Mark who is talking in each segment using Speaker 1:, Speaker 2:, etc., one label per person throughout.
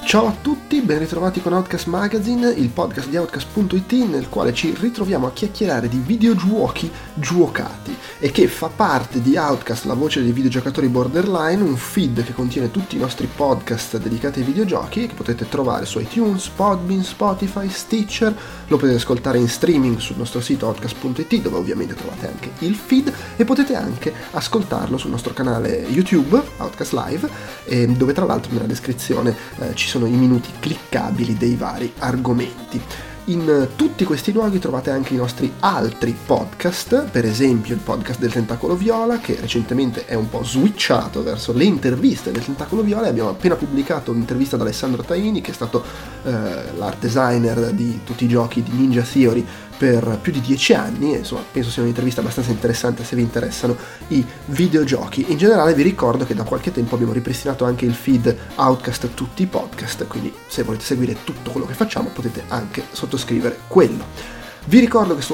Speaker 1: Ciao a tutti, ben ritrovati con Outcast Magazine, il podcast di Outcast.it nel quale ci ritroviamo a chiacchierare di videogiochi giocati e che fa parte di Outcast, la voce dei videogiocatori borderline, un feed che contiene tutti i nostri podcast dedicati ai videogiochi che potete trovare su iTunes, Podbean, Spotify, Stitcher, lo potete ascoltare in streaming sul nostro sito Outcast.it dove ovviamente trovate anche il feed e potete anche ascoltarlo sul nostro canale YouTube, Outcast Live, dove tra l'altro nella descrizione ci sono i minuti cliccabili dei vari argomenti. In tutti questi luoghi trovate anche i nostri altri podcast, per esempio il podcast del Tentacolo Viola, che recentemente è un po' switchato verso le interviste del Tentacolo Viola, e abbiamo appena pubblicato un'intervista da Alessandro Taini, che è stato l'art designer di tutti i giochi di Ninja Theory per più di 10 anni, e insomma penso sia un'intervista abbastanza interessante se vi interessano i videogiochi. In generale vi ricordo che da qualche tempo abbiamo ripristinato anche il feed Outcast tutti i podcast, quindi se volete seguire tutto quello che facciamo potete anche sottoscrivere quello. Vi ricordo che su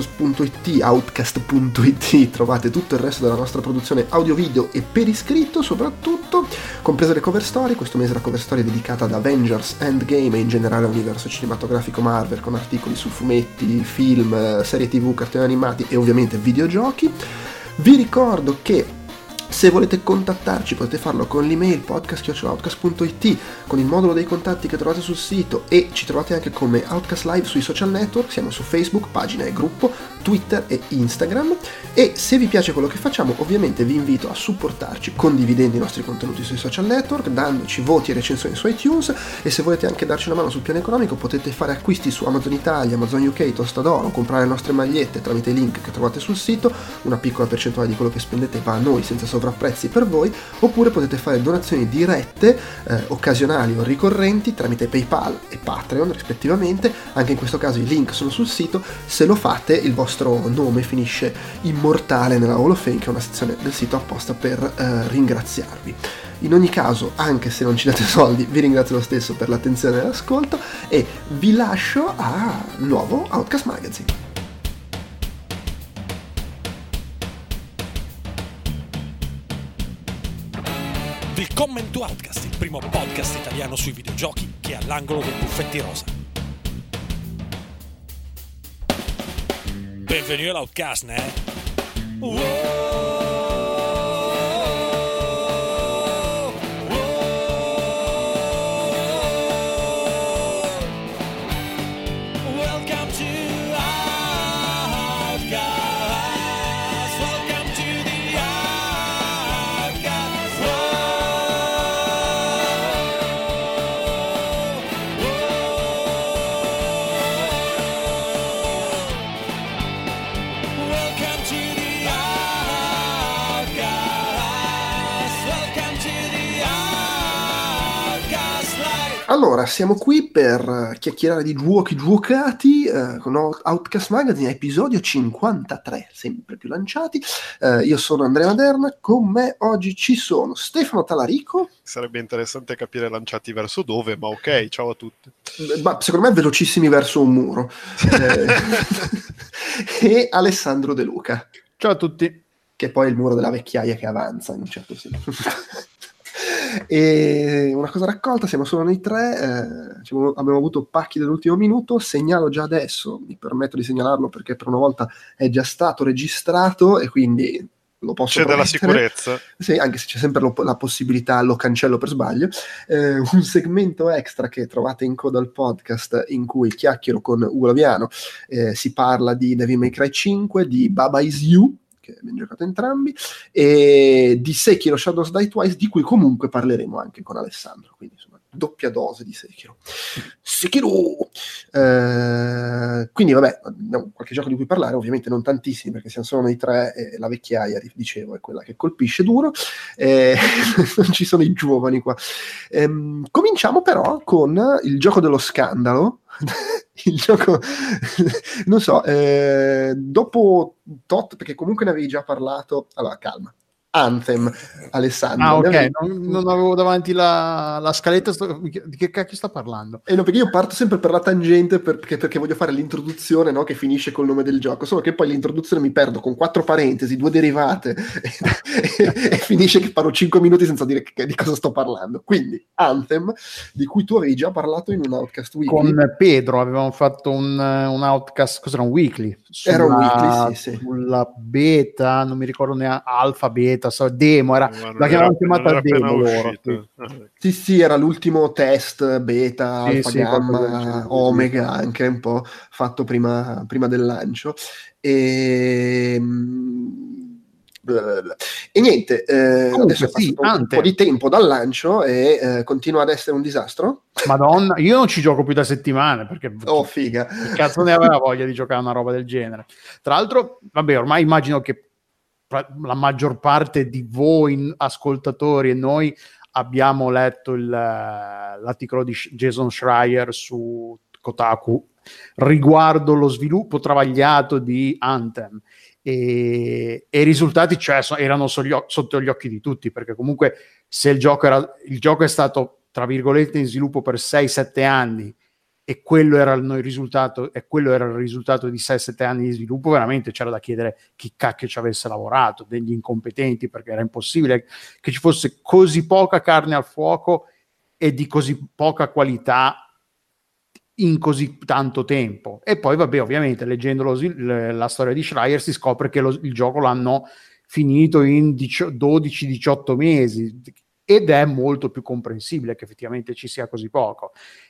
Speaker 1: Outcast.it trovate tutto il resto della nostra produzione audio-video e per iscritto soprattutto, comprese le cover story. Questo mese la cover story è dedicata ad Avengers Endgame e in generale all'universo cinematografico Marvel, con articoli su fumetti, film, serie TV, cartoni animati e ovviamente videogiochi. Vi ricordo che se volete contattarci potete farlo con l'email podcast@outcast.it, con il modulo dei contatti che trovate sul sito, e ci trovate anche come Outcast Live sui social network. Siamo su Facebook, pagina e gruppo, Twitter e Instagram, e se vi piace quello che facciamo ovviamente vi invito a supportarci condividendo i nostri contenuti sui social network, dandoci voti e recensioni su iTunes, e se volete anche darci una mano sul piano economico potete fare acquisti su Amazon Italia, Amazon UK, Tostadoro, comprare le nostre magliette tramite i link che trovate sul sito. Una piccola percentuale di quello che spendete va a noi senza sovrapprezzi per voi, oppure potete fare donazioni dirette, occasionali o ricorrenti tramite PayPal e Patreon rispettivamente. Anche in questo caso i link sono sul sito. Se lo fate il vostro nome finisce immortale nella Hall of Fame, che è una sezione del sito apposta per ringraziarvi. In ogni caso, anche se non ci date soldi, vi ringrazio lo stesso per l'attenzione e l'ascolto, e vi lascio a nuovo Outcast Magazine.
Speaker 2: Willkommen to Outcast, il primo podcast italiano sui videogiochi che è all'angolo dei buffetti rosa. Benvenuti all'Outcast, né? Welcome to Outcast. Welcome to the Outcast. Welcome to the Outcast. Welcome to the Outcast Live.
Speaker 1: Allora, siamo qui per chiacchierare di giochi giocati con Outcast Magazine, episodio 53, sempre più lanciati. Io sono Andrea Maderna, con me oggi ci sono Stefano Talarico.
Speaker 3: Sarebbe interessante capire lanciati verso dove, ma ok, ciao a tutti.
Speaker 1: Ma secondo me velocissimi verso un muro. E Alessandro De Luca.
Speaker 4: Ciao a tutti.
Speaker 1: Che poi è il muro della vecchiaia che avanza in un certo senso. E una cosa raccolta, siamo solo noi tre, abbiamo avuto pacchi dell'ultimo minuto. Segnalo già adesso, mi permetto di segnalarlo perché per una volta è già stato registrato e quindi lo posso
Speaker 3: C'è della
Speaker 1: promettere.
Speaker 3: sicurezza.
Speaker 1: Sì, anche se c'è sempre la possibilità, lo cancello per sbaglio. Un segmento extra che trovate in coda al podcast, in cui chiacchiero con Ugo Laviano, si parla di Devil May Cry 5, di Baba Is You, che abbiamo giocato entrambi, e di Sekiro Shadows Die Twice, di cui comunque parleremo anche con Alessandro, quindi insomma doppia dose di Sekiro. Quindi vabbè, abbiamo qualche gioco di cui parlare, ovviamente non tantissimi perché siamo solo noi tre e la vecchiaia, dicevo, è quella che colpisce duro, non ci sono i giovani qua. Cominciamo però con il gioco dello scandalo. Il gioco non so, dopo tot, perché comunque ne avevi già parlato. Allora calma, Anthem, Alessandro.
Speaker 4: Ah, ok, non avevo davanti la scaletta, di che cacchio sta parlando?
Speaker 1: No, perché io parto sempre per la tangente perché voglio fare l'introduzione, no, che finisce col nome del gioco, solo che poi l'introduzione mi perdo con 4 parentesi, 2 derivate e finisce che parlo 5 minuti senza dire di cosa sto parlando. Quindi Anthem, di cui tu avevi già parlato in un Outcast Weekly.
Speaker 4: Con Pedro avevamo fatto un Outcast, cos'era, un weekly?
Speaker 1: Era un weekly, sì.
Speaker 4: Sulla beta, non mi ricordo neanche, alfa, beta, demo, la chiamavano chiamata demo loro.
Speaker 1: Sì, era l'ultimo test, beta, alfa, gamma, omega, anche un po' fatto prima del lancio. E niente, adesso è passato un po' di tempo dal lancio e continua ad essere un disastro.
Speaker 4: Madonna, io non ci gioco più da settimane perché
Speaker 1: figa.
Speaker 4: Che cazzo ne aveva voglia di giocare a una roba del genere. Tra l'altro, vabbè, ormai immagino che la maggior parte di voi ascoltatori e noi abbiamo letto l'articolo di Jason Schreier su Kotaku riguardo lo sviluppo travagliato di Anthem e i risultati, cioè, erano sotto gli occhi di tutti, perché comunque se il gioco è stato tra virgolette in sviluppo per 6-7 anni e quello era il risultato di 6-7 anni di sviluppo, veramente c'era da chiedere chi cacchio ci avesse lavorato, degli incompetenti, perché era impossibile che ci fosse così poca carne al fuoco e di così poca qualità in così tanto tempo. E poi vabbè, ovviamente leggendo la storia di Schreier si scopre che il gioco l'hanno finito in 12-18 mesi, ed è molto più comprensibile che effettivamente ci sia così poco.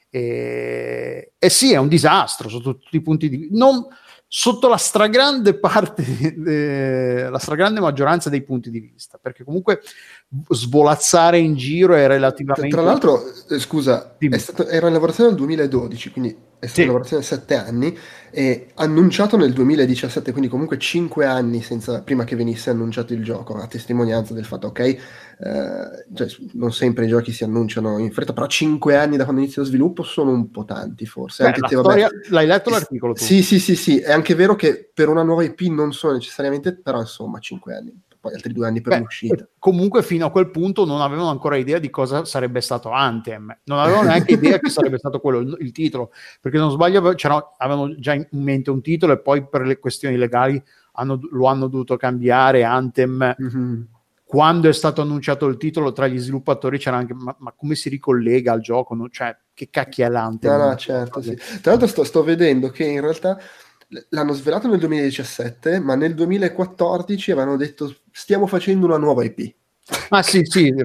Speaker 4: E sì, è un disastro sotto tutti i punti di vista, sotto la stragrande parte, la stragrande maggioranza dei punti di vista, perché comunque svolazzare in giro è relativamente...
Speaker 1: Tra l'altro, scusa, era in lavorazione nel 2012, quindi è stata in lavorazione 7 anni, e annunciato nel 2017, quindi comunque 5 anni prima che venisse annunciato il gioco, a testimonianza del fatto, ok, cioè, non sempre i giochi si annunciano in fretta, però 5 anni da quando inizia lo sviluppo sono un po' tanti, forse.
Speaker 4: Anche storia, l'hai letto l'articolo tu?
Speaker 1: Sì, è anche vero che per una nuova IP non sono necessariamente, però insomma 5 anni, poi altri 2 anni per l'uscita.
Speaker 4: Comunque fino a quel punto non avevano ancora idea di cosa sarebbe stato Anthem, non avevano neanche idea che sarebbe stato quello il titolo, perché se non sbaglio avevano già in mente un titolo e poi per le questioni legali lo hanno dovuto cambiare. Anthem, quando è stato annunciato il titolo, tra gli sviluppatori c'era anche ma come si ricollega al gioco, cioè che cacchio è l'Anthem?
Speaker 1: No, certo, sì. Tra l'altro sto vedendo che in realtà l'hanno svelato nel 2017, ma nel 2014 avevano detto stiamo facendo una nuova IP.
Speaker 4: Ah sì,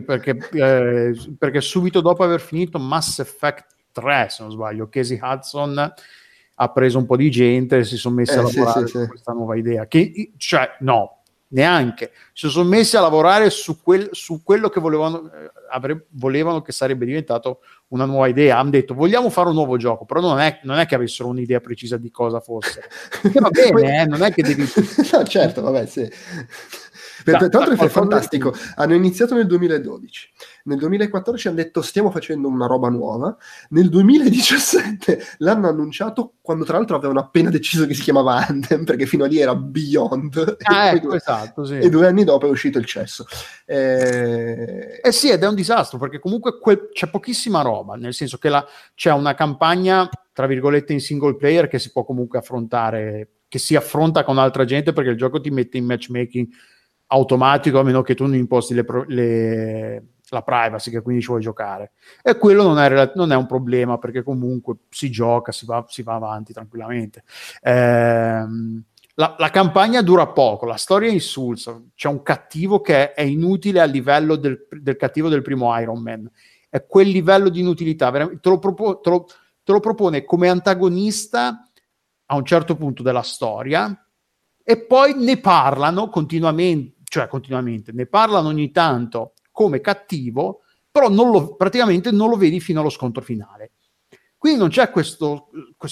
Speaker 4: perché subito dopo aver finito Mass Effect 3, se non sbaglio, Casey Hudson ha preso un po' di gente e si sono messi a lavorare su questa nuova idea. Neanche si sono messi a lavorare su quello che volevano che sarebbe diventato una nuova idea. Hanno detto vogliamo fare un nuovo gioco, però non è che avessero un'idea precisa di cosa fosse. Che va bene, non è che devi...
Speaker 1: No, certo, vabbè, sì. Tra l'altro è fantastico. Hanno iniziato nel 2012, nel 2014 hanno detto stiamo facendo una roba nuova, nel 2017 l'hanno annunciato quando tra l'altro avevano appena deciso che si chiamava Anthem, perché fino a lì era Beyond,
Speaker 4: esatto, sì.
Speaker 1: E 2 anni dopo è uscito il cesso.
Speaker 4: Sì, ed è un disastro, perché comunque c'è pochissima roba, nel senso che c'è una campagna tra virgolette in single player che si può comunque affrontare, che si affronta con altra gente, perché il gioco ti mette in matchmaking automatico, a meno che tu non imposti la privacy, che quindi ci vuoi giocare, e quello non è un problema, perché comunque si gioca, si va avanti tranquillamente. La campagna dura poco, la storia è insulsa, c'è un cattivo che è inutile a livello del cattivo del primo Iron Man, è quel livello di inutilità, veramente, te lo propone come antagonista a un certo punto della storia, e poi ne parlano continuamente, ne parlano ogni tanto come cattivo, però praticamente non lo vedi fino allo scontro finale. Quindi non c'è questo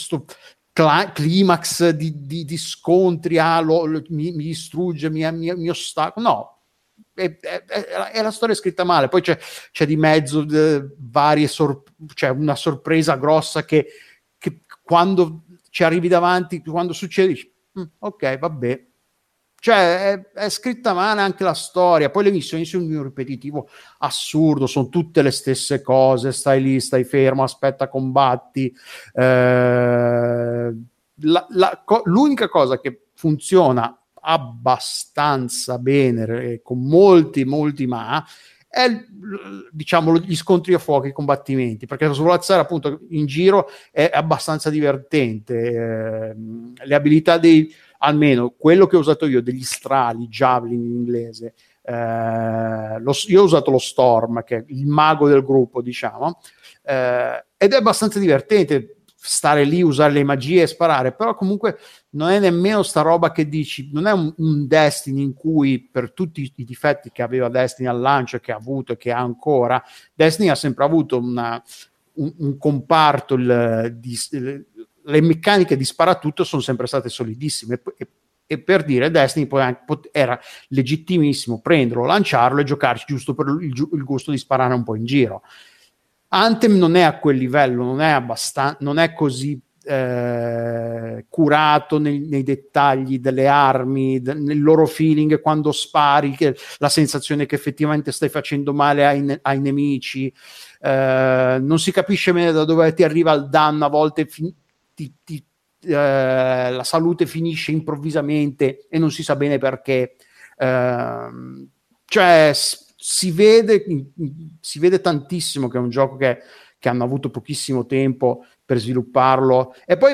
Speaker 4: climax di scontri, mi distrugge, mi ostacola, no, è la storia scritta male. Poi c'è di mezzo varie c'è una sorpresa grossa che quando ci arrivi davanti, quando succede dici, ok, vabbè, Cioè è scritta male anche la storia, poi le missioni sono di un ripetitivo assurdo, sono tutte le stesse cose, stai lì, stai fermo, aspetta, combatti. L'unica cosa che funziona abbastanza bene, con molti è, diciamo, gli scontri a fuoco, i combattimenti, perché svolazzare appunto in giro è abbastanza divertente. Le abilità almeno quello che ho usato io, degli strali, javelin in inglese, io ho usato lo Storm, che è il mago del gruppo, diciamo, ed è abbastanza divertente stare lì, usare le magie e sparare, però comunque non è nemmeno sta roba che dici, non è un Destiny in cui, per tutti i difetti che aveva Destiny al lancio, che ha avuto e che ha ancora, Destiny ha sempre avuto un comparto, le meccaniche di sparatutto sono sempre state solidissime, e per dire, Destiny poi era legittimissimo prenderlo, lanciarlo e giocarci giusto per il gusto di sparare un po' in giro. Anthem non è a quel livello, non è così curato nei dettagli delle armi, nel loro feeling quando spari, la sensazione che effettivamente stai facendo male ai nemici, non si capisce bene da dove ti arriva il danno, a volte la salute finisce improvvisamente e non si sa bene perché, cioè si vede tantissimo che è un gioco che hanno avuto pochissimo tempo per svilupparlo, e poi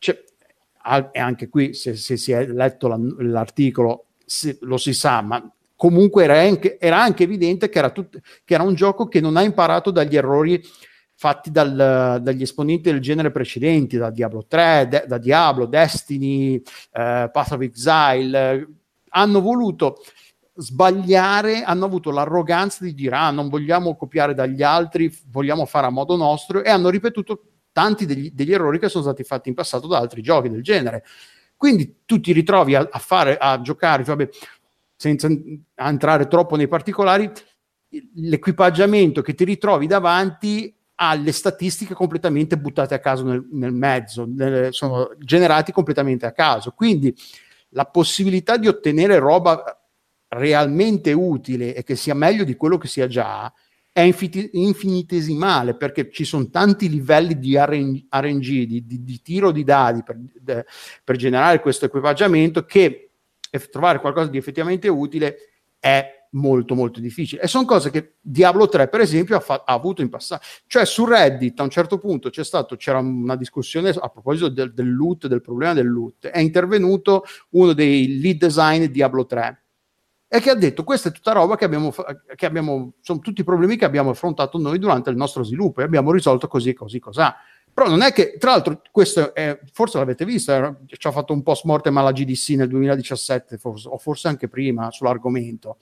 Speaker 4: e anche qui se si è letto l'articolo lo si sa, ma comunque era anche evidente che era un gioco che non ha imparato dagli errori fatti dagli esponenti del genere precedenti, da Diablo 3, da Diablo, Destiny, Path of Exile. Hanno voluto sbagliare, hanno avuto l'arroganza di dire non vogliamo copiare dagli altri, vogliamo fare a modo nostro, e hanno ripetuto tanti degli errori che sono stati fatti in passato da altri giochi del genere. Quindi tu ti ritrovi a giocare, vabbè, senza entrare troppo nei particolari, l'equipaggiamento che ti ritrovi davanti ha le statistiche completamente buttate a caso nel mezzo, sono generati completamente a caso, quindi la possibilità di ottenere roba realmente utile e che sia meglio di quello che sia già è infinitesimale, perché ci sono tanti livelli di RNG, di tiro di dadi per generare questo equipaggiamento, che trovare qualcosa di effettivamente utile è molto molto difficile, e sono cose che Diablo 3 per esempio ha avuto in passato. Cioè su Reddit a un certo punto c'era una discussione a proposito del loot, del problema del loot. È intervenuto uno dei lead design di Diablo 3 e che ha detto: questa è tutta roba che abbiamo, sono tutti i problemi che abbiamo affrontato noi durante il nostro sviluppo e abbiamo risolto così cosà. Però non è che, tra l'altro, questo forse l'avete visto, ci ha fatto un post mortem alla GDC nel 2017 o forse anche prima sull'argomento,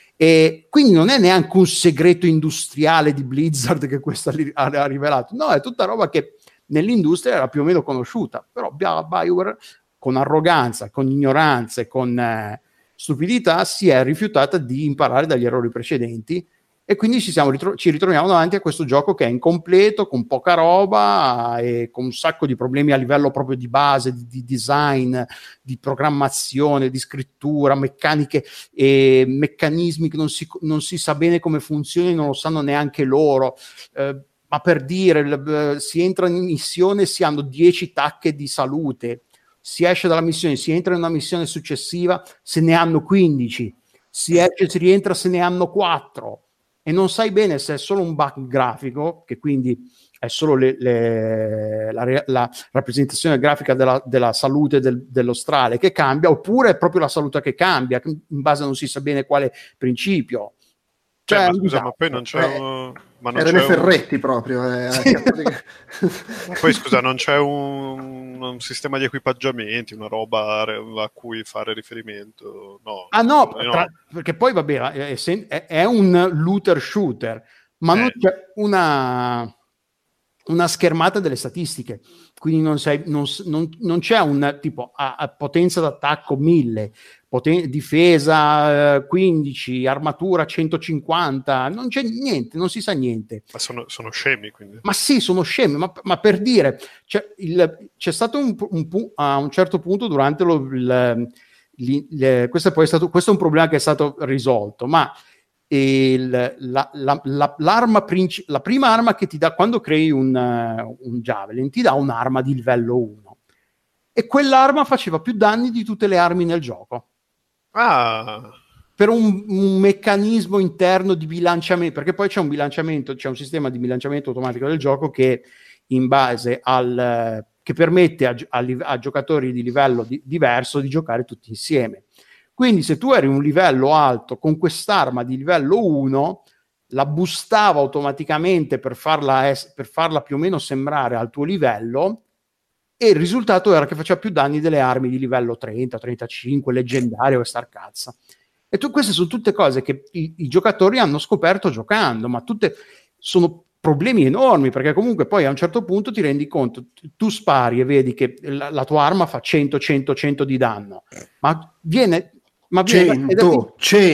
Speaker 4: e quindi non è neanche un segreto industriale di Blizzard che questo ha rivelato, no, è tutta roba che nell'industria era più o meno conosciuta, però BioWare con arroganza, con ignoranza e con stupidità si è rifiutata di imparare dagli errori precedenti, e quindi ci ritroviamo davanti a questo gioco che è incompleto, con poca roba e con un sacco di problemi a livello proprio di base, di design, di programmazione, di scrittura, meccaniche e meccanismi che non si sa bene come funzionano, non lo sanno neanche loro. Ma per dire, si entra in missione, si hanno 10 tacche di salute, si esce dalla missione, si entra in una missione successiva, se ne hanno 15, si esce, si rientra, se ne hanno 4. E non sai bene se è solo un bug grafico, che quindi è solo la rappresentazione grafica della salute dello strale che cambia, oppure è proprio la salute che cambia, in base a non si sa bene quale principio.
Speaker 3: Cioè, ma scusa, ma poi non c'è
Speaker 1: erano i ferretti proprio.
Speaker 3: Poi scusa, non c'è un sistema di equipaggiamenti, una roba a cui fare riferimento? No.
Speaker 4: No. Perché poi vabbè, è un looter shooter, ma non c'è una schermata delle statistiche, quindi non c'è un tipo a potenza d'attacco 1000, difesa 15, armatura 150, non c'è niente, non si sa niente.
Speaker 3: Ma sono scemi, quindi.
Speaker 4: Ma sì, sono scemi, ma per dire, c'è stato a un certo punto durante questo è un problema che è stato risolto, ma la prima arma che ti dà quando crei un Javelin ti dà un'arma di livello 1 e quell'arma faceva più danni di tutte le armi nel gioco. Per un meccanismo interno di bilanciamento, perché poi c'è un sistema di bilanciamento automatico del gioco che in base che permette a giocatori di livello diverso di giocare tutti insieme. Quindi se tu eri un livello alto con quest'arma di livello 1, la boostava automaticamente per farla più o meno sembrare al tuo livello, e il risultato era che faceva più danni delle armi di livello 30, 35, leggendario e starcazza. E queste sono tutte cose che i giocatori hanno scoperto giocando, ma tutte sono problemi enormi, perché comunque poi a un certo punto ti rendi conto, tu spari e vedi che la tua arma fa 100, 100, 100 di danno, ma viene 100.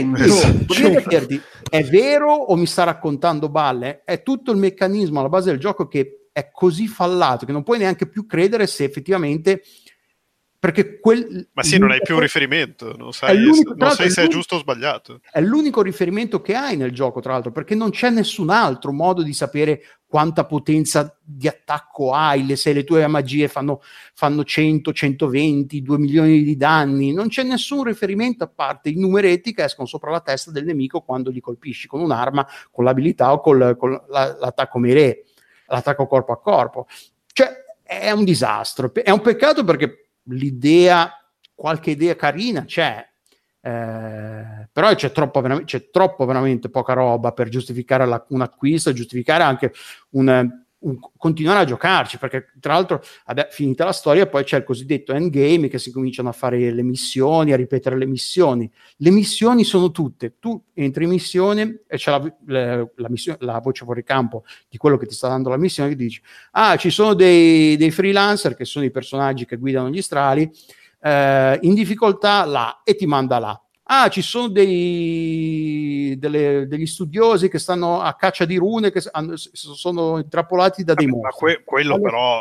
Speaker 4: È vero o mi sta raccontando balle? È tutto il meccanismo alla base del gioco che è così fallato che non puoi neanche più credere se effettivamente, perché
Speaker 3: ma sì, non hai più un riferimento, non sai se è giusto o sbagliato.
Speaker 4: È l'unico riferimento che hai nel gioco, tra l'altro, perché non c'è nessun altro modo di sapere quanta potenza di attacco hai, se le tue magie fanno 100, 120, 2 milioni di danni. Non c'è nessun riferimento a parte i numeretti che escono sopra la testa del nemico quando gli colpisci con un'arma, con l'abilità o con l'attacco melee, l'attacco corpo a corpo. Cioè, è un disastro. È un peccato perché qualche idea carina c'è, però c'è troppo veramente poca roba per giustificare un acquisto e giustificare anche continuare a giocarci, perché tra l'altro finita la storia poi c'è il cosiddetto endgame, che si cominciano a fare le missioni, a ripetere le missioni sono tutte, tu entri in missione e c'è la voce fuori campo di quello che ti sta dando la missione, che dici ci sono dei freelancer che sono i personaggi che guidano gli strali in difficoltà là, e ti manda là. Ci sono degli studiosi che stanno a caccia di rune, che sono intrappolati da dei mostri.
Speaker 3: Ma quello però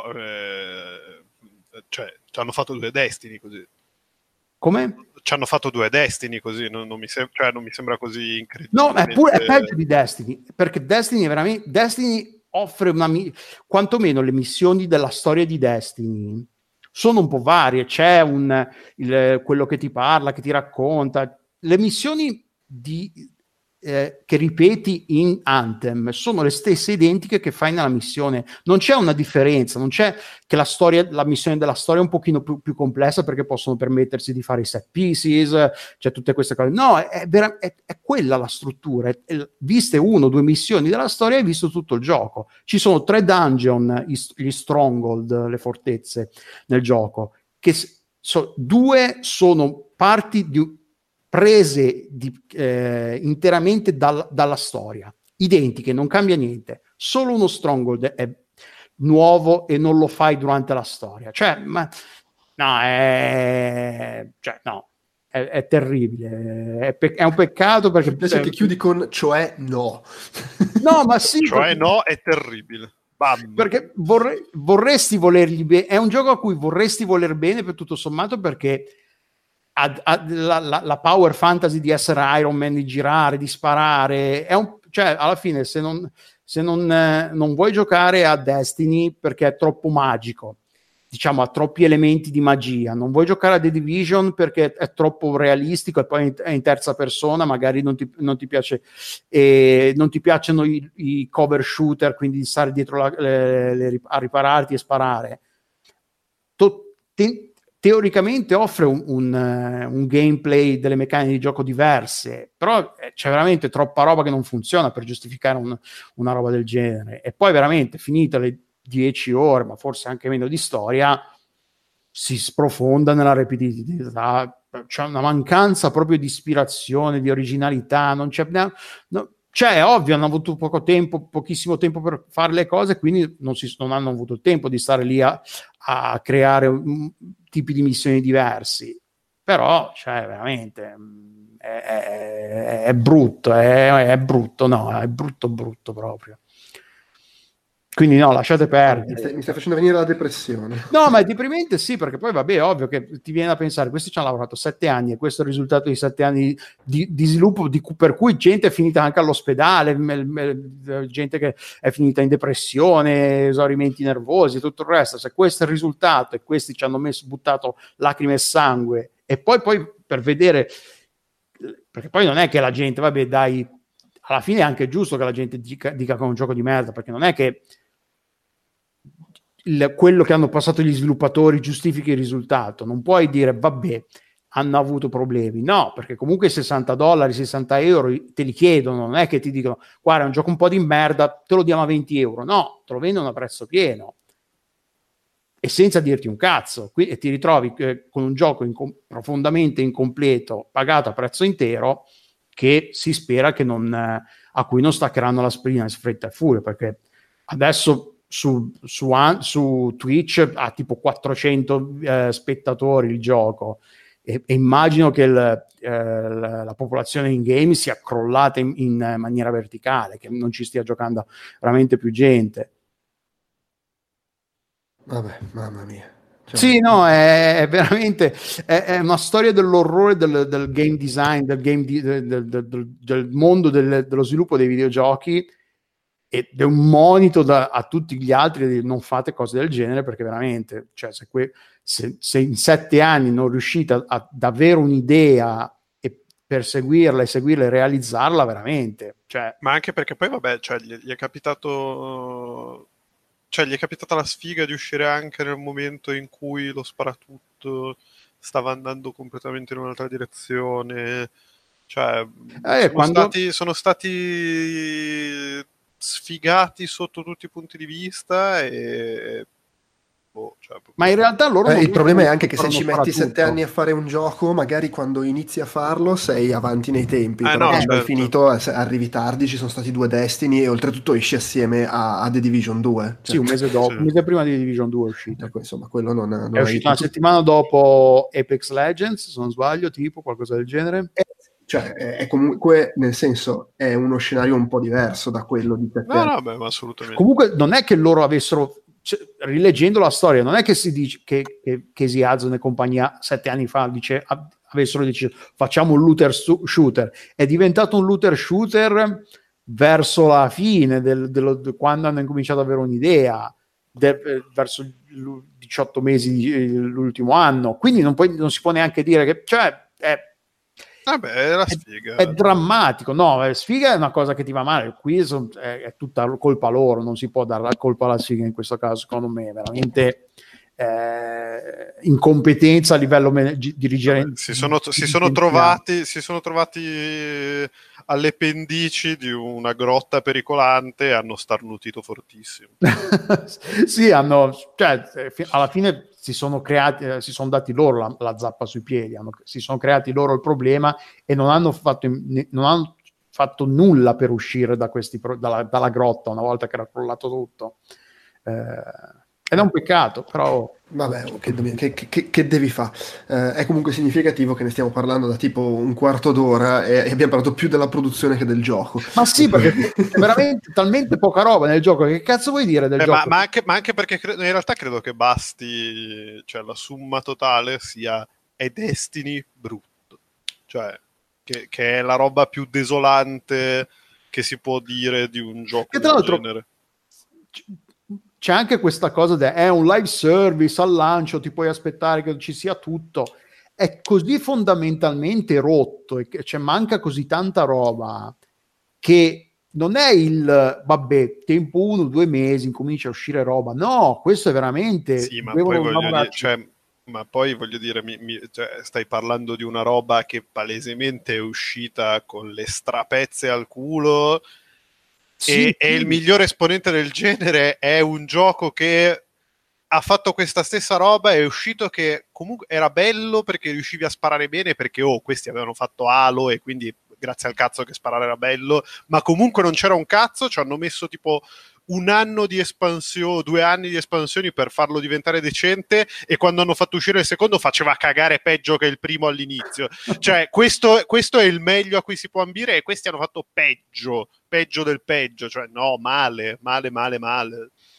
Speaker 3: cioè ci hanno fatto 2 Destiny così.
Speaker 4: Come?
Speaker 3: Ci hanno fatto 2 Destiny così, non mi sembra così incredibile.
Speaker 4: No, è peggio di Destiny, perché Destiny offre quantomeno le missioni della storia di Destiny sono un po' varie, c'è quello che ti parla, che ti racconta. Le missioni che ripeti in Anthem sono le stesse identiche che fai nella missione, non c'è una differenza, non c'è che la missione della storia è un pochino più complessa perché possono permettersi di fare i set pieces, c'è tutte queste cose. No, è quella la struttura, viste 1 o 2 missioni della storia hai visto tutto il gioco. Ci sono 3 dungeon, gli stronghold, le fortezze nel gioco, che 2 sono parti prese interamente dalla storia, identiche, non cambia niente, solo uno stronghold è nuovo e non lo fai durante la storia, è terribile, è un peccato perché
Speaker 1: invece che chiudi con cioè no
Speaker 4: ma sì,
Speaker 3: cioè no, è terribile. Bam.
Speaker 4: Perché vorresti volergli bene, è un gioco a cui vorresti voler bene per tutto sommato, perché la power fantasy di essere Iron Man, di girare, di sparare, alla fine se non vuoi giocare a Destiny perché è troppo magico, diciamo, ha troppi elementi di magia, non vuoi giocare a The Division perché è troppo realistico e poi è in terza persona, magari non ti piace, e non ti piacciono i cover shooter, quindi stare dietro a ripararti e sparare. Teoricamente offre un gameplay, delle meccaniche di gioco diverse, però c'è veramente troppa roba che non funziona per giustificare una roba del genere. E poi veramente, finite le 10 ore, ma forse anche meno di storia, si sprofonda nella ripetitività, c'è una mancanza proprio di ispirazione, di originalità, non c'è... Cioè, è ovvio, hanno avuto pochissimo tempo per fare le cose, quindi non hanno avuto il tempo di stare lì a creare tipi di missioni diversi. Però, veramente è brutto, è brutto proprio. Quindi no, lasciate perdere.
Speaker 1: Mi stai facendo venire la depressione.
Speaker 4: No, ma è deprimente, sì, perché poi vabbè, è ovvio che ti viene a pensare, questi ci hanno lavorato 7 anni e questo è il risultato di 7 anni di sviluppo per cui gente è finita anche all'ospedale, gente che è finita in depressione, esaurimenti nervosi, tutto il resto. Se questo è il risultato e questi ci hanno buttato lacrime e sangue e poi per vedere, perché poi non è che la gente, vabbè dai, alla fine è anche giusto che la gente dica che è un gioco di merda, perché non è che quello che hanno passato gli sviluppatori giustifica il risultato. Non puoi dire vabbè, hanno avuto problemi, no, perché comunque $60, 60 euro te li chiedono, non è che ti dicono guarda è un gioco un po' di merda, te lo diamo a 20 euro, no, te lo vendono a prezzo pieno e senza dirti un cazzo, e ti ritrovi con un gioco profondamente incompleto pagato a prezzo intero che si spera che a cui non staccheranno la spina in fretta e furia, perché adesso su Twitch ha tipo 400 spettatori il gioco e immagino che la popolazione in game sia crollata in maniera verticale, che non ci stia giocando veramente più gente.
Speaker 1: Vabbè, mamma mia. Cioè,
Speaker 4: sì, no, è veramente è una storia dell'orrore del game design, del mondo dello sviluppo dei videogiochi, ed è un monito a tutti gli altri di non fate cose del genere, perché veramente, cioè, se in 7 anni non riuscite ad avere un'idea e perseguirla e realizzarla veramente, cioè...
Speaker 3: Ma anche perché poi vabbè, cioè, gli è capitato, cioè gli è capitata la sfiga di uscire anche nel momento in cui lo sparatutto stava andando completamente in un'altra direzione, cioè sono stati sfigati sotto tutti i punti di vista e
Speaker 4: ma in realtà loro
Speaker 1: il problema è anche che se ci metti 7 anni a fare un gioco, magari quando inizi a farlo sei avanti nei tempi, però quando hai finito arrivi tardi, ci sono stati 2 Destiny e oltretutto esci assieme a The Division 2. Cioè,
Speaker 4: sì, un mese dopo, un mese prima di The Division 2 è uscito.
Speaker 1: Ecco, insomma, quello non
Speaker 4: è uscito una settimana dopo Apex Legends, se non sbaglio, tipo qualcosa del genere.
Speaker 1: Cioè, è comunque, nel senso, è uno scenario un po' diverso da quello di Peppe.
Speaker 3: No, beh, assolutamente.
Speaker 4: Comunque non è che loro avessero, rileggendo la storia, non è che si dice che Casey Hudson e compagnia 7 anni fa avessero deciso facciamo un looter shooter. È diventato un looter shooter verso la fine quando hanno incominciato ad avere un'idea, verso 18 mesi l'ultimo anno, quindi non si può neanche dire che, cioè,
Speaker 3: vabbè, è la sfiga.
Speaker 4: È drammatico, no, sfiga è una cosa che ti va male, qui è tutta colpa loro, non si può dare la colpa alla sfiga in questo caso, secondo me, veramente incompetenza a livello dirigente.
Speaker 3: Si sono trovati alle pendici di una grotta pericolante e hanno starnutito fortissimo.
Speaker 4: sì, alla fine si sono dati loro la zappa sui piedi, si sono creati loro il problema e non hanno fatto nulla per uscire dalla grotta una volta che era crollato tutto. Ed è un peccato, però...
Speaker 1: Vabbè, che devi fare? È comunque significativo che ne stiamo parlando da tipo un quarto d'ora e abbiamo parlato più della produzione che del gioco.
Speaker 4: Ma sì, perché è veramente talmente poca roba nel gioco, che cazzo vuoi dire del gioco?
Speaker 3: Ma anche perché in realtà credo che basti, cioè la somma totale è Destiny brutto, cioè che è la roba più desolante che si può dire di un gioco
Speaker 4: che tra
Speaker 3: del
Speaker 4: l'altro
Speaker 3: genere.
Speaker 4: C'è anche questa cosa è un live service al lancio, ti puoi aspettare che ci sia tutto. È così fondamentalmente rotto e manca così tanta roba che non è vabbè, tempo 1-2 mesi incomincia a uscire roba. No, questo è veramente...
Speaker 3: Sì, ma poi voglio dire, cioè, stai parlando di una roba che palesemente è uscita con le strapezze al culo...
Speaker 4: Sì,
Speaker 3: e il migliore esponente del genere è un gioco che ha fatto questa stessa roba, è uscito che comunque era bello perché riuscivi a sparare bene, perché questi avevano fatto Halo e quindi grazie al cazzo che sparare era bello, ma comunque non c'era un cazzo, ci hanno messo tipo 1 anno di espansione, 2 anni di espansioni per farlo diventare decente, e quando hanno fatto uscire il secondo faceva cagare peggio che il primo all'inizio. Cioè questo è il meglio a cui si può ambire, e questi hanno fatto peggio del peggio, cioè no, male.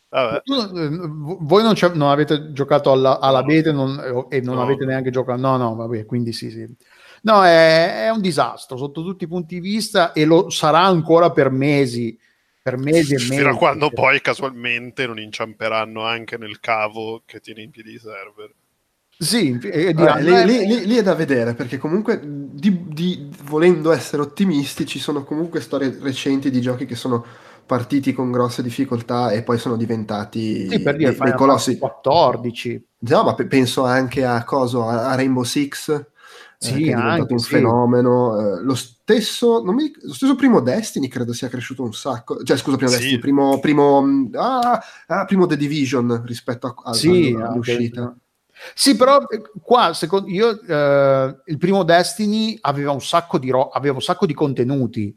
Speaker 3: Vabbè.
Speaker 4: Voi non avete giocato alla beta e non avete neanche giocato. No, vabbè, quindi sì. No, è un disastro sotto tutti i punti di vista e lo sarà ancora per mesi e mesi.
Speaker 3: Fino a quando poi casualmente non inciamperanno anche nel cavo che tiene in piedi i server.
Speaker 4: Sì,
Speaker 1: lì è da vedere, perché comunque volendo essere ottimisti ci sono comunque storie recenti di giochi che sono partiti con grosse difficoltà e poi sono diventati
Speaker 4: sì, per dire
Speaker 1: dei colossi.
Speaker 4: 14.
Speaker 1: No, ma penso anche a Rainbow Six,
Speaker 4: sì,
Speaker 1: che è diventato un fenomeno. Lo stesso primo Destiny credo sia cresciuto un sacco. Cioè, scusa, primo Destiny, primo The Division rispetto all'uscita.
Speaker 4: Sì, però qua secondo io il primo Destiny aveva un sacco di contenuti.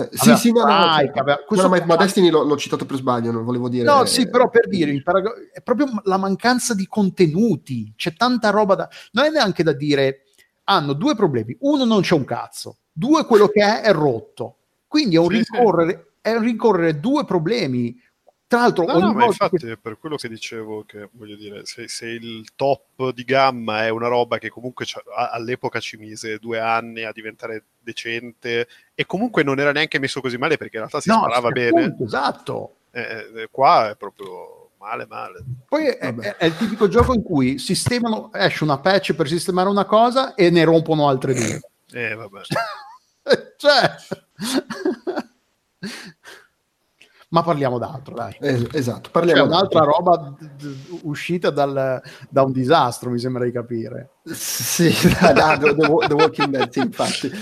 Speaker 1: Ma Destiny l'ho citato per sbaglio, non volevo dire.
Speaker 4: No, sì, però per dire è proprio la mancanza di contenuti. C'è tanta roba non è neanche da dire. Hanno due problemi: uno, non c'è un cazzo; due, quello che è rotto. Quindi è un rincorrere due problemi. Tra l'altro,
Speaker 3: ma infatti è per quello che dicevo che, voglio dire, se il top di gamma è una roba che comunque all'epoca ci mise 2 anni a diventare decente e comunque non era neanche messo così male perché in realtà si sparava bene.
Speaker 4: Appunto, esatto.
Speaker 3: Qua è proprio male.
Speaker 4: Poi è il tipico gioco in cui esce una patch per sistemare una cosa e ne rompono altre due.
Speaker 3: Vabbè.
Speaker 4: Cioè... Ma parliamo d'altro, dai.
Speaker 1: Esatto, parliamo
Speaker 4: un'altra roba uscita da un disastro, mi sembra di capire.
Speaker 1: Sì, The Walking Dead, sì, infatti.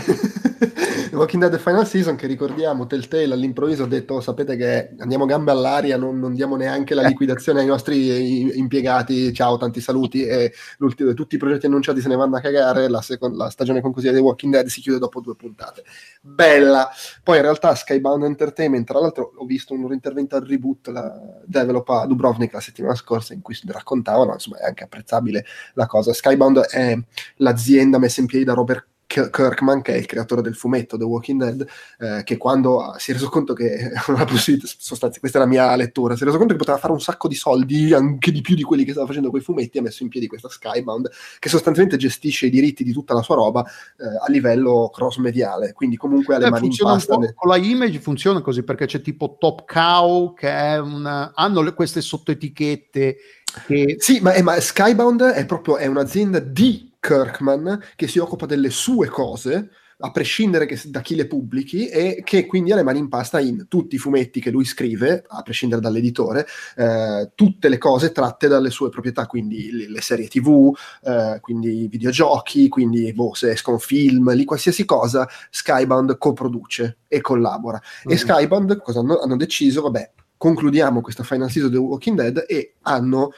Speaker 1: The Walking Dead Final Season, che ricordiamo, Telltale all'improvviso ha detto: sapete che andiamo gambe all'aria, non diamo neanche la liquidazione ai nostri impiegati, ciao, tanti saluti, e tutti i progetti annunciati se ne vanno a cagare, la stagione conclusiva di The Walking Dead si chiude dopo 2 puntate. Bella! Poi in realtà Skybound Entertainment, tra l'altro ho visto un loro intervento al reboot, la develop a Dubrovnik la settimana scorsa, in cui si raccontavano, insomma è anche apprezzabile la cosa. Skybound è l'azienda messa in piedi da Robert Kirkman, che è il creatore del fumetto The Walking Dead, che quando si è reso conto che questa è la mia lettura, si è reso conto che poteva fare un sacco di soldi, anche di più di quelli che stava facendo quei fumetti, ha messo in piedi questa Skybound che sostanzialmente gestisce i diritti di tutta la sua roba a livello cross-mediale, quindi comunque ha le mani in pasta.
Speaker 4: Con la Image funziona così, perché c'è tipo Top Cow, che è hanno queste sottoetichette che...
Speaker 1: Sì, ma Skybound è un'azienda di Kirkman che si occupa delle sue cose, a prescindere da chi le pubblichi, e che quindi ha le mani in pasta in tutti i fumetti che lui scrive, a prescindere dall'editore, tutte le cose tratte dalle sue proprietà, quindi le serie TV, quindi i videogiochi, quindi se escono film, lì qualsiasi cosa Skybound coproduce e collabora. E Skybound cosa hanno deciso? Vabbè, concludiamo questa final season di The Walking Dead, e hanno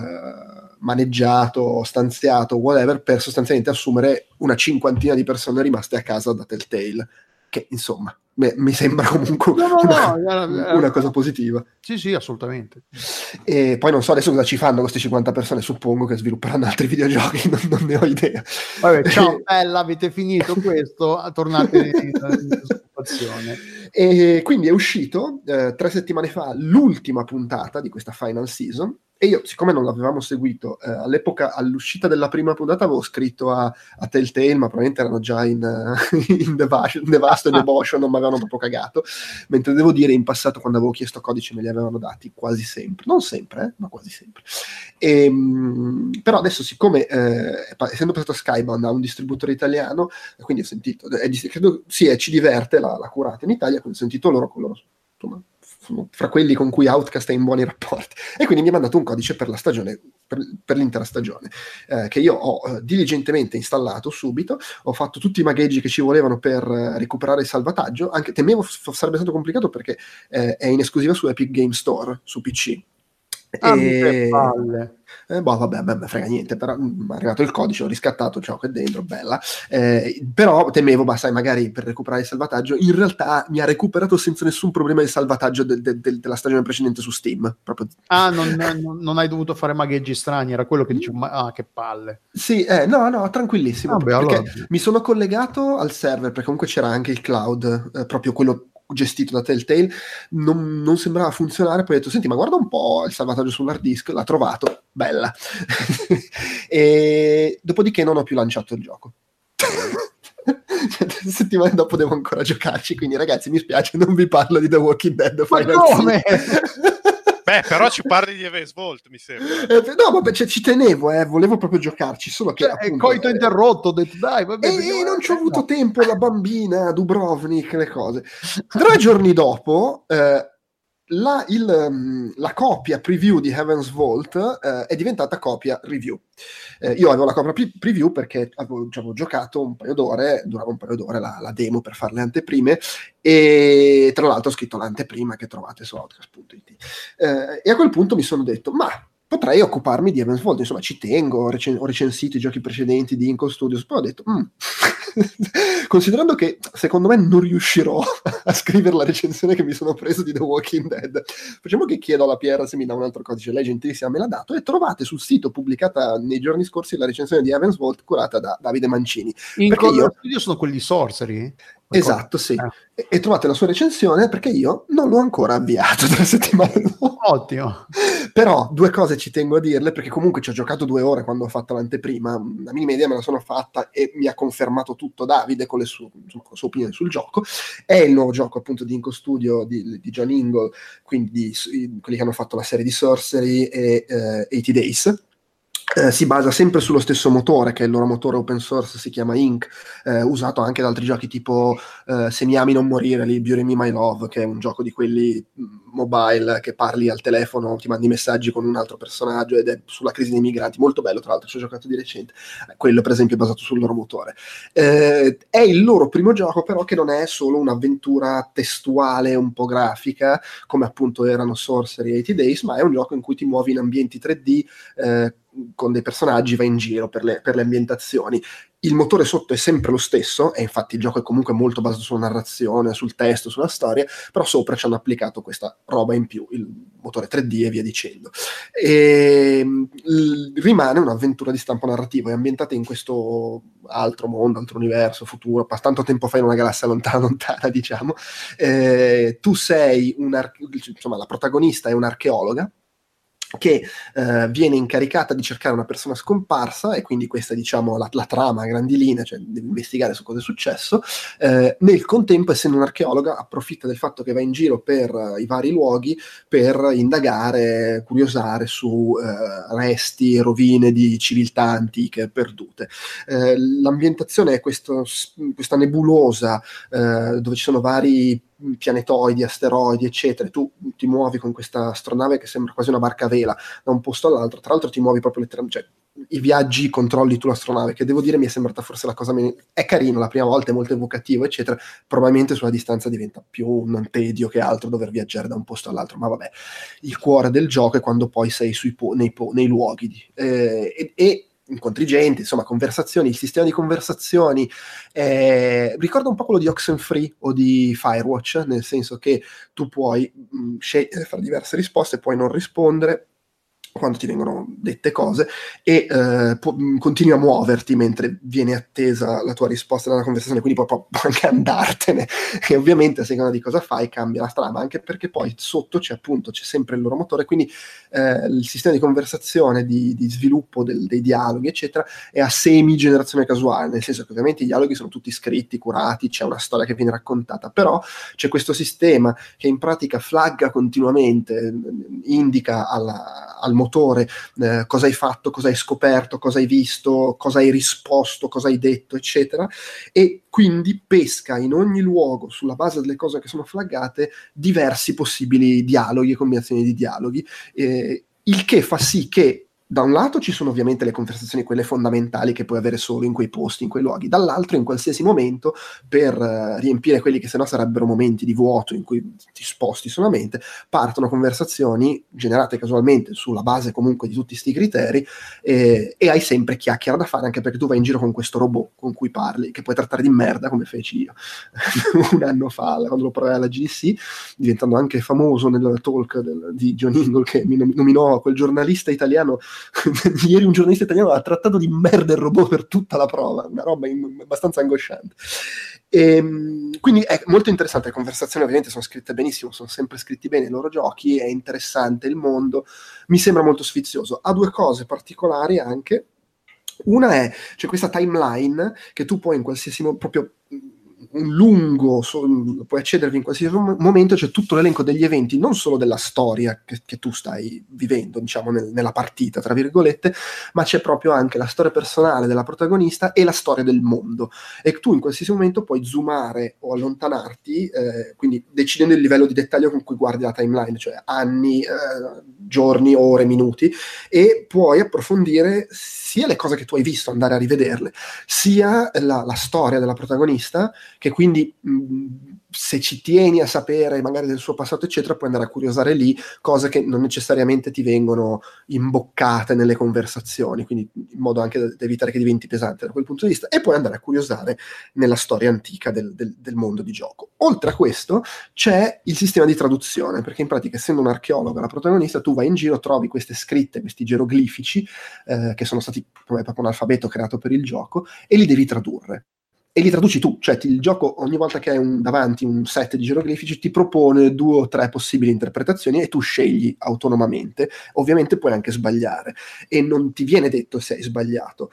Speaker 1: maneggiato, stanziato, whatever, per sostanzialmente assumere una 50ina di persone rimaste a casa da Telltale, che insomma mi sembra comunque una cosa positiva.
Speaker 4: Sì, assolutamente.
Speaker 1: E poi non so adesso cosa ci fanno queste 50 persone, suppongo che svilupperanno altri videogiochi, non ne ho idea.
Speaker 4: Vabbè, ciao bella, avete finito questo, tornate in situazione.
Speaker 1: E quindi è uscito 3 settimane fa l'ultima puntata di questa final season, e io, siccome non l'avevamo seguito all'epoca, all'uscita della prima puntata avevo scritto a Telltale, ma probabilmente erano già in Devasto e Devotion, non mi avevano proprio cagato, mentre devo dire in passato, quando avevo chiesto codici, me li avevano dati quasi sempre, non sempre, ma quasi sempre. Però adesso, siccome essendo passato a Skybound a un distributore italiano, quindi ho sentito, credo ci diverte, la curata in Italia, quindi ho sentito loro con loro, insomma, fra quelli con cui Outcast è in buoni rapporti, e quindi mi ha mandato un codice per la stagione, per l'intera stagione, che io ho diligentemente installato subito, ho fatto tutti i magheggi che ci volevano per recuperare il salvataggio, anche temevo sarebbe stato complicato perché è in esclusiva su Epic Game Store, su PC.
Speaker 4: Che palle.
Speaker 1: Vabbè, frega niente, però è arrivato il codice, ho riscattato, ciao, che dentro, bella, però temevo, sai, magari per recuperare il salvataggio, in realtà mi ha recuperato senza nessun problema il salvataggio della stagione precedente su Steam, proprio.
Speaker 4: Non hai dovuto fare magheggi strani, era quello che dicevo, che palle.
Speaker 1: Sì, no, tranquillissimo, perché mi sono collegato al server, perché comunque c'era anche il cloud, proprio quello gestito da Telltale, non sembrava funzionare. Poi ho detto, senti, ma guarda un po' il salvataggio sull'hard disk, l'ha trovato, bella. E dopodiché non ho più lanciato il gioco. Settimane dopo devo ancora giocarci, quindi ragazzi mi spiace, non vi parlo di The Walking Dead Final
Speaker 4: come?
Speaker 3: Beh, però ci parli di Heaven's Vault, mi sembra.
Speaker 1: No, vabbè, ci tenevo, volevo proprio giocarci, solo che appunto,
Speaker 4: coito interrotto, ho detto dai, vabbè,
Speaker 1: e non ci ho avuto tempo, la bambina, Dubrovnik, le cose. 3 giorni dopo la copia preview di Heaven's Vault è diventata copia review. Io avevo la copia preview perché avevo giocato un paio d'ore, durava un paio d'ore la demo per fare le anteprime, e tra l'altro ho scritto l'anteprima che trovate su Outcast.it. E a quel punto mi sono detto, ma potrei occuparmi di Heaven's Vault, insomma ci tengo, ho recensito i giochi precedenti di Inco Studios, poi ho detto considerando che secondo me non riuscirò a scrivere la recensione che mi sono preso di The Walking Dead, facciamo che chiedo alla Piera se mi dà un altro codice, lei gentilissima me l'ha dato, e trovate sul sito pubblicata nei giorni scorsi la recensione di Heaven's Vault curata da Davide Mancini.
Speaker 4: Inco Studios sono quelli di Sorcery?
Speaker 1: Esatto, sì. E trovate la sua recensione perché io non l'ho ancora avviato 3 settimane dopo.
Speaker 4: Ottimo.
Speaker 1: Però 2 cose ci tengo a dirle, perché comunque ci ho giocato 2 ore quando ho fatto l'anteprima, la minima idea me la sono fatta e mi ha confermato tutto Davide con la sua opinione sul gioco. È il nuovo gioco appunto di Inco Studio di John Ingle, quindi quelli che hanno fatto la serie di Sorcery e 80 Days. Si basa sempre sullo stesso motore, che è il loro motore open source, si chiama Ink, usato anche da altri giochi tipo Se mi ami non morire, Bury Me My Love, che è un gioco di quelli mobile che parli al telefono, ti mandi messaggi con un altro personaggio ed è sulla crisi dei migranti, molto bello tra l'altro, ci ho giocato di recente. Quello per esempio è basato sul loro motore. È il loro primo gioco però che non è solo un'avventura testuale un po' grafica come appunto erano Sorcery e 80 Days, ma è un gioco in cui ti muovi in ambienti 3D con dei personaggi, vai in giro per le ambientazioni. Il motore sotto è sempre lo stesso, e infatti il gioco è comunque molto basato sulla narrazione, sul testo, sulla storia, però sopra ci hanno applicato questa roba in più, il motore 3D e via dicendo. E rimane un'avventura di stampo narrativo, è ambientata in questo altro mondo, altro universo, futuro, tanto tempo fa in una galassia lontana, diciamo. Tu sei insomma, la protagonista è un'archeologa che viene incaricata di cercare una persona scomparsa, e quindi questa è diciamo la trama a grandi linee, cioè deve investigare su cosa è successo. Nel contempo, essendo un'archeologa, approfitta del fatto che va in giro per i vari luoghi per indagare, curiosare su resti e rovine di civiltà antiche perdute. L'ambientazione è questa nebulosa dove ci sono vari pianetoidi, asteroidi, eccetera. Tu ti muovi con questa astronave che sembra quasi una barca a vela da un posto all'altro, tra l'altro ti muovi proprio letteralmente, cioè i viaggi controlli tu l'astronave, che devo dire mi è sembrata forse la cosa meno... è carino la prima volta, è molto evocativo eccetera, probabilmente sulla distanza diventa più un tedio che altro dover viaggiare da un posto all'altro, ma vabbè, il cuore del gioco è quando poi sei nei luoghi e incontri gente, insomma conversazioni, il sistema di conversazioni ricorda un po' quello di Oxenfree o di Firewatch, nel senso che tu puoi scegliere fra diverse risposte, puoi non rispondere quando ti vengono dette cose e continui a muoverti mentre viene attesa la tua risposta nella conversazione, quindi puoi anche andartene, e ovviamente a seconda di cosa fai cambia la trama, anche perché poi sotto c'è sempre il loro motore, quindi il sistema di conversazione, di sviluppo dei dialoghi eccetera è a semi-generazione casuale, nel senso che ovviamente i dialoghi sono tutti scritti, curati, c'è una storia che viene raccontata, però c'è questo sistema che in pratica flagga continuamente, indica al motore cosa hai fatto, cosa hai scoperto, cosa hai visto, cosa hai risposto, cosa hai detto eccetera, e quindi pesca in ogni luogo sulla base delle cose che sono flaggate diversi possibili dialoghi e combinazioni di dialoghi, il che fa sì che da un lato ci sono ovviamente le conversazioni, quelle fondamentali che puoi avere solo in quei posti, in quei luoghi, dall'altro in qualsiasi momento per riempire quelli che sennò sarebbero momenti di vuoto in cui ti sposti solamente, partono conversazioni generate casualmente sulla base comunque di tutti sti criteri, e hai sempre chiacchiera da fare, anche perché tu vai in giro con questo robot con cui parli, che puoi trattare di merda come feci io un anno fa quando lo provai alla GDC, diventando anche famoso nel talk di John Ingle, che mi nominò quel giornalista italiano. Ieri un giornalista italiano ha trattato di merda il robot per tutta la prova, una roba abbastanza angosciante. quindi è molto interessante, le conversazioni ovviamente sono scritte benissimo, sono sempre scritti bene i loro giochi, è interessante il mondo, mi sembra molto sfizioso. Ha due cose particolari anche. Una è, c'è questa timeline che tu puoi in qualsiasi proprio un lungo, puoi accedervi in qualsiasi momento, c'è tutto l'elenco degli eventi, non solo della storia che tu stai vivendo, diciamo, nella partita, tra virgolette, ma c'è proprio anche la storia personale della protagonista e la storia del mondo. E tu in qualsiasi momento puoi zoomare o allontanarti, quindi decidendo il livello di dettaglio con cui guardi la timeline, cioè anni, giorni, ore, minuti, e puoi approfondire sia le cose che tu hai visto, andare a rivederle, sia la storia della protagonista, che quindi se ci tieni a sapere magari del suo passato eccetera, puoi andare a curiosare lì, cose che non necessariamente ti vengono imboccate nelle conversazioni, quindi in modo anche da evitare che diventi pesante da quel punto di vista, e puoi andare a curiosare nella storia antica del mondo di gioco. Oltre a questo c'è il sistema di traduzione, perché in pratica, essendo un archeologo la protagonista, tu vai in giro, trovi queste scritte, questi geroglifici che sono stati come proprio un alfabeto creato per il gioco, e li devi tradurre. E li traduci tu, cioè il gioco ogni volta che hai davanti un set di geroglifici ti propone 2 o 3 possibili interpretazioni e tu scegli autonomamente. Ovviamente puoi anche sbagliare e non ti viene detto se hai sbagliato.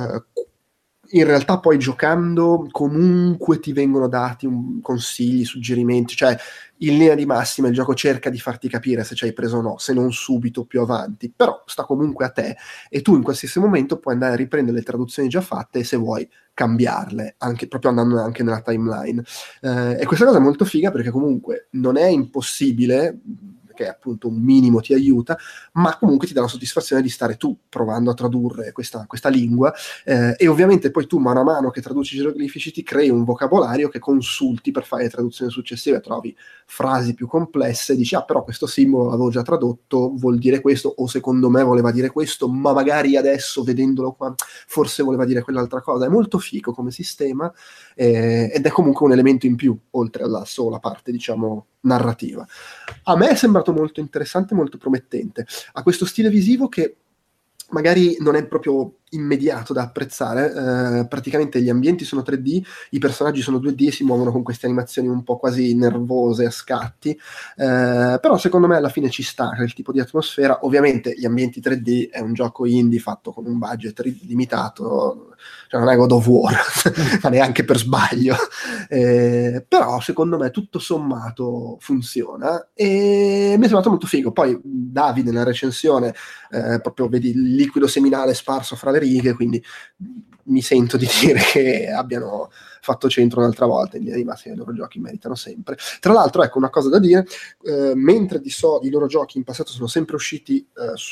Speaker 1: In realtà poi giocando comunque ti vengono dati consigli, suggerimenti, cioè in linea di massima il gioco cerca di farti capire se ci hai preso o no, se non subito più avanti, però sta comunque a te e tu in qualsiasi momento puoi andare a riprendere le traduzioni già fatte e se vuoi cambiarle, anche, proprio andando anche nella timeline. E questa cosa è molto figa perché comunque non è impossibile, che appunto un minimo ti aiuta, ma comunque ti dà la soddisfazione di stare tu provando a tradurre questa lingua, e ovviamente poi tu mano a mano che traduci i geroglifici ti crei un vocabolario che consulti per fare le traduzioni successive, trovi frasi più complesse, dici però questo simbolo l'avevo già tradotto, vuol dire questo, o secondo me voleva dire questo, ma magari adesso vedendolo qua forse voleva dire quell'altra cosa. È molto figo come sistema, ed è comunque un elemento in più oltre alla sola parte, diciamo, narrativa. A me è sembrato molto interessante, molto promettente. Ha questo stile visivo che magari non è proprio immediato da apprezzare, praticamente gli ambienti sono 3D, i personaggi sono 2D e si muovono con queste animazioni un po' quasi nervose a scatti, però secondo me alla fine ci sta il tipo di atmosfera. Ovviamente gli ambienti 3D è un gioco indie fatto con un budget limitato, cioè non è God of War ma neanche per sbaglio, però secondo me tutto sommato funziona e mi è sembrato molto figo. Poi Davide nella recensione proprio vedi il liquido seminale sparso fra le righe, quindi mi sento di dire che abbiano fatto centro un'altra volta. In linea di massima i loro giochi meritano sempre. Tra l'altro, ecco, una cosa da dire, mentre i loro giochi in passato sono sempre usciti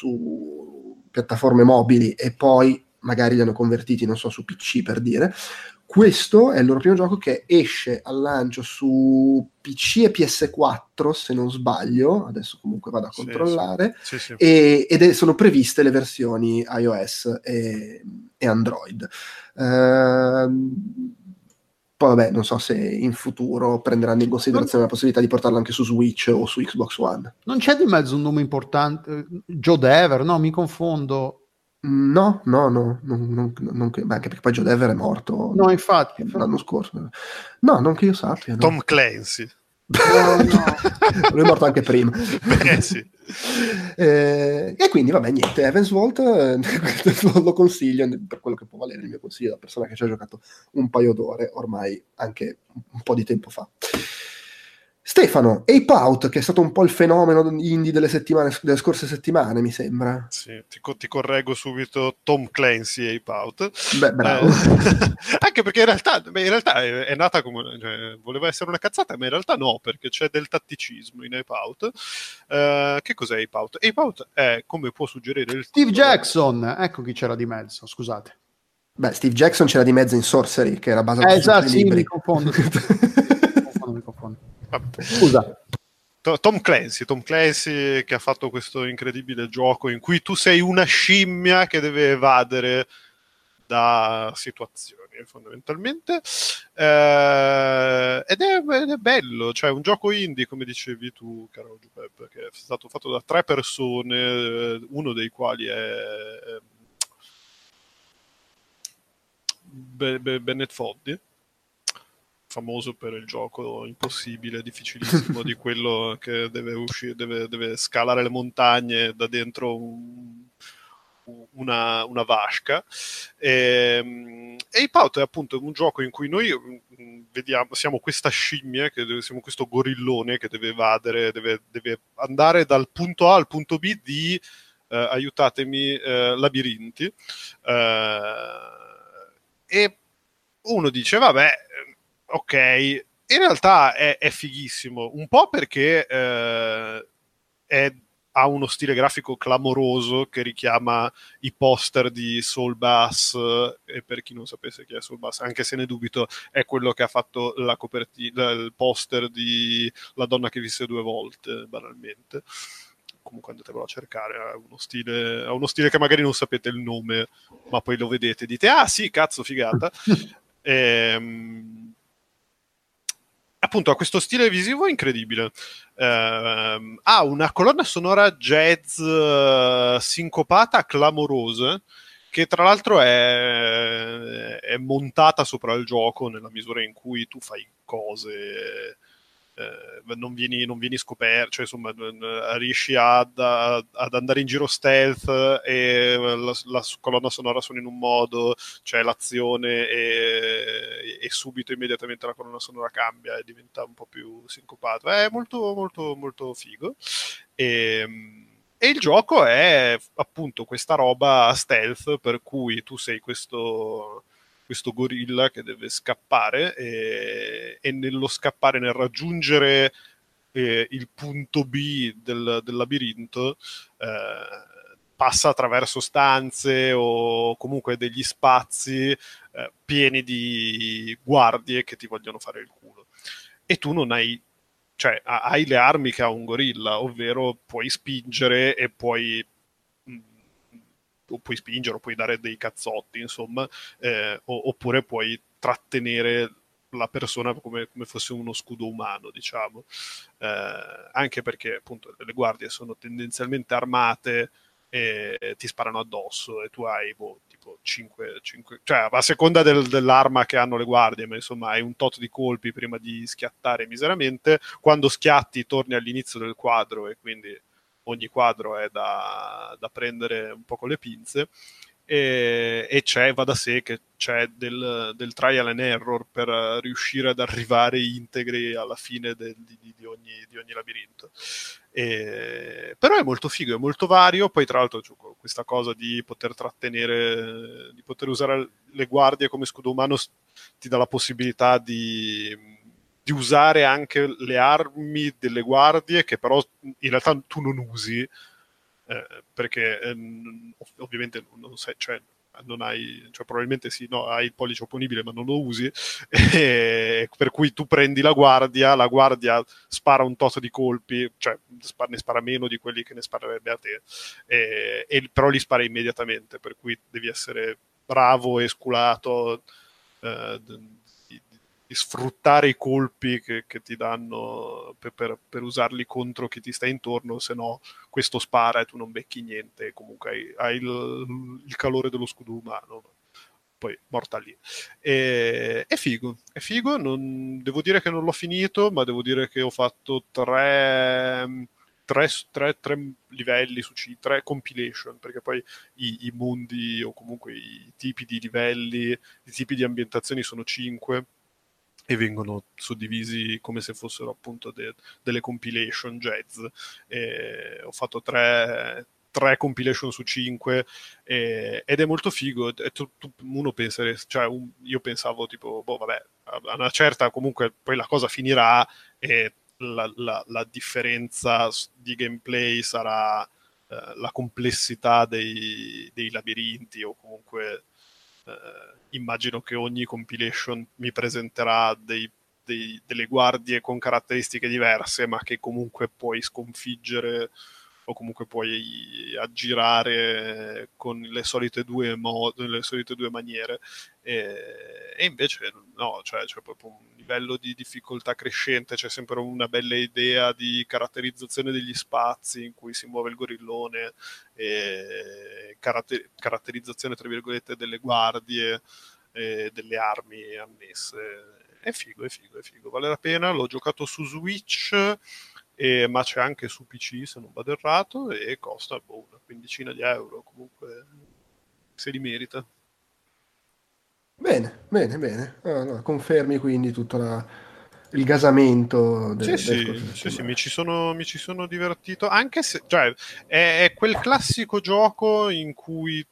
Speaker 1: su piattaforme mobili e poi magari li hanno convertiti, non so, su PC per dire, questo è il loro primo gioco che esce al lancio su PC e PS4 se non sbaglio, adesso comunque vado a controllare,
Speaker 3: sì.
Speaker 1: sono previste le versioni iOS e Android. Poi vabbè, non so se in futuro prenderanno in considerazione la possibilità di portarlo anche su Switch o su Xbox One.
Speaker 4: Non c'è di mezzo un nome importante, Joe Dever, no, mi confondo.
Speaker 1: No, anche perché poi Joe Dever è morto
Speaker 4: No, infatti.
Speaker 1: l'anno scorso. No, non che io sappia. No.
Speaker 3: Tom Clancy.
Speaker 4: No.
Speaker 1: Lui è morto anche prima.
Speaker 3: Beh, sì.
Speaker 1: E quindi vabbè, niente, Heavensward lo consiglio per quello che può valere il mio consiglio da persona che ci ha giocato un paio d'ore ormai, anche un po' di tempo fa. Stefano, Ape Out, che è stato un po' il fenomeno indie delle scorse settimane, mi sembra.
Speaker 3: Sì, ti correggo subito, Tom Clancy Ape Out.
Speaker 1: Beh, bravo.
Speaker 3: Anche perché in realtà è nata come, cioè, voleva essere una cazzata, ma in realtà no, perché c'è del tatticismo in Ape Out. Che cos'è Ape Out? Ape Out è, come può suggerire il
Speaker 4: Steve
Speaker 3: titolo,
Speaker 4: Jackson, ecco chi c'era di mezzo, scusate.
Speaker 1: Beh, Steve Jackson c'era di mezzo in Sorcery, che era basato su
Speaker 4: Esatto,
Speaker 1: suoi
Speaker 4: sì,
Speaker 1: libri.
Speaker 4: mi confondo. mi confondo. Scusa.
Speaker 3: Tom Clancy che ha fatto questo incredibile gioco in cui tu sei una scimmia che deve evadere da situazioni fondamentalmente, ed è bello, cioè un gioco indie come dicevi tu, caro Giuseppe, che è stato fatto da 3 persone, uno dei quali è Bennett Foddy, famoso per il gioco impossibile, difficilissimo, di quello che deve uscire, deve scalare le montagne da dentro una vasca. E Ipauto è appunto un gioco in cui noi siamo questa scimmia, siamo questo gorillone che deve evadere, deve andare dal punto A al punto B di aiutatemi, labirinti, e uno dice vabbè, ok, in realtà è fighissimo, un po' perché ha uno stile grafico clamoroso che richiama i poster di Saul Bass, e per chi non sapesse chi è Saul Bass, anche se ne dubito, è quello che ha fatto la copertina, il poster di La donna che visse due volte, banalmente. Comunque andatevelo a cercare, ha uno stile che magari non sapete il nome, ma poi lo vedete e dite ah sì, cazzo, figata. Appunto ha questo stile visivo incredibile, ha una colonna sonora jazz sincopata clamorosa, che tra l'altro è montata sopra il gioco nella misura in cui tu fai cose, non vieni scoperto, cioè insomma riesci ad andare in giro stealth, e la colonna sonora suona in un modo, c'è l'azione e subito immediatamente la colonna sonora cambia e diventa un po' più sincopata. È molto molto molto figo. E il gioco è appunto questa roba stealth, per cui tu sei questo gorilla che deve scappare, e nello scappare, nel raggiungere il punto B del labirinto, passa attraverso stanze o comunque degli spazi pieni di guardie che ti vogliono fare il culo. E tu non hai, cioè hai le armi che ha un gorilla, ovvero puoi spingere e puoi spingere o puoi dare dei cazzotti, insomma, oppure puoi trattenere la persona come fosse uno scudo umano, diciamo, anche perché appunto le guardie sono tendenzialmente armate e ti sparano addosso, e tu hai tipo 5, cioè a seconda dell'arma che hanno le guardie, ma insomma hai un tot di colpi prima di schiattare miseramente. Quando schiatti torni all'inizio del quadro, e quindi ogni quadro è da prendere un po' con le pinze, e va da sé che c'è del trial and error per riuscire ad arrivare integri alla fine di ogni labirinto. Però è molto figo, è molto vario. Poi tra l'altro questa cosa di poter trattenere, di poter usare le guardie come scudo umano, ti dà la possibilità di usare anche le armi delle guardie, che però in realtà tu non usi, perché ovviamente non sai, cioè non hai, cioè probabilmente sì, no, hai il pollice opponibile ma non lo usi, per cui tu prendi la guardia spara un tot di colpi, cioè ne spara meno di quelli che ne sparerebbe a te, però li spara immediatamente, per cui devi essere bravo e sculato, di sfruttare i colpi che ti danno per usarli contro chi ti sta intorno, se no questo spara e tu non becchi niente, e comunque hai il calore dello scudo umano, poi morta lì. È figo, devo dire che non l'ho finito, ma devo dire che ho fatto tre livelli su 3 compilation, perché poi i mondi, o comunque i tipi di livelli, i tipi di ambientazioni sono 5, e vengono suddivisi come se fossero appunto delle compilation jazz. Ho fatto 3 compilation su 5, ed è molto figo. Uno pensa, cioè io pensavo tipo, boh vabbè, a una certa comunque poi la cosa finirà, e la differenza di gameplay sarà la complessità dei labirinti, o comunque immagino che ogni compilation mi presenterà delle guardie con caratteristiche diverse, ma che comunque puoi sconfiggere, o comunque puoi aggirare con le solite due maniere. E invece no, cioè c'è proprio un livello di difficoltà crescente, c'è sempre una bella idea di caratterizzazione degli spazi in cui si muove il gorillone, e caratterizzazione tra virgolette delle guardie e delle armi annesse. È figo, vale la pena. L'ho giocato su Switch, ma c'è anche su PC se non vado errato, e costa una quindicina di euro, comunque se li merita.
Speaker 1: Bene. No, confermi quindi tutto il gasamento del scorso
Speaker 3: Sì,
Speaker 1: settimana.
Speaker 3: mi ci sono divertito, anche se, cioè, è quel classico gioco in cui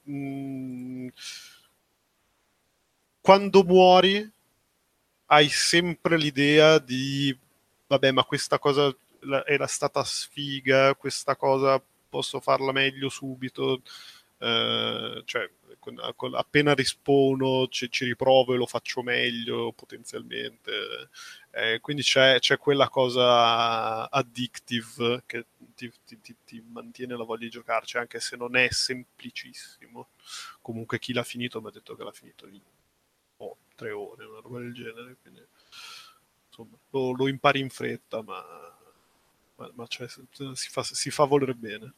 Speaker 3: quando muori hai sempre l'idea di, vabbè, ma questa cosa era stata sfiga, questa cosa posso farla meglio subito, cioè appena rispawno ci riprovo e lo faccio meglio potenzialmente, quindi c'è quella cosa addictive che ti mantiene la voglia di giocarci, anche se non è semplicissimo. Comunque chi l'ha finito mi ha detto che l'ha finito in 3 ore, una roba del genere, quindi insomma lo impari in fretta, ma si fa voler bene.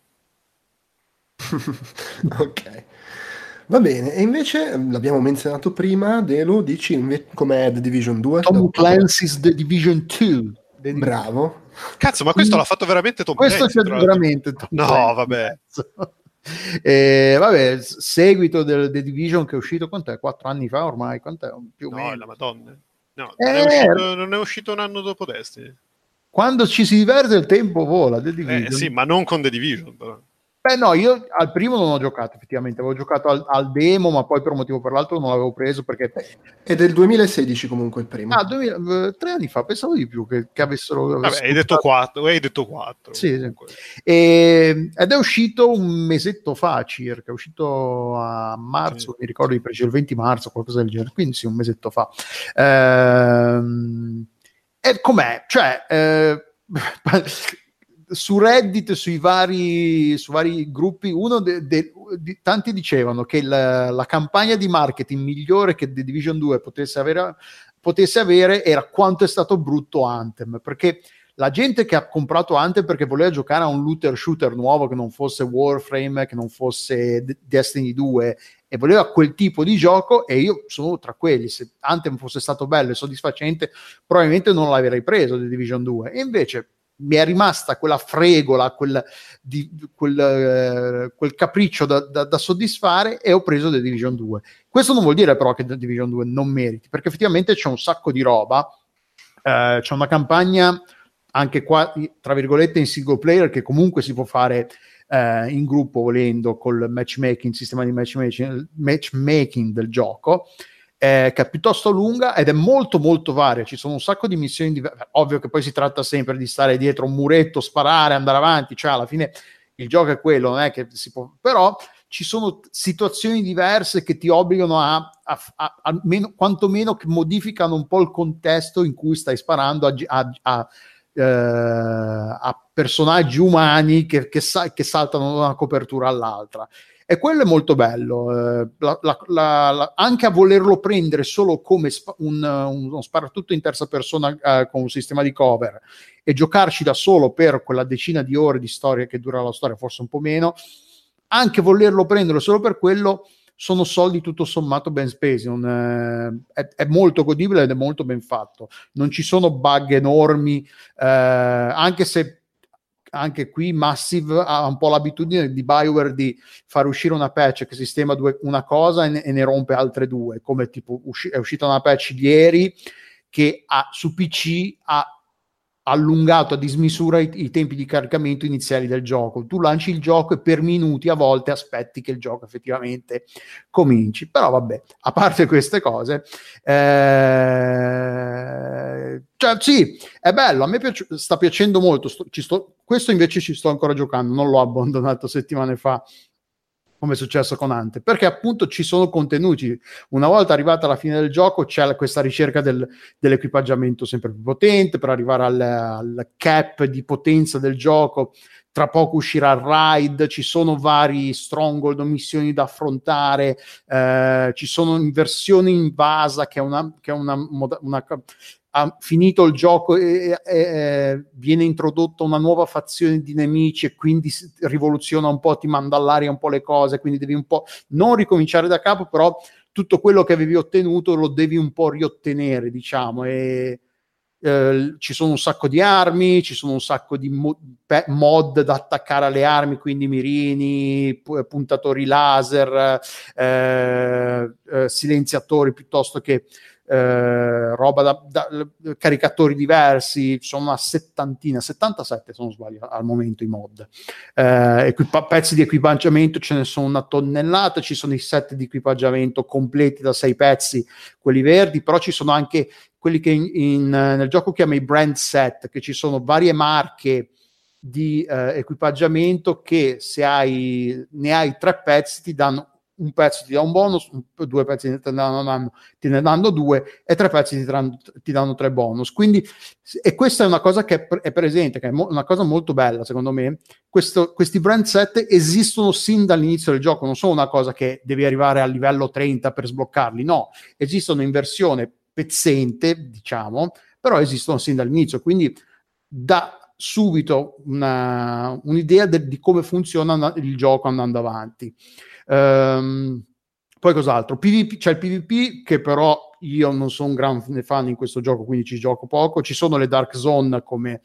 Speaker 1: Ok, va bene. E invece l'abbiamo menzionato prima, Delu, dici com'è The Division 2?
Speaker 4: Tom Clancy's The Division 2.
Speaker 1: Bravo.
Speaker 3: Cazzo, ma questo l'ha fatto veramente Tom
Speaker 4: Questo
Speaker 3: Clancy,
Speaker 4: c'è veramente Tom
Speaker 3: no,
Speaker 4: Clancy,
Speaker 3: vabbè.
Speaker 4: Vabbè, seguito del The Division che è uscito, quant'è? 4 anni fa ormai, quant'è? Più o
Speaker 3: No,
Speaker 4: meno.
Speaker 3: la Madonna. No,
Speaker 4: Eh,
Speaker 3: non è uscito un anno dopo Destiny.
Speaker 4: Quando ci si diverte il tempo vola, The Division.
Speaker 3: Sì, ma non con The Division, però.
Speaker 4: Beh no, io al primo non ho giocato effettivamente, avevo giocato al demo, ma poi per un motivo o per l'altro non l'avevo preso perché...
Speaker 1: È del 2016 comunque il primo.
Speaker 4: 3 anni fa, pensavo di più che avessero...
Speaker 3: Vabbè, hai detto 4.
Speaker 4: Sì. Ed è uscito un mesetto fa circa, è uscito a marzo, mi ricordo di preciso, il 20 marzo, qualcosa del genere, quindi sì, un mesetto fa. E com'è? Cioè... su Reddit, sui vari gruppi, tanti dicevano che la campagna di marketing migliore che The Division 2 potesse avere era quanto è stato brutto Anthem, perché la gente che ha comprato Anthem perché voleva giocare a un looter shooter nuovo che non fosse Warframe, che non fosse Destiny 2 e voleva quel tipo di gioco, e io sono tra quelli. Se Anthem fosse stato bello e soddisfacente probabilmente non l'avrei preso The Division 2, e invece mi è rimasta quella fregola, quel capriccio da soddisfare, e ho preso The Division 2. Questo non vuol dire però che The Division 2 non meriti, perché effettivamente c'è un sacco di roba, c'è una campagna anche qua, tra virgolette, in single player, che comunque si può fare in gruppo volendo, col matchmaking, sistema di matchmaking del gioco, che è piuttosto lunga ed è molto molto varia. Ci sono un sacco di missioni diverse. Ovvio che poi si tratta sempre di stare dietro un muretto, sparare, andare avanti, cioè alla fine il gioco è quello, non è che si può, però ci sono situazioni diverse che ti obbligano almeno, quantomeno che modificano un po' il contesto in cui stai sparando a personaggi umani che saltano da una copertura all'altra. E quello è molto bello, anche a volerlo prendere solo come uno sparatutto in terza persona con un sistema di cover e giocarci da solo per quella decina di ore di storia che dura la storia, forse un po' meno, anche volerlo prendere solo per quello, sono soldi tutto sommato ben spesi. È molto godibile ed è molto ben fatto, non ci sono bug enormi, anche se anche qui Massive ha un po' l'abitudine di BioWare di far uscire una patch che sistema una cosa e ne rompe altre due, come tipo è uscita una patch ieri che su PC ha allungato a dismisura i tempi di caricamento iniziali del gioco. Tu lanci il gioco e per minuti a volte aspetti che il gioco effettivamente cominci. Però vabbè, a parte queste cose, cioè sì, è bello, a me sta piacendo molto. Questo invece ci sto ancora giocando, non l'ho abbandonato settimane fa come è successo con Ante, perché appunto ci sono contenuti. Una volta arrivata alla fine del gioco c'è questa ricerca dell'equipaggiamento sempre più potente per arrivare al cap di potenza del gioco. Tra poco uscirà il raid, ci sono vari stronghold o missioni da affrontare, ci sono versioni invasa che è una ha finito il gioco e viene introdotta una nuova fazione di nemici e quindi rivoluziona un po', ti manda all'aria un po' le cose, quindi devi un po' non ricominciare da capo, però tutto quello che avevi ottenuto lo devi un po' riottenere, diciamo, e ci sono un sacco di armi, ci sono un sacco di mod da attaccare alle armi, quindi mirini, puntatori laser, silenziatori piuttosto che roba da caricatori diversi. Sono una 77 se non sbaglio al momento i mod, pezzi di equipaggiamento ce ne sono una tonnellata, ci sono i set di equipaggiamento completi da 6 pezzi, quelli verdi, però ci sono anche quelli che nel gioco chiama i brand set, che ci sono varie marche di equipaggiamento che se ne hai 3 pezzi ti danno un pezzo, ti dà un bonus, 2 pezzi te ne danno 2 e 3 pezzi ti danno 3 bonus. Quindi, e questa è una cosa che è presente, che è una cosa molto bella secondo me. Questi brand set esistono sin dall'inizio del gioco, non sono una cosa che devi arrivare al livello 30 per sbloccarli, no, esistono in versione pezzente, diciamo, però esistono sin dall'inizio, quindi dà subito un'idea di come funziona il gioco andando avanti. Poi cos'altro? PvP, c'è il PvP che però io non sono un grande fan in questo gioco, quindi ci gioco poco. Ci sono le Dark Zone come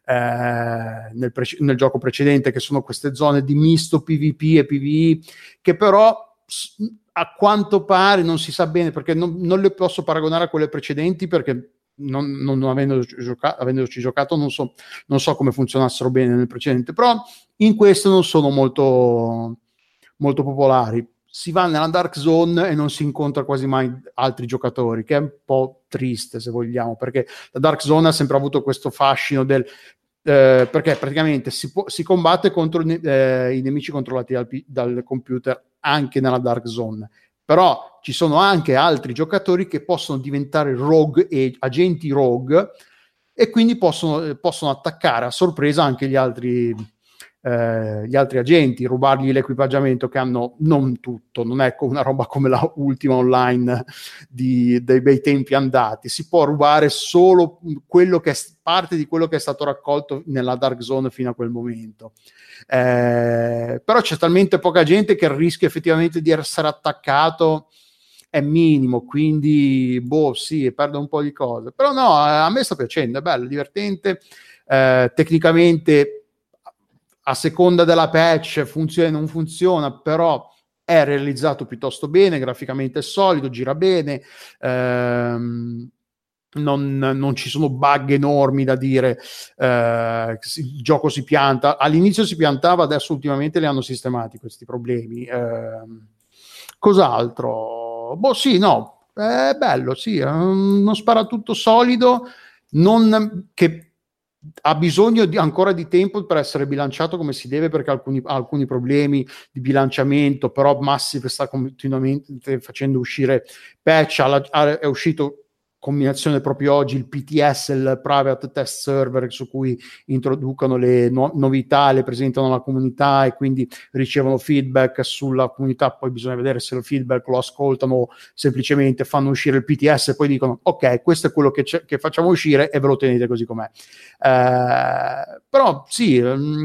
Speaker 4: nel gioco precedente, che sono queste zone di misto PvP e PvE, che però a quanto pare non si sa bene, perché non le posso paragonare a quelle precedenti, perché non avendoci giocato non so come funzionassero bene nel precedente, però in questo non sono molto popolari. Si va nella Dark Zone e non si incontra quasi mai altri giocatori, che è un po' triste se vogliamo, perché la Dark Zone ha sempre avuto questo fascino perché praticamente si combatte contro i nemici controllati dal computer anche nella Dark Zone, però ci sono anche altri giocatori che possono diventare rogue e agenti rogue, e quindi possono attaccare a sorpresa anche gli altri agenti, rubargli l'equipaggiamento che hanno. Non tutto, non è una roba come la ultima online dei bei tempi andati, si può rubare solo quello che è parte di quello che è stato raccolto nella Dark Zone fino a quel momento, però c'è talmente poca gente che il rischio effettivamente di essere attaccato è minimo, quindi sì, perde un po' di cose, però no, a me sta piacendo, è bello, divertente, tecnicamente a seconda della patch funziona e non funziona, però è realizzato piuttosto bene, graficamente è solido, gira bene, non ci sono bug enormi da dire, il gioco si pianta, all'inizio si piantava, adesso ultimamente li hanno sistemati questi problemi. Cos'altro? Sì, no, è bello, sì, uno sparatutto solido, non che ha bisogno ancora di tempo per essere bilanciato come si deve, perché ha alcuni problemi di bilanciamento, però Massive sta continuamente facendo uscire patch, è uscito combinazione proprio oggi il PTS, il Private Test Server, su cui introducono le novità, le presentano alla comunità e quindi ricevono feedback sulla comunità. Poi bisogna vedere se il feedback lo ascoltano o semplicemente fanno uscire il PTS e poi dicono ok, questo è quello che facciamo uscire e ve lo tenete così com'è. Però sì,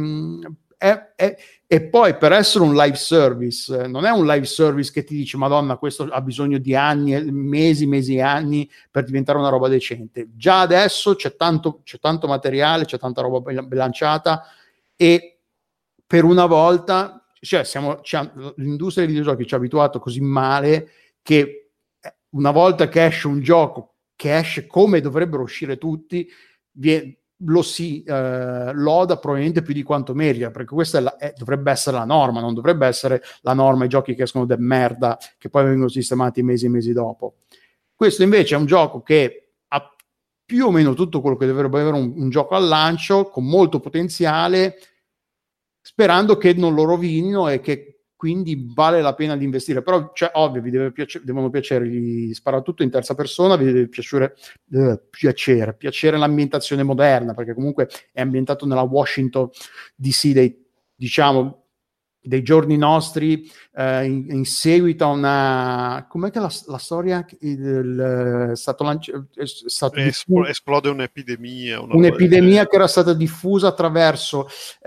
Speaker 4: e poi per essere un live service, non è un live service che ti dice Madonna, questo ha bisogno di anni, mesi e anni per diventare una roba decente. Già adesso c'è tanto materiale, c'è tanta roba bilanciata, e per una volta, cioè l'industria dei videogiochi ci ha abituato così male che una volta che esce un gioco che esce come dovrebbero uscire tutti, lo si loda probabilmente più di quanto merita, perché questa dovrebbe essere la norma, non dovrebbe essere la norma i giochi che escono de merda che poi vengono sistemati mesi e mesi dopo. Questo invece è un gioco che ha più o meno tutto quello che dovrebbe avere un gioco al lancio, con molto potenziale, sperando che non lo rovinino e che quindi vale la pena di investire. Però ovvio, vi devono piacere gli sparatutto in terza persona, vi deve piacere l'ambientazione moderna, perché comunque è ambientato nella Washington DC diciamo dei giorni nostri, in seguito a una, com'è che la storia è stato
Speaker 3: esplode un'epidemia,
Speaker 4: un'epidemia che era stata diffusa attraverso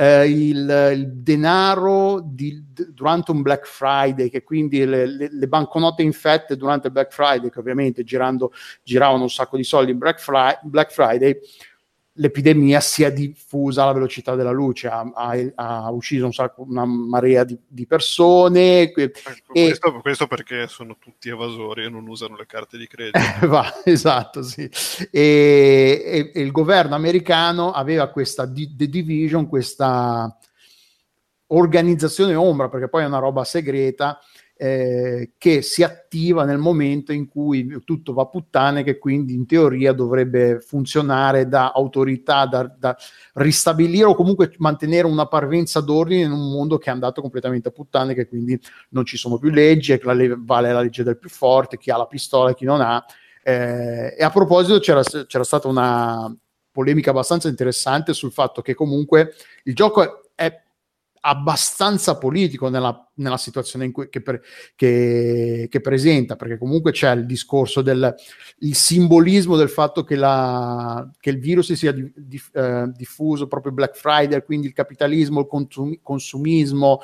Speaker 4: il denaro durante un Black Friday, che quindi le banconote infette durante il Black Friday, che ovviamente giravano un sacco di soldi in Black Friday, l'epidemia si è diffusa alla velocità della luce, ha ucciso una marea di persone.
Speaker 3: Questo perché sono tutti evasori e non usano le carte di credito.
Speaker 4: Esatto, sì. E il governo americano aveva questa The Division, questa organizzazione ombra, perché poi è una roba segreta, che si attiva nel momento in cui tutto va a puttane, che quindi in teoria dovrebbe funzionare da autorità, da ristabilire o comunque mantenere una parvenza d'ordine in un mondo che è andato completamente a puttane, che quindi non ci sono più leggi, che vale la legge del più forte, chi ha la pistola e chi non ha. E a proposito c'era stata una polemica abbastanza interessante sul fatto che comunque il gioco è abbastanza politico nella situazione che presenta, perché comunque c'è il discorso il simbolismo del fatto che il virus si sia diffuso proprio Black Friday, quindi il capitalismo, il consumismo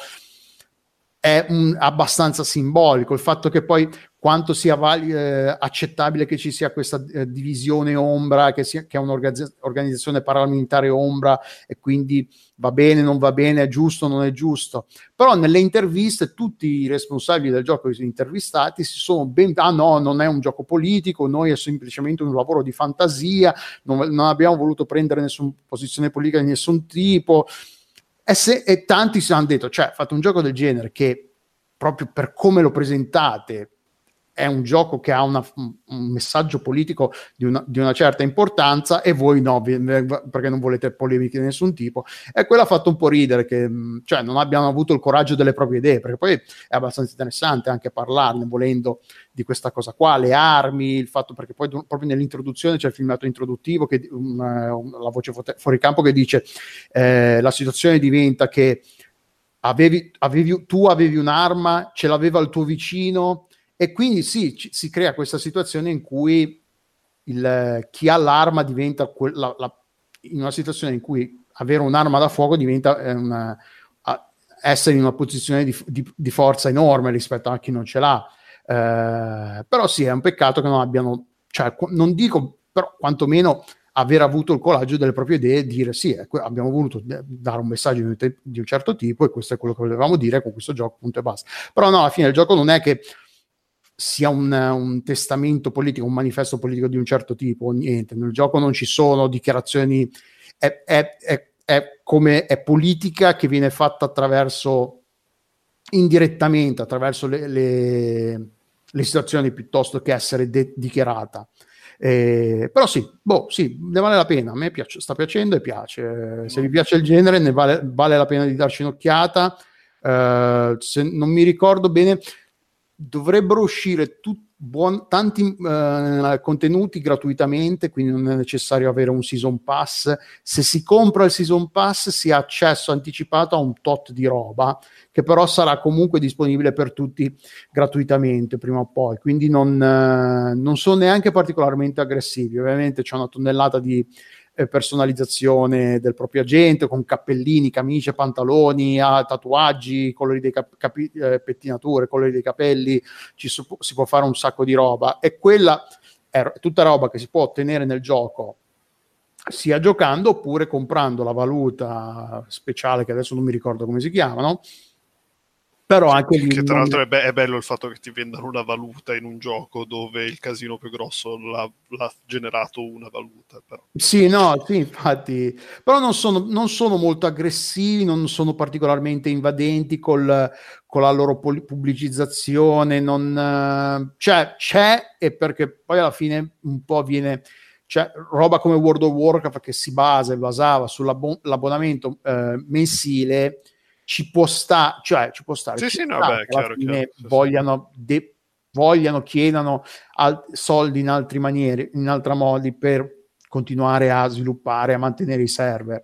Speaker 4: è abbastanza simbolico, il fatto che poi quanto sia accettabile che ci sia questa divisione ombra, che è un'organizzazione paramilitare ombra, e quindi va bene, non va bene, è giusto, non è giusto. Però nelle interviste tutti i responsabili del gioco intervistati si sono no, non è un gioco politico, noi è semplicemente un lavoro di fantasia, non abbiamo voluto prendere nessuna posizione politica di nessun tipo. E tanti si hanno detto, cioè, fate un gioco del genere che proprio per come lo presentate è un gioco che ha un messaggio politico di una certa importanza, e voi no, perché non volete polemiche di nessun tipo. E quello ha fatto un po' ridere, che cioè non abbiano avuto il coraggio delle proprie idee, perché poi è abbastanza interessante anche parlarne, volendo, di questa cosa qua, le armi, il fatto, perché poi proprio nell'introduzione c'è il filmato introduttivo, che la voce fuori campo che dice la situazione diventa che tu avevi un'arma, ce l'aveva il tuo vicino, e quindi sì, si crea questa situazione in cui chi ha l'arma diventa in una situazione in cui avere un'arma da fuoco diventa essere in una posizione di forza enorme rispetto a chi non ce l'ha. Però sì, è un peccato che non abbiano, cioè, non dico, però quantomeno aver avuto il coraggio delle proprie idee e dire sì, abbiamo voluto dare un messaggio di un certo tipo, e questo è quello che volevamo dire con questo gioco, punto e basta. Però no, alla fine il gioco non è che sia un testamento politico, un manifesto politico di un certo tipo, o niente. Nel gioco non ci sono dichiarazioni, è politica che viene fatta indirettamente attraverso le situazioni, piuttosto che essere dichiarata. Però sì, ne vale la pena. A me sta piacendo e piace. Se vi piace il genere, ne vale la pena di darci un'occhiata. Se non mi ricordo bene, dovrebbero uscire tanti contenuti gratuitamente, quindi non è necessario avere un season pass. Se si compra il season pass si ha accesso anticipato a un tot di roba, che però sarà comunque disponibile per tutti gratuitamente prima o poi, quindi non sono neanche particolarmente aggressivi. Ovviamente c'è una tonnellata di personalizzazione del proprio agente, con cappellini, camicie, pantaloni, tatuaggi, colori dei pettinature, colori dei capelli, si può fare un sacco di roba, e quella è tutta roba che si può ottenere nel gioco sia giocando oppure comprando la valuta speciale, che adesso non mi ricordo come si chiamano. Però anche lì,
Speaker 3: che tra l'altro è bello il fatto che ti vendano una valuta in un gioco dove il casino più grosso l'ha generato una valuta. Però.
Speaker 4: Sì, infatti, però non sono molto aggressivi, non sono particolarmente invadenti con la loro pubblicizzazione, c'è, e perché poi alla fine un po' c'è roba come World of Warcraft che si basava sull'abbonamento mensile. Ci può stare,
Speaker 3: Sì, no, beh, chiaro.
Speaker 4: Vogliano, chiedano soldi in altre maniere, in altri modi, per continuare a sviluppare, a mantenere i server.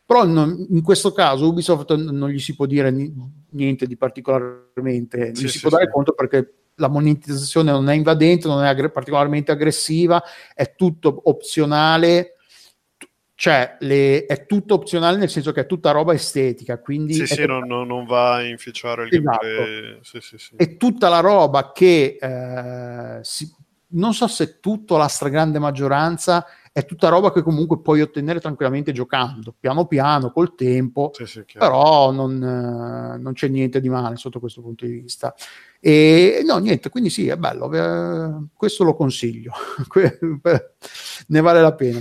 Speaker 4: Però in questo caso Ubisoft non gli si può dire niente di particolarmente, gli si può dare conto perché la monetizzazione non è invadente, non è particolarmente aggressiva, è tutto opzionale, cioè è tutto opzionale nel senso che è tutta roba estetica, quindi
Speaker 3: non va a inficiare il gameplay. Sì.
Speaker 4: È tutta la roba che non so se tutto, la stragrande maggioranza è tutta roba che comunque puoi ottenere tranquillamente giocando, piano piano, col tempo, però non c'è niente di male sotto questo punto di vista. E no, niente, quindi sì, è bello, questo lo consiglio, ne vale la pena.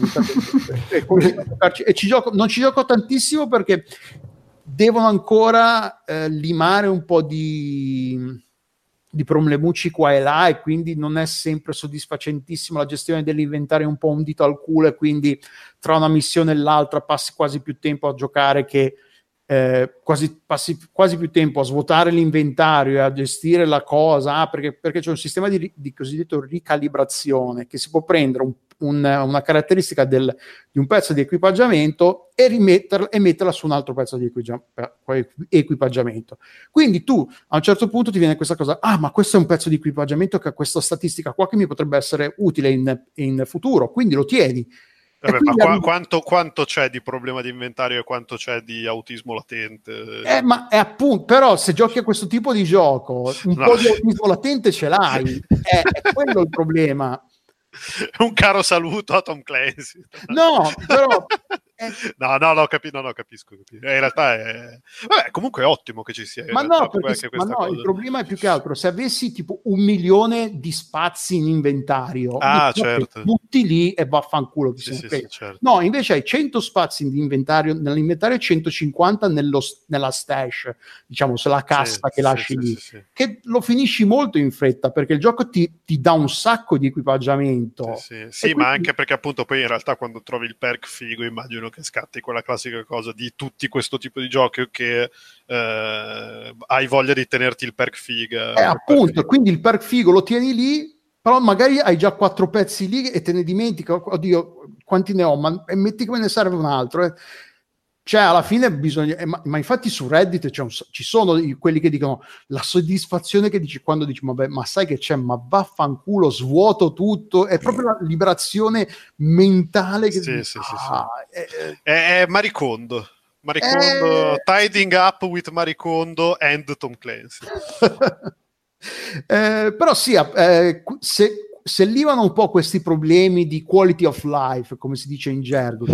Speaker 4: E non ci gioco tantissimo perché devono ancora limare un po' di problemucci qua e là, e quindi non è sempre soddisfacentissimo la gestione dell'inventario, un po' un dito al culo, e quindi tra una missione e l'altra passi quasi più tempo a giocare che passi quasi più tempo a svuotare l'inventario e a gestire la cosa, perché c'è un sistema di cosiddetto ricalibrazione, che si può prendere una caratteristica di un pezzo di equipaggiamento e metterla su un altro pezzo di equipaggiamento. Quindi tu a un certo punto ti viene questa cosa, ma questo è un pezzo di equipaggiamento che ha questa statistica qua che mi potrebbe essere utile in futuro, quindi lo tieni.
Speaker 3: Vabbè, ma quanto c'è di problema di inventario e quanto c'è di autismo latente?
Speaker 4: Ma è appunto, però se giochi a questo tipo di gioco un po' di autismo latente ce l'hai, è quello il problema.
Speaker 3: Un caro saluto a Tom Clancy.
Speaker 4: No, però
Speaker 3: capisco. In realtà vabbè, comunque è ottimo che ci sia.
Speaker 4: Il problema è più che altro se avessi tipo 1 milione di spazi in inventario,
Speaker 3: certo,
Speaker 4: butti lì e vaffanculo.
Speaker 3: Certo.
Speaker 4: No, invece hai 100 spazi di inventario nell'inventario e 150 nella stash, diciamo, se la cassa che lasci lì, che lo finisci molto in fretta perché il gioco ti dà un sacco di equipaggiamento.
Speaker 3: Sì, ma anche perché appunto poi in realtà quando trovi il perk figo immagino che scatti quella classica cosa di tutti questo tipo di giochi che hai voglia di tenerti il perk figa.
Speaker 4: Appunto, quindi il perk figo lo tieni lì, però magari hai già 4 pezzi lì e te ne dimentichi, oddio, quanti ne ho, ma metti che me ne serve un altro. Cioè, alla fine bisogna, ma infatti su Reddit ci sono quelli che dicono la soddisfazione che dici quando dici, vabbè, ma sai che c'è, ma vaffanculo, svuoto tutto, è proprio la liberazione mentale che
Speaker 3: è Maricondo, tidying up with Maricondo and Tom Clancy.
Speaker 4: Però sì, se limano un po' questi problemi di quality of life, come si dice in gergo,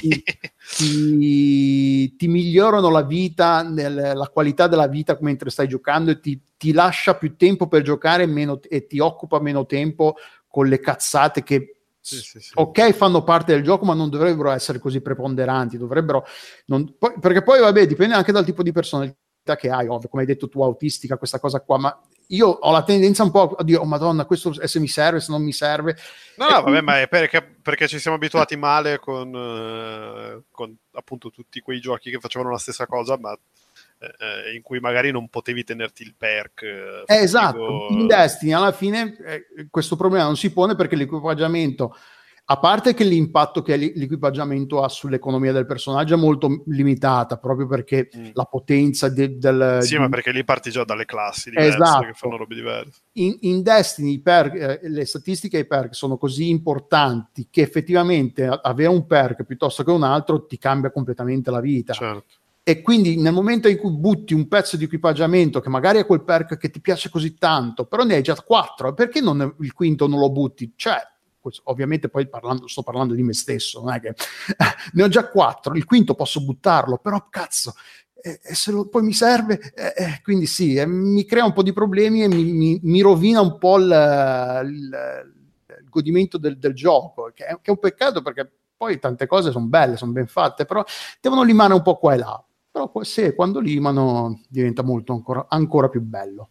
Speaker 4: ti migliorano la vita, la qualità della vita mentre stai giocando, e ti lascia più tempo per giocare e ti occupa meno tempo con le cazzate che ok, fanno parte del gioco, ma non dovrebbero essere così preponderanti, perché poi vabbè, dipende anche dal tipo di personalità che hai, ovvio, come hai detto tu, autistica, questa cosa qua, ma io ho la tendenza un po' a dire, oh madonna, questo se mi serve, se non mi serve.
Speaker 3: Vabbè, ma è perché ci siamo abituati male con appunto tutti quei giochi che facevano la stessa cosa, ma in cui magari non potevi tenerti il perk.
Speaker 4: Esatto, in Destiny alla fine questo problema non si pone perché l'equipaggiamento, a parte che l'impatto che l'equipaggiamento ha sull'economia del personaggio è molto limitata, proprio perché la potenza
Speaker 3: ma perché lì parti già dalle classi diverse, che fanno robe diverse.
Speaker 4: In Destiny le statistiche e i perk sono così importanti che effettivamente avere un perk piuttosto che un altro ti cambia completamente la vita.
Speaker 3: Certo.
Speaker 4: E quindi nel momento in cui butti un pezzo di equipaggiamento che magari è quel perk che ti piace così tanto, però ne hai già 4, perché il quinto non lo butti? Cioè, ovviamente poi sto parlando di me stesso, non è che ne ho già 4, il quinto posso buttarlo, però cazzo, e se poi mi serve, quindi sì, mi crea un po' di problemi e mi rovina un po' il godimento del gioco, che è un peccato perché poi tante cose sono belle, sono ben fatte, però devono limare un po' qua e là. Però quando limano diventa molto ancora più bello.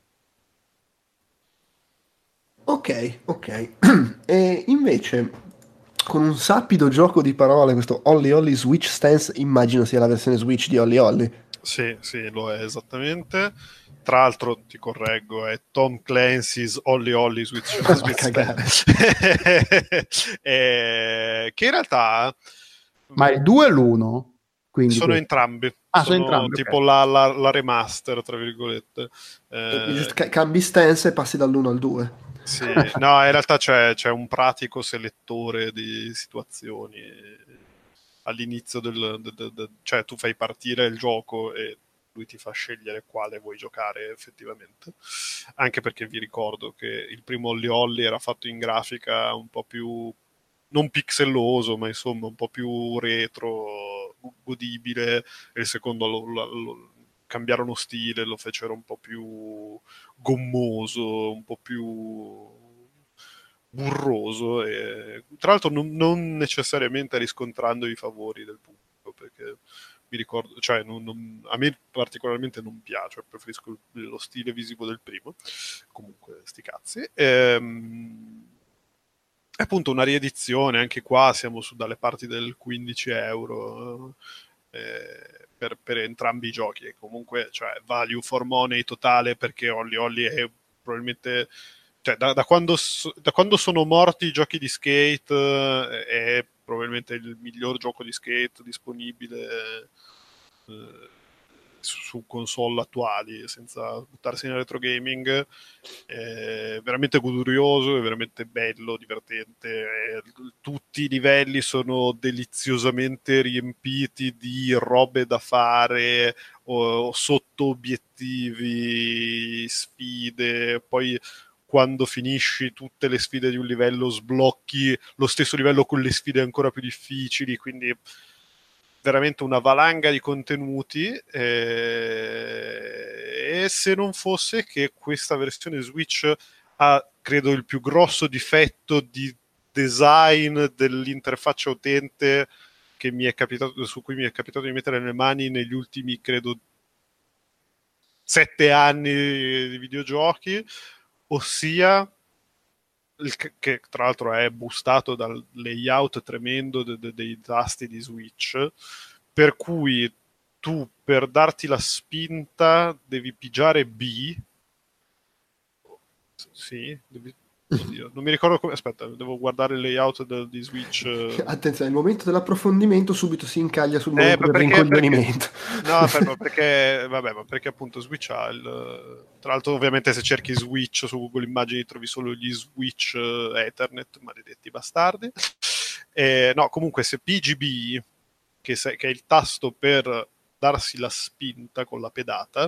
Speaker 1: Ok. E invece, con un sapido gioco di parole, questo Olli Olli Switch Stance, immagino sia la versione Switch di Olli Olli.
Speaker 3: Sì, lo è esattamente. Tra l'altro, ti correggo, è Tom Clancy's Olli Olli Switch Stance. Che in realtà...
Speaker 4: Ma il 2 è l'1? Quindi
Speaker 3: sono entrambi.
Speaker 4: Sono entrambi,
Speaker 3: tipo
Speaker 4: okay.
Speaker 3: la remaster, tra virgolette.
Speaker 1: Cambi stance e passi dall'1 al 2.
Speaker 3: Sì, no, in realtà c'è un pratico selettore di situazioni all'inizio cioè tu fai partire il gioco e lui ti fa scegliere quale vuoi giocare effettivamente, anche perché vi ricordo che il primo Olli Olli era fatto in grafica un po' più non pixelloso, ma insomma un po' più retro, godibile, e il secondo cambiarono stile, lo fecero un po' più gommoso, un po' più burroso e tra l'altro non necessariamente riscontrando i favori del pubblico, perché mi ricordo, cioè a me particolarmente non piace, preferisco lo stile visivo del primo, comunque sti cazzi. È appunto una riedizione, anche qua siamo dalle parti del 15 euro per entrambi i giochi, e comunque cioè, value for money totale, perché Olli Olli è probabilmente, cioè, da quando sono morti i giochi di skate è probabilmente il miglior gioco di skate disponibile su console attuali, senza buttarsi nel retro gaming. È veramente godurioso, è veramente bello, divertente. Tutti i livelli sono deliziosamente riempiti di robe da fare o sotto obiettivi, sfide. Poi quando finisci tutte le sfide di un livello sblocchi lo stesso livello con le sfide ancora più difficili, quindi veramente una valanga di contenuti, e se non fosse che questa versione Switch ha, credo, il più grosso difetto di design dell'interfaccia utente che su cui mi è capitato di mettere le mani negli ultimi, credo, 7 anni di videogiochi, ossia che tra l'altro è boostato dal layout tremendo dei tasti di Switch, per cui tu per darti la spinta devi pigiare B. Sì, oddio, non mi ricordo come. Aspetta, devo guardare il layout di Switch.
Speaker 1: Attenzione, il momento dell'approfondimento subito si incaglia sul momento del
Speaker 3: Perché
Speaker 1: rincoglionimento.
Speaker 3: no, perché vabbè, ma perché appunto Switch ha tra l'altro ovviamente se cerchi Switch su Google Immagini trovi solo gli Switch Ethernet, maledetti bastardi. No, comunque se PGB, che è il tasto per darsi la spinta con la pedata,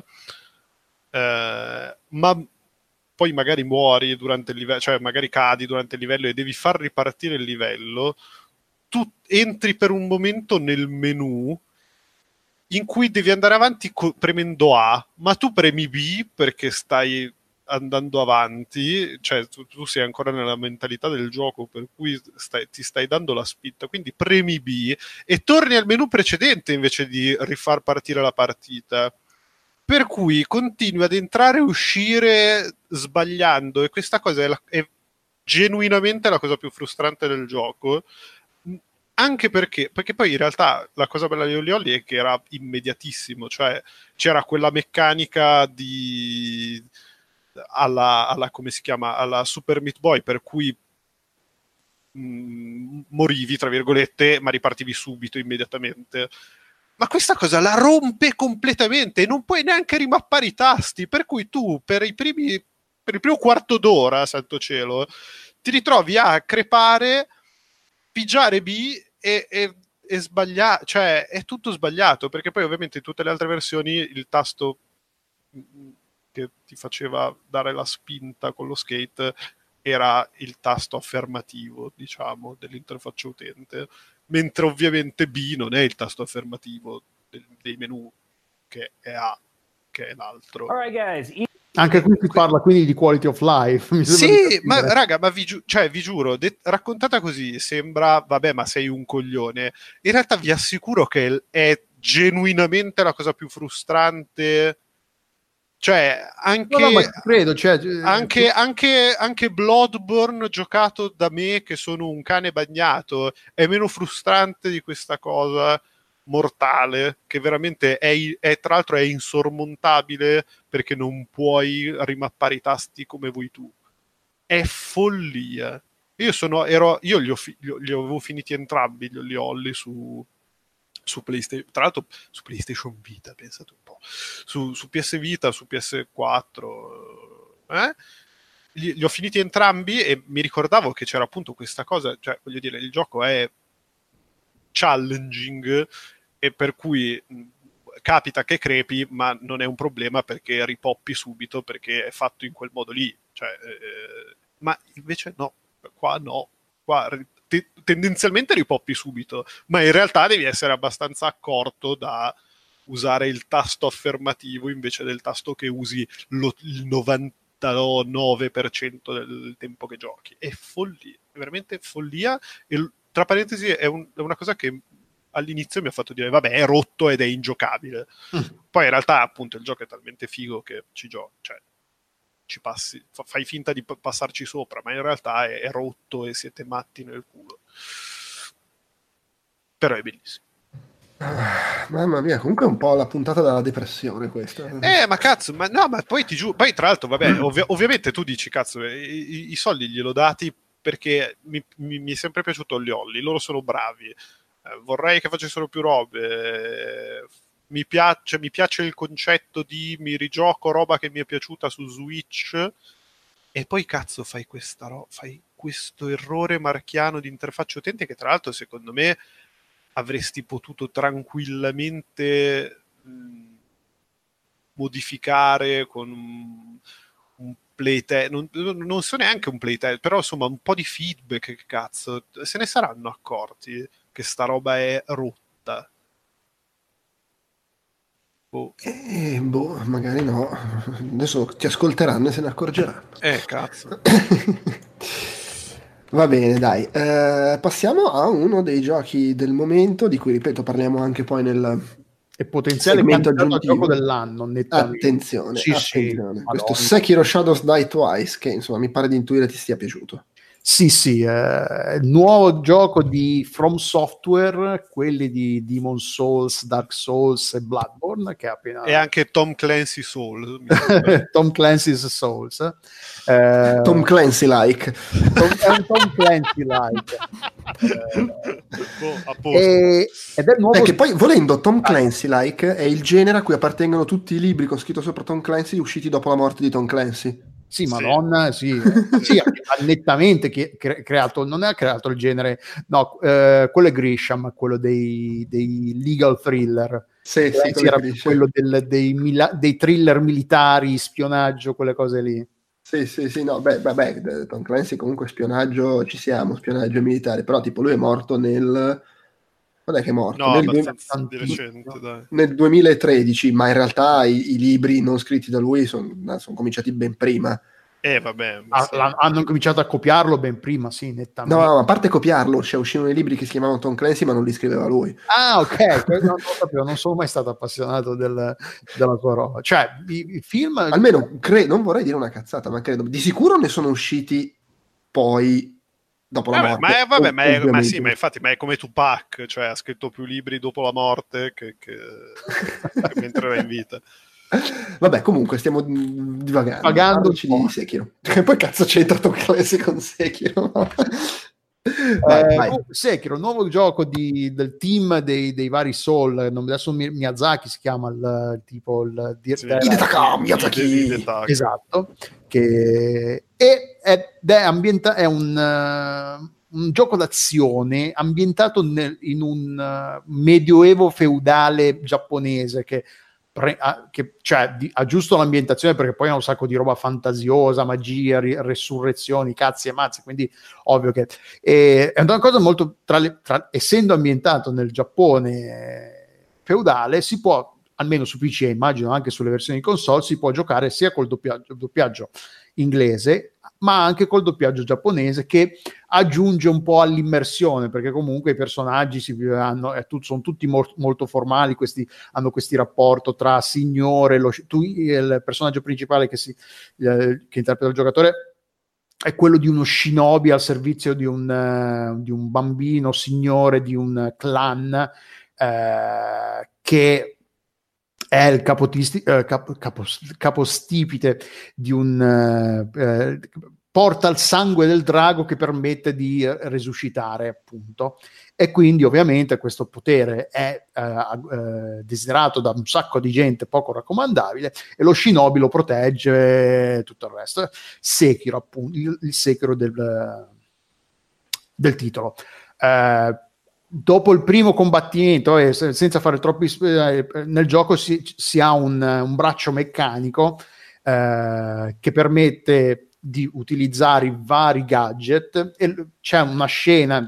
Speaker 3: ma poi magari muori durante il livello, cioè magari cadi durante il livello e devi far ripartire il livello, tu entri per un momento nel menu in cui devi andare avanti premendo A, ma tu premi B perché stai andando avanti, cioè tu sei ancora nella mentalità del gioco per cui ti stai dando la spinta, quindi premi B e torni al menu precedente invece di rifar partire la partita, per cui continui ad entrare e uscire sbagliando, e questa cosa è genuinamente la cosa più frustrante del gioco, anche perché poi in realtà la cosa bella di Olli Olli è che era immediatissimo, cioè c'era quella meccanica alla come si chiama, alla Super Meat Boy, per cui morivi tra virgolette ma ripartivi subito immediatamente, ma questa cosa la rompe completamente e non puoi neanche rimappare i tasti, per cui tu per il primo quarto d'ora, santo cielo, ti ritrovi a crepare, pigiare B e sbagliare, cioè è tutto sbagliato, perché poi ovviamente in tutte le altre versioni il tasto che ti faceva dare la spinta con lo skate era il tasto affermativo, diciamo, dell'interfaccia utente, mentre ovviamente B non è il tasto affermativo dei menu, che è A, che è l'altro.
Speaker 5: All right, guys.
Speaker 4: Anche qui si parla quindi di quality of life. Mi
Speaker 3: sì, ma raga, ma vi giuro, raccontata così sembra, vabbè, ma sei un coglione. In realtà vi assicuro che è genuinamente la cosa più frustrante. Cioè, anche,
Speaker 4: no, ma credo, cioè,
Speaker 3: anche Bloodborne giocato da me, che sono un cane bagnato, è meno frustrante di questa cosa mortale, che veramente tra l'altro è insormontabile perché non puoi rimappare i tasti come vuoi tu. È follia. Io li avevo finiti entrambi gli Olli su su PlayStation, tra l'altro su PlayStation Vita, pensate un po', su PS Vita, su PS4, li ho finiti entrambi e mi ricordavo che c'era appunto questa cosa, cioè voglio dire, il gioco è challenging e per cui capita che crepi, ma non è un problema perché ripoppi subito perché è fatto in quel modo lì, cioè, ma invece no, qua tendenzialmente ripoppi subito, ma in realtà devi essere abbastanza accorto da usare il tasto affermativo invece del tasto che usi il 99% del tempo che giochi. È follia, è veramente follia. E tra parentesi è una cosa che all'inizio mi ha fatto dire vabbè, è rotto ed è ingiocabile. Poi in realtà appunto il gioco è talmente figo che ci giochi, cioè ci passi, fai finta di passarci sopra, ma in realtà è rotto e siete matti nel culo. Però è bellissimo.
Speaker 1: Mamma mia, comunque è un po' la puntata della depressione questa.
Speaker 3: Ma cazzo, ma no, ma poi ti giuro, poi tra l'altro, vabbè, ovviamente tu dici, cazzo, i soldi glielo dati perché mi è sempre piaciuto gli Olli, loro sono bravi, vorrei che facessero più robe, mi piace il concetto di mi rigioco roba che mi è piaciuta su Switch e poi cazzo fai fai questo errore marchiano di interfaccia utente che tra l'altro secondo me avresti potuto tranquillamente modificare con un playtest, non so neanche un playtest, però insomma un po' di feedback, che cazzo, se ne saranno accorti che sta roba è rotta.
Speaker 1: Magari no. Adesso ti ascolteranno e se ne accorgeranno.
Speaker 3: Cazzo.
Speaker 1: Va bene, dai. Passiamo a uno dei giochi del momento, di cui, ripeto, parliamo anche poi nel
Speaker 4: e potenziale
Speaker 1: segmento
Speaker 4: candidato al
Speaker 1: aggiuntivo.
Speaker 4: gioco dell'anno, nettamente.
Speaker 1: Attenzione,
Speaker 4: Sì,
Speaker 1: attenzione.
Speaker 4: sì,
Speaker 1: Questo
Speaker 4: Madonna.
Speaker 1: Sekiro Shadows Die Twice, che insomma mi pare di intuire ti sia piaciuto.
Speaker 4: Sì, nuovo gioco di From Software, quelli di Demon Souls, Dark Souls e Bloodborne, che ha appena...
Speaker 3: E anche Tom Clancy Soul.
Speaker 4: Tom Clancy's Souls.
Speaker 1: Tom Clancy-like.
Speaker 4: È un Tom Clancy-like.
Speaker 3: A posto.
Speaker 1: Ed è nuovo... Perché poi, volendo, Tom Clancy-like è il genere a cui appartengono tutti i libri con scritto sopra Tom Clancy usciti dopo la morte di Tom Clancy.
Speaker 4: Sì, Madonna, sì, ha nettamente creato, non ha creato il genere, no, quello è Grisham, quello dei legal thriller.
Speaker 1: Sì,
Speaker 4: era quello dei thriller militari, spionaggio, quelle cose lì.
Speaker 1: Sì, no, beh, Tom Clancy comunque spionaggio, ci siamo, spionaggio militare, però tipo lui è morto quando è che è morto?
Speaker 3: No, abbastanza di recente, dai.
Speaker 1: Nel 2013, ma in realtà i libri non scritti da lui sono cominciati ben prima.
Speaker 3: Vabbè.
Speaker 4: Hanno cominciato a copiarlo ben prima, sì, nettamente.
Speaker 1: No, a parte copiarlo, uscivano i libri che si chiamavano Tom Clancy, ma non li scriveva lui.
Speaker 4: Ah, ok, non lo sapevo, non sono mai stato appassionato della sua roba. Cioè, i film...
Speaker 1: Almeno, non vorrei dire una cazzata, ma credo, di sicuro ne sono usciti poi... dopo la morte.
Speaker 3: Ma sì, ma infatti ma è come Tupac, cioè ha scritto più libri dopo la morte che mentre era in vita.
Speaker 1: Vabbè, comunque stiamo divagando di Sekiro. Poi cazzo c'entra Tom Clancy con Sekiro? Vai.
Speaker 4: Sekiro, nuovo gioco del team dei vari Soul. Adesso Miyazaki si chiama il tipo
Speaker 1: Hidetaka Miyazaki.
Speaker 4: Esatto, ed è un gioco d'azione ambientato in un medioevo feudale giapponese che ha giusto l'ambientazione, perché poi ha un sacco di roba fantasiosa, magia, resurrezioni, cazzi e mazzi, quindi ovvio che è una cosa molto essendo ambientato nel Giappone feudale, si può, almeno su PC e immagino anche sulle versioni di console, si può giocare sia col doppiaggio inglese ma anche col doppiaggio giapponese, che aggiunge un po' all'immersione, perché comunque i personaggi sono tutti molto formali, hanno questi rapporti tra signore, il personaggio principale che interpreta il giocatore è quello di uno shinobi al servizio di un bambino signore di un clan che è il capostipite di un porta il sangue del drago che permette di resuscitare, appunto. E quindi ovviamente questo potere è desiderato da un sacco di gente poco raccomandabile, e lo shinobi lo protegge, tutto il resto. Sekiro, appunto, il Sekiro del titolo. Dopo il primo combattimento, senza fare troppi nel gioco si ha un braccio meccanico che permette di utilizzare i vari gadget, e c'è una scena,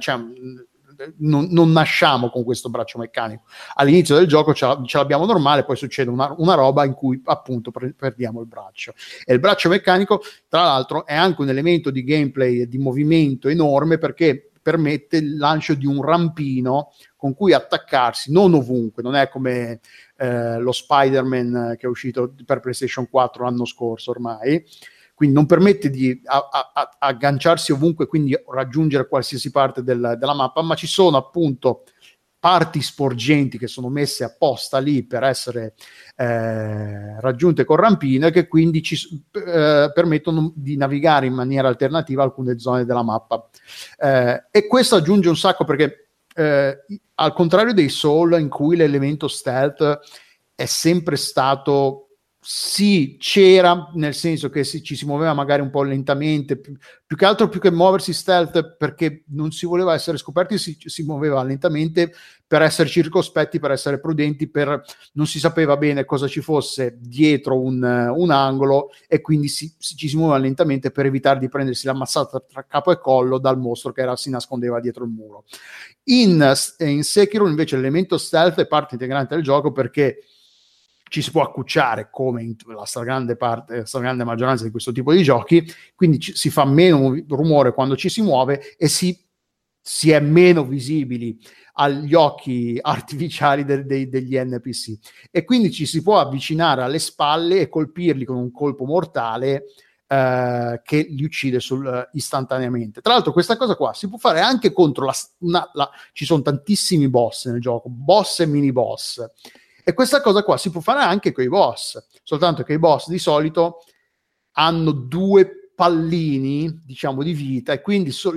Speaker 4: non nasciamo con questo braccio meccanico. All'inizio del gioco ce l'abbiamo normale, poi succede una roba in cui appunto perdiamo il braccio. E il braccio meccanico, tra l'altro, è anche un elemento di gameplay e di movimento enorme, perché permette il lancio di un rampino con cui attaccarsi, non ovunque, non è come lo Spider-Man che è uscito per PlayStation 4 l'anno scorso ormai, quindi non permette di agganciarsi ovunque, quindi raggiungere qualsiasi parte della mappa, ma ci sono appunto parti sporgenti che sono messe apposta lì per essere raggiunte col rampino, e che quindi ci permettono di navigare in maniera alternativa alcune zone della mappa. E questo aggiunge un sacco, perché al contrario dei Soul, in cui l'elemento stealth è sempre stato, sì, c'era, nel senso che ci si muoveva magari un po' lentamente, più che altro, più che muoversi stealth perché non si voleva essere scoperti, si muoveva lentamente per essere circospetti, per essere prudenti, non si sapeva bene cosa ci fosse dietro un angolo, e quindi ci si muoveva lentamente per evitare di prendersi la mazzata tra capo e collo dal mostro che si nascondeva dietro il muro. In Sekiro invece l'elemento stealth è parte integrante del gioco, perché ci si può accucciare, come in la stragrande maggioranza di questo tipo di giochi, quindi si fa meno rumore quando ci si muove, e si è meno visibili agli occhi artificiali degli NPC, e quindi ci si può avvicinare alle spalle e colpirli con un colpo mortale che li uccide istantaneamente. Tra l'altro questa cosa qua si può fare anche contro ci sono tantissimi boss nel gioco, boss e mini boss, e questa cosa qua si può fare anche con i boss, soltanto che i boss di solito hanno 2 pallini, diciamo, di vita, e quindi se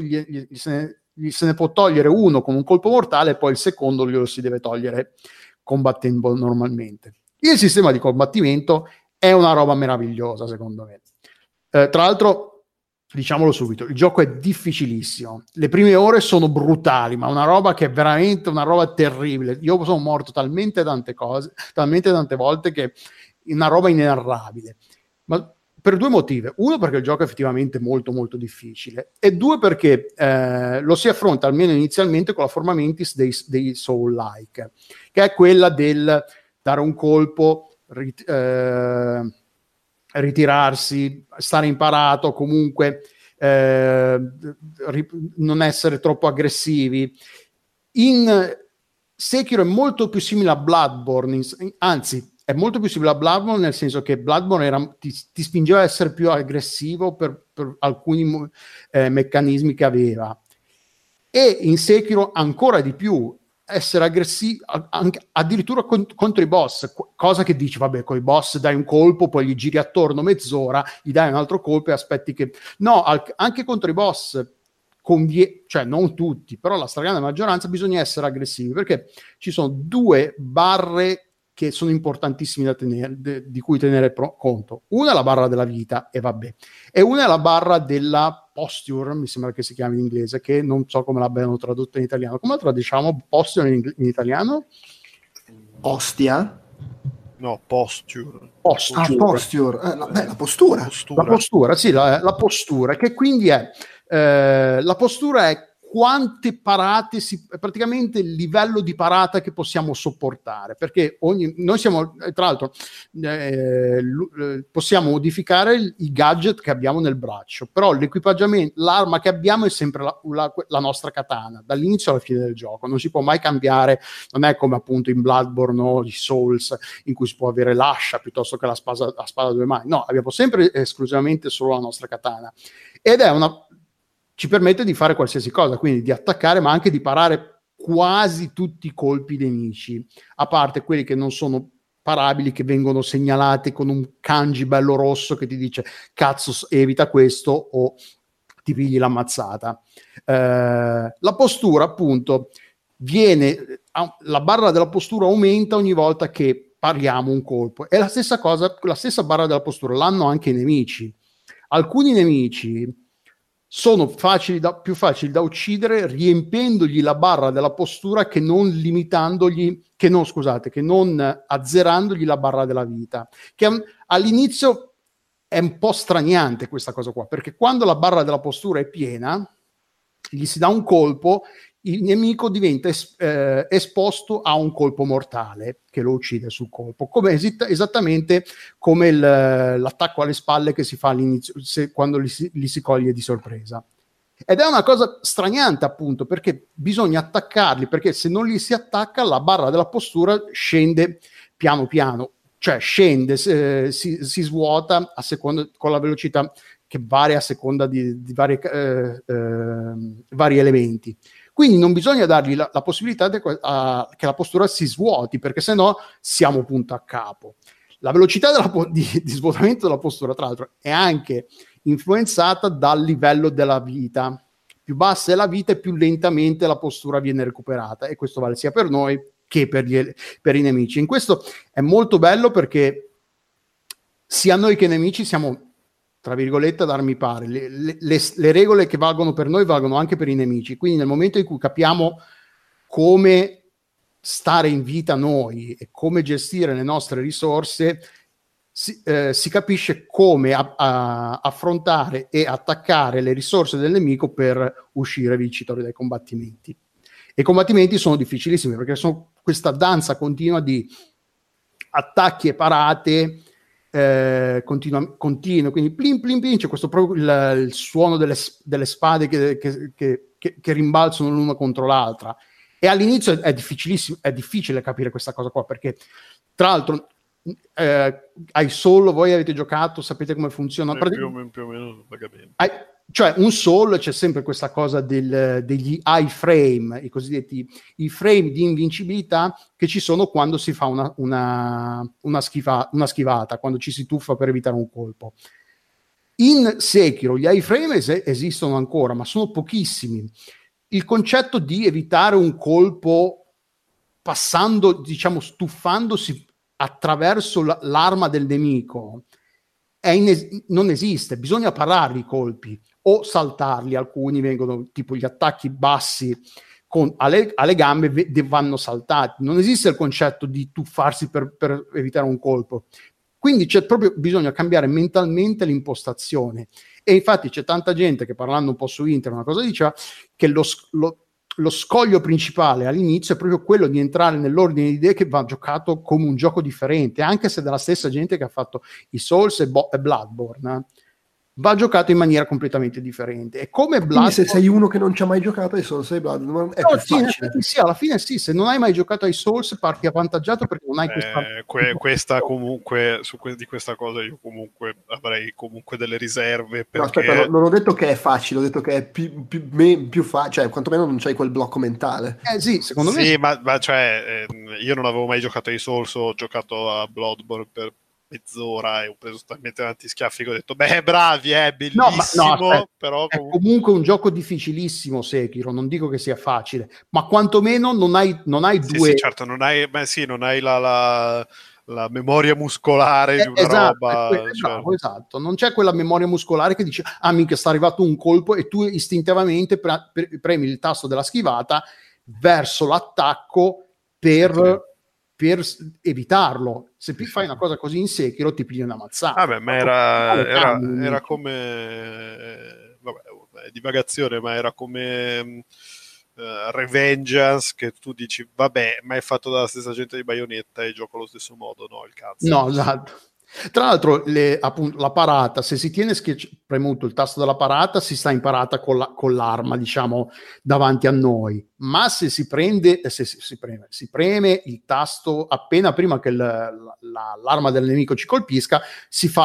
Speaker 4: ne può togliere uno con un colpo mortale, e poi il secondo glielo si deve togliere combattendo normalmente. Il sistema di combattimento è una roba meravigliosa, secondo me. Tra l'altro, diciamolo subito, il gioco è difficilissimo, le prime ore sono brutali, ma una roba che è veramente una roba terribile. Io sono morto talmente tante volte, che è una roba inenarrabile, ma per 2 motivi: uno, perché il gioco è effettivamente molto molto difficile, e 2, perché lo si affronta, almeno inizialmente, con la forma mentis dei Soul-like, che è quella del dare un colpo, ritirarsi, stare imparato, comunque non essere troppo aggressivi. In Sekiro è molto più simile a Bloodborne, anzi è molto più simile a Bloodborne, nel senso che Bloodborne ti spingeva a essere più aggressivo per alcuni meccanismi che aveva, e in Sekiro ancora di più, essere aggressivi addirittura contro i boss, cosa che dici, vabbè, con i boss dai un colpo, poi gli giri attorno mezz'ora, gli dai un altro colpo e aspetti che... No, anche contro i boss cioè non tutti, però la stragrande maggioranza bisogna essere aggressivi, perché ci sono 2 barre che sono importantissimi da tenere, di cui tenere conto. Una è la barra della vita, e vabbè, e una è la barra della posture, mi sembra che si chiami in inglese, che non so come l'abbiano tradotto in italiano. Come la traduciamo posture in italiano?
Speaker 1: Ostia?
Speaker 3: No, posture.
Speaker 1: Posture. La postura.
Speaker 4: La postura, sì, la postura, che quindi è la postura è quante parate praticamente il livello di parata che possiamo sopportare, perché noi siamo, tra l'altro possiamo modificare i gadget che abbiamo nel braccio, però l'equipaggiamento, l'arma che abbiamo è sempre la nostra katana dall'inizio alla fine del gioco, non si può mai cambiare, non è come appunto in Bloodborne o i Souls in cui si può avere l'ascia piuttosto che la spada a 2 mani. No, abbiamo sempre esclusivamente solo la nostra katana, ed ci permette di fare qualsiasi cosa, quindi di attaccare, ma anche di parare quasi tutti i colpi dei nemici, a parte quelli che non sono parabili, che vengono segnalati con un kanji bello rosso che ti dice cazzo evita questo, o ti pigli l'ammazzata. La postura, appunto, la barra della postura aumenta ogni volta che pariamo un colpo. È la stessa cosa, la stessa barra della postura l'hanno anche i nemici. Alcuni nemici sono più facili da uccidere riempendogli la barra della postura che non azzerandogli la barra della vita. Che all'inizio è un po' straniante questa cosa qua, perché quando la barra della postura è piena, gli si dà un colpo, il nemico diventa esposto a un colpo mortale che lo uccide sul colpo, esattamente come l'attacco alle spalle che si fa all'inizio quando li si coglie di sorpresa. Ed è una cosa straniante, appunto, perché bisogna attaccarli, perché se non li si attacca la barra della postura scende piano piano, cioè scende, si svuota a seconda, con la velocità che varia a seconda di vari elementi. Quindi non bisogna dargli la possibilità che la postura si svuoti, perché sennò siamo punto a capo. La velocità di svuotamento della postura, tra l'altro, è anche influenzata dal livello della vita. Più bassa è la vita e più lentamente la postura viene recuperata, e questo vale sia per noi che per i nemici. In questo è molto bello, perché sia noi che i nemici siamo, tra virgolette, ad armi pari. Le regole che valgono per noi valgono anche per i nemici, quindi nel momento in cui capiamo come stare in vita noi e come gestire le nostre risorse, si capisce come affrontare e attaccare le risorse del nemico per uscire vincitori dai combattimenti. E i combattimenti sono difficilissimi, perché sono questa danza continua di attacchi e parate continue, quindi plin plin plin, c'è questo proprio il suono delle spade che rimbalzano l'una contro l'altra, e all'inizio è difficile capire questa cosa qua, perché tra l'altro ai Soul voi avete giocato, sapete come funziona?
Speaker 3: Più o meno vagamente.
Speaker 4: Cioè un Soul c'è sempre questa cosa degli iframe, i cosiddetti i frame di invincibilità che ci sono quando si fa una schivata, quando ci si tuffa per evitare un colpo. In Sekiro gli iframe esistono ancora, ma sono pochissimi. Il concetto di evitare un colpo passando, diciamo, stuffandosi attraverso l'arma del nemico non esiste. Bisogna pararli i colpi o saltarli. Alcuni vengono, tipo gli attacchi bassi alle gambe vanno saltati. Non esiste il concetto di tuffarsi per evitare un colpo. Quindi c'è proprio bisogno cambiare mentalmente l'impostazione. E infatti c'è tanta gente che, parlando un po' su internet, una cosa diceva che lo scoglio principale all'inizio è proprio quello di entrare nell'ordine di idee che va giocato come un gioco differente, anche se dalla stessa gente che ha fatto i Souls e Bloodborne, va giocato in maniera completamente differente. E come
Speaker 1: Bloodborne, quindi se sei uno che non ci ha mai giocato ai Souls e Bloodborne è più facile.
Speaker 4: Sì, alla fine sì, se non hai mai giocato ai Souls parti avvantaggiato, perché non hai
Speaker 3: questa comunque di questa cosa io comunque avrei comunque delle riserve, perché...
Speaker 1: No, aspetta, non ho detto che è facile, ho detto che è più facile, cioè quantomeno non c'hai quel blocco mentale.
Speaker 4: Sì, secondo me
Speaker 3: sì, ma cioè io non avevo mai giocato ai Souls, ho giocato a Bloodborne per mezz'ora e ho preso talmente tanti schiaffi che ho detto bravi, è bellissimo, però
Speaker 4: è comunque un gioco difficilissimo Sekiro, non dico che sia facile, ma quantomeno non hai due...
Speaker 3: Sì, certo, non hai la memoria muscolare di una roba,
Speaker 4: certo. Esatto, non c'è quella memoria muscolare che dice minchia, sta arrivato un colpo e tu istintivamente premi il tasto della schivata verso l'attacco per evitarlo. Se fai una cosa così in Sekiro ti pigli una mazzata.
Speaker 3: Vabbè, ma era come divagazione, ma era come Revengeance, che tu dici vabbè, ma è fatto dalla stessa gente di Bayonetta e gioco allo stesso modo, no, il cazzo.
Speaker 4: No, esatto. Tra l'altro appunto, la parata, se si tiene premuto il tasto della parata, si sta in parata con l'arma, diciamo, davanti a noi, ma se si preme il tasto appena prima che l'arma del nemico ci colpisca, si fa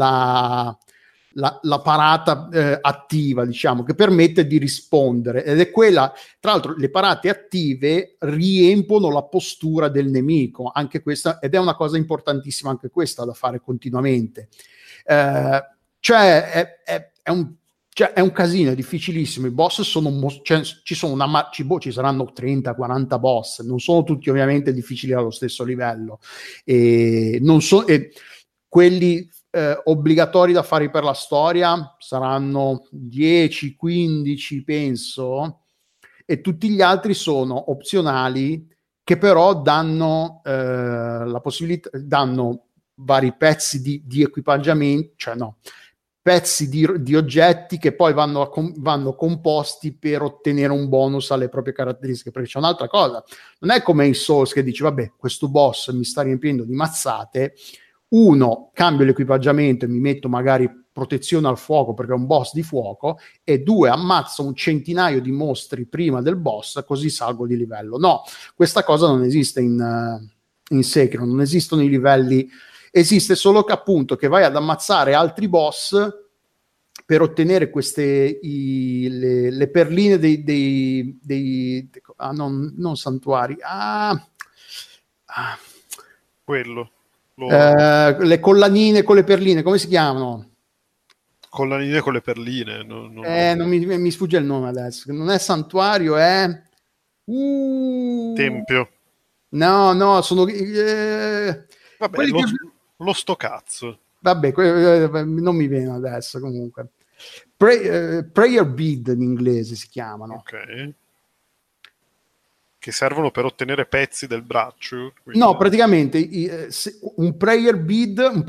Speaker 4: la parata attiva, diciamo, che permette di rispondere, ed è quella, tra l'altro le parate attive riempono la postura del nemico, anche questa, ed è una cosa importantissima anche questa da fare continuamente, cioè è cioè è un casino, è difficilissimo. I boss sono cioè, ci saranno 30-40 boss, non sono tutti ovviamente difficili allo stesso livello, e non so, e quelli obbligatori da fare per la storia saranno 10-15 penso, e tutti gli altri sono opzionali, che però danno la possibilità, danno vari pezzi di equipaggiamento, cioè no, pezzi di oggetti che poi vanno composti per ottenere un bonus alle proprie caratteristiche. Perché c'è un'altra cosa, non è come in Souls che dici vabbè, questo boss mi sta riempiendo di mazzate, uno, cambio l'equipaggiamento e mi metto magari protezione al fuoco perché è un boss di fuoco, e due, ammazzo un centinaio di mostri prima del boss così salgo di livello. No, questa cosa non esiste in Sekiro, non esistono i livelli. Esiste solo che appunto che vai ad ammazzare altri boss per ottenere le perline non santuari,
Speaker 3: quello.
Speaker 4: Le collanine con le perline, come si chiamano?
Speaker 3: Collanine con le perline.
Speaker 4: Non mi sfugge il nome adesso. Non è santuario, è
Speaker 3: tempio.
Speaker 4: No, sono
Speaker 3: vabbè, lo sto cazzo.
Speaker 4: Vabbè, non mi viene adesso comunque. Prayer bead in inglese si chiamano.
Speaker 3: Ok. Che servono per ottenere pezzi del braccio? Quindi...
Speaker 4: No, praticamente un prayer bead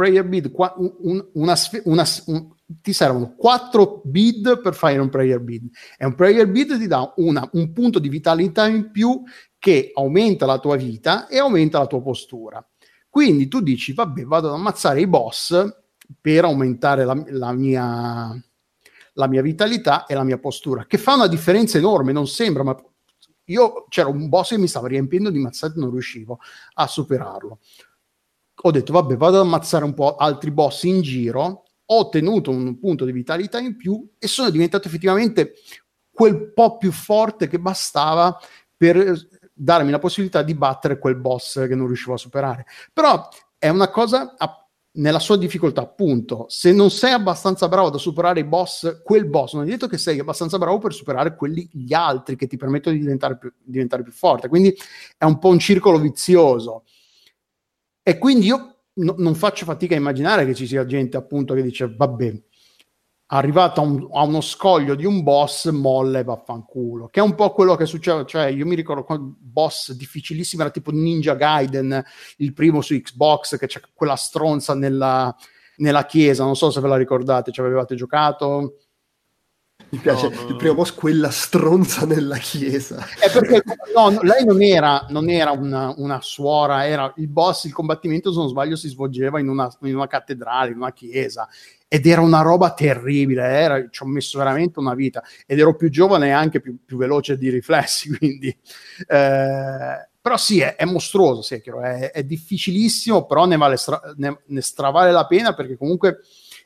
Speaker 4: ti servono 4 bead per fare un prayer bead, e un prayer bead ti dà un punto di vitalità in più che aumenta la tua vita e aumenta la tua postura. Quindi tu dici vabbè, vado ad ammazzare i boss per aumentare la mia vitalità e la mia postura, che fa una differenza enorme, non sembra, ma c'era un boss che mi stava riempiendo di mazzate e non riuscivo a superarlo. Ho detto vabbè, vado ad ammazzare un po' altri boss in giro, ho ottenuto un punto di vitalità in più e sono diventato effettivamente quel po' più forte che bastava per darmi la possibilità di battere quel boss che non riuscivo a superare. Però è una cosa nella sua difficoltà, appunto. Se non sei abbastanza bravo da superare quel boss, non è detto che sei abbastanza bravo per superare gli altri che ti permettono di diventare più forte. Quindi è un po' un circolo vizioso. E quindi io non faccio fatica a immaginare che ci sia gente appunto che dice vabbè, arrivato a uno scoglio di un boss, molle e vaffanculo, che è un po' quello che succede. Cioè io mi ricordo quando boss difficilissimo era tipo Ninja Gaiden, il primo su Xbox, che c'è quella stronza nella chiesa, non so se ve la ricordate, ci avevate giocato?
Speaker 1: Mi piace il primo boss, quella stronza nella chiesa.
Speaker 4: Perché lei non era una suora, era il boss. Il combattimento, se non sbaglio, si svolgeva in una cattedrale, in una chiesa, ed era una roba terribile. Ci ho messo veramente una vita, ed ero più giovane e anche più veloce di riflessi, quindi però sì, è mostruoso Sekiro, è difficilissimo, però ne stravale la pena, perché comunque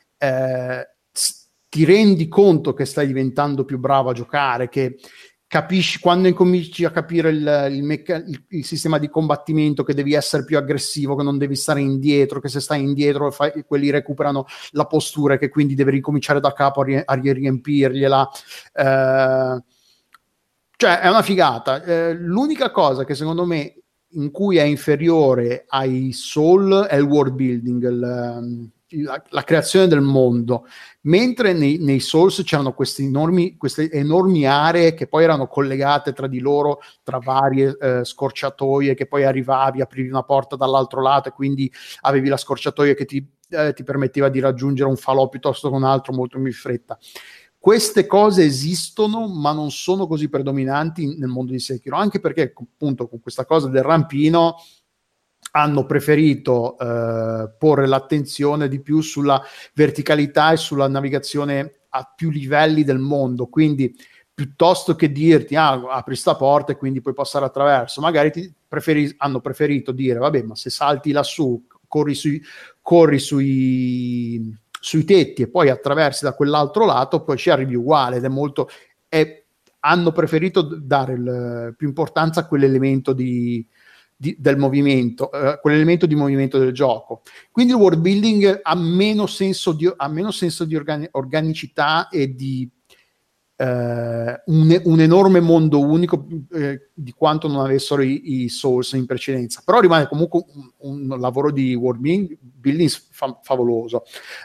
Speaker 4: ti rendi conto che stai diventando più bravo a giocare, che capisci quando incominci a capire il sistema di combattimento, che devi essere più aggressivo, che non devi stare indietro, che se stai indietro quelli recuperano la postura, e che quindi devi ricominciare da capo a riempirgliela. Cioè è una figata. L'unica cosa che secondo me in cui è inferiore ai Soul è il world building, la creazione del mondo, mentre nei Souls c'erano queste enormi aree che poi erano collegate tra di loro, tra varie scorciatoie, che poi arrivavi, aprivi una porta dall'altro lato e quindi avevi la scorciatoia che ti permetteva di raggiungere un falò piuttosto che un altro molto più in fretta. Queste cose esistono, ma non sono così predominanti nel mondo di Sekiro, anche perché appunto con questa cosa del rampino hanno preferito porre l'attenzione di più sulla verticalità e sulla navigazione a più livelli del mondo. Quindi piuttosto che dirti apri sta porta e quindi puoi passare attraverso, magari hanno preferito dire vabbè, ma se salti lassù, corri sui tetti e poi attraversi da quell'altro lato, poi ci arrivi uguale. Hanno preferito dare più importanza a quell'elemento di del movimento, quell'elemento di movimento del gioco. Quindi il world building ha meno senso di organicità e di un enorme mondo unico di quanto non avessero i Souls in precedenza, però rimane comunque un lavoro di world building favoloso.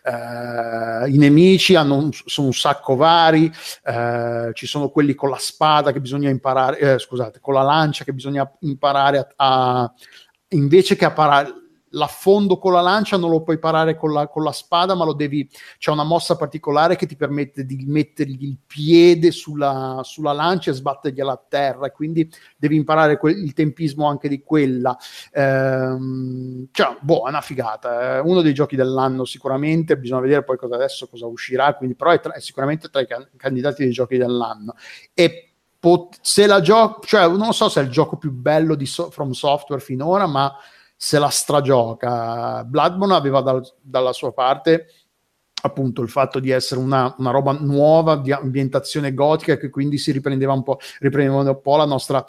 Speaker 4: I nemici sono un sacco vari, ci sono quelli con la spada che bisogna imparare, con la lancia che bisogna imparare invece che a parare l'affondo con la lancia non lo puoi parare con la spada, ma c'è una mossa particolare che ti permette di mettergli il piede sulla lancia e sbattergliela a terra, e quindi devi imparare il tempismo anche di quella. È una figata, è uno dei giochi dell'anno sicuramente, bisogna vedere poi cosa uscirà, quindi però è sicuramente tra i candidati dei giochi dell'anno. E se la gioco, cioè non so se è il gioco più bello di From Software finora, ma se la stragioca. Bloodborne aveva dalla sua parte appunto il fatto di essere una roba nuova di ambientazione gotica, che quindi si riprendeva un po' la nostra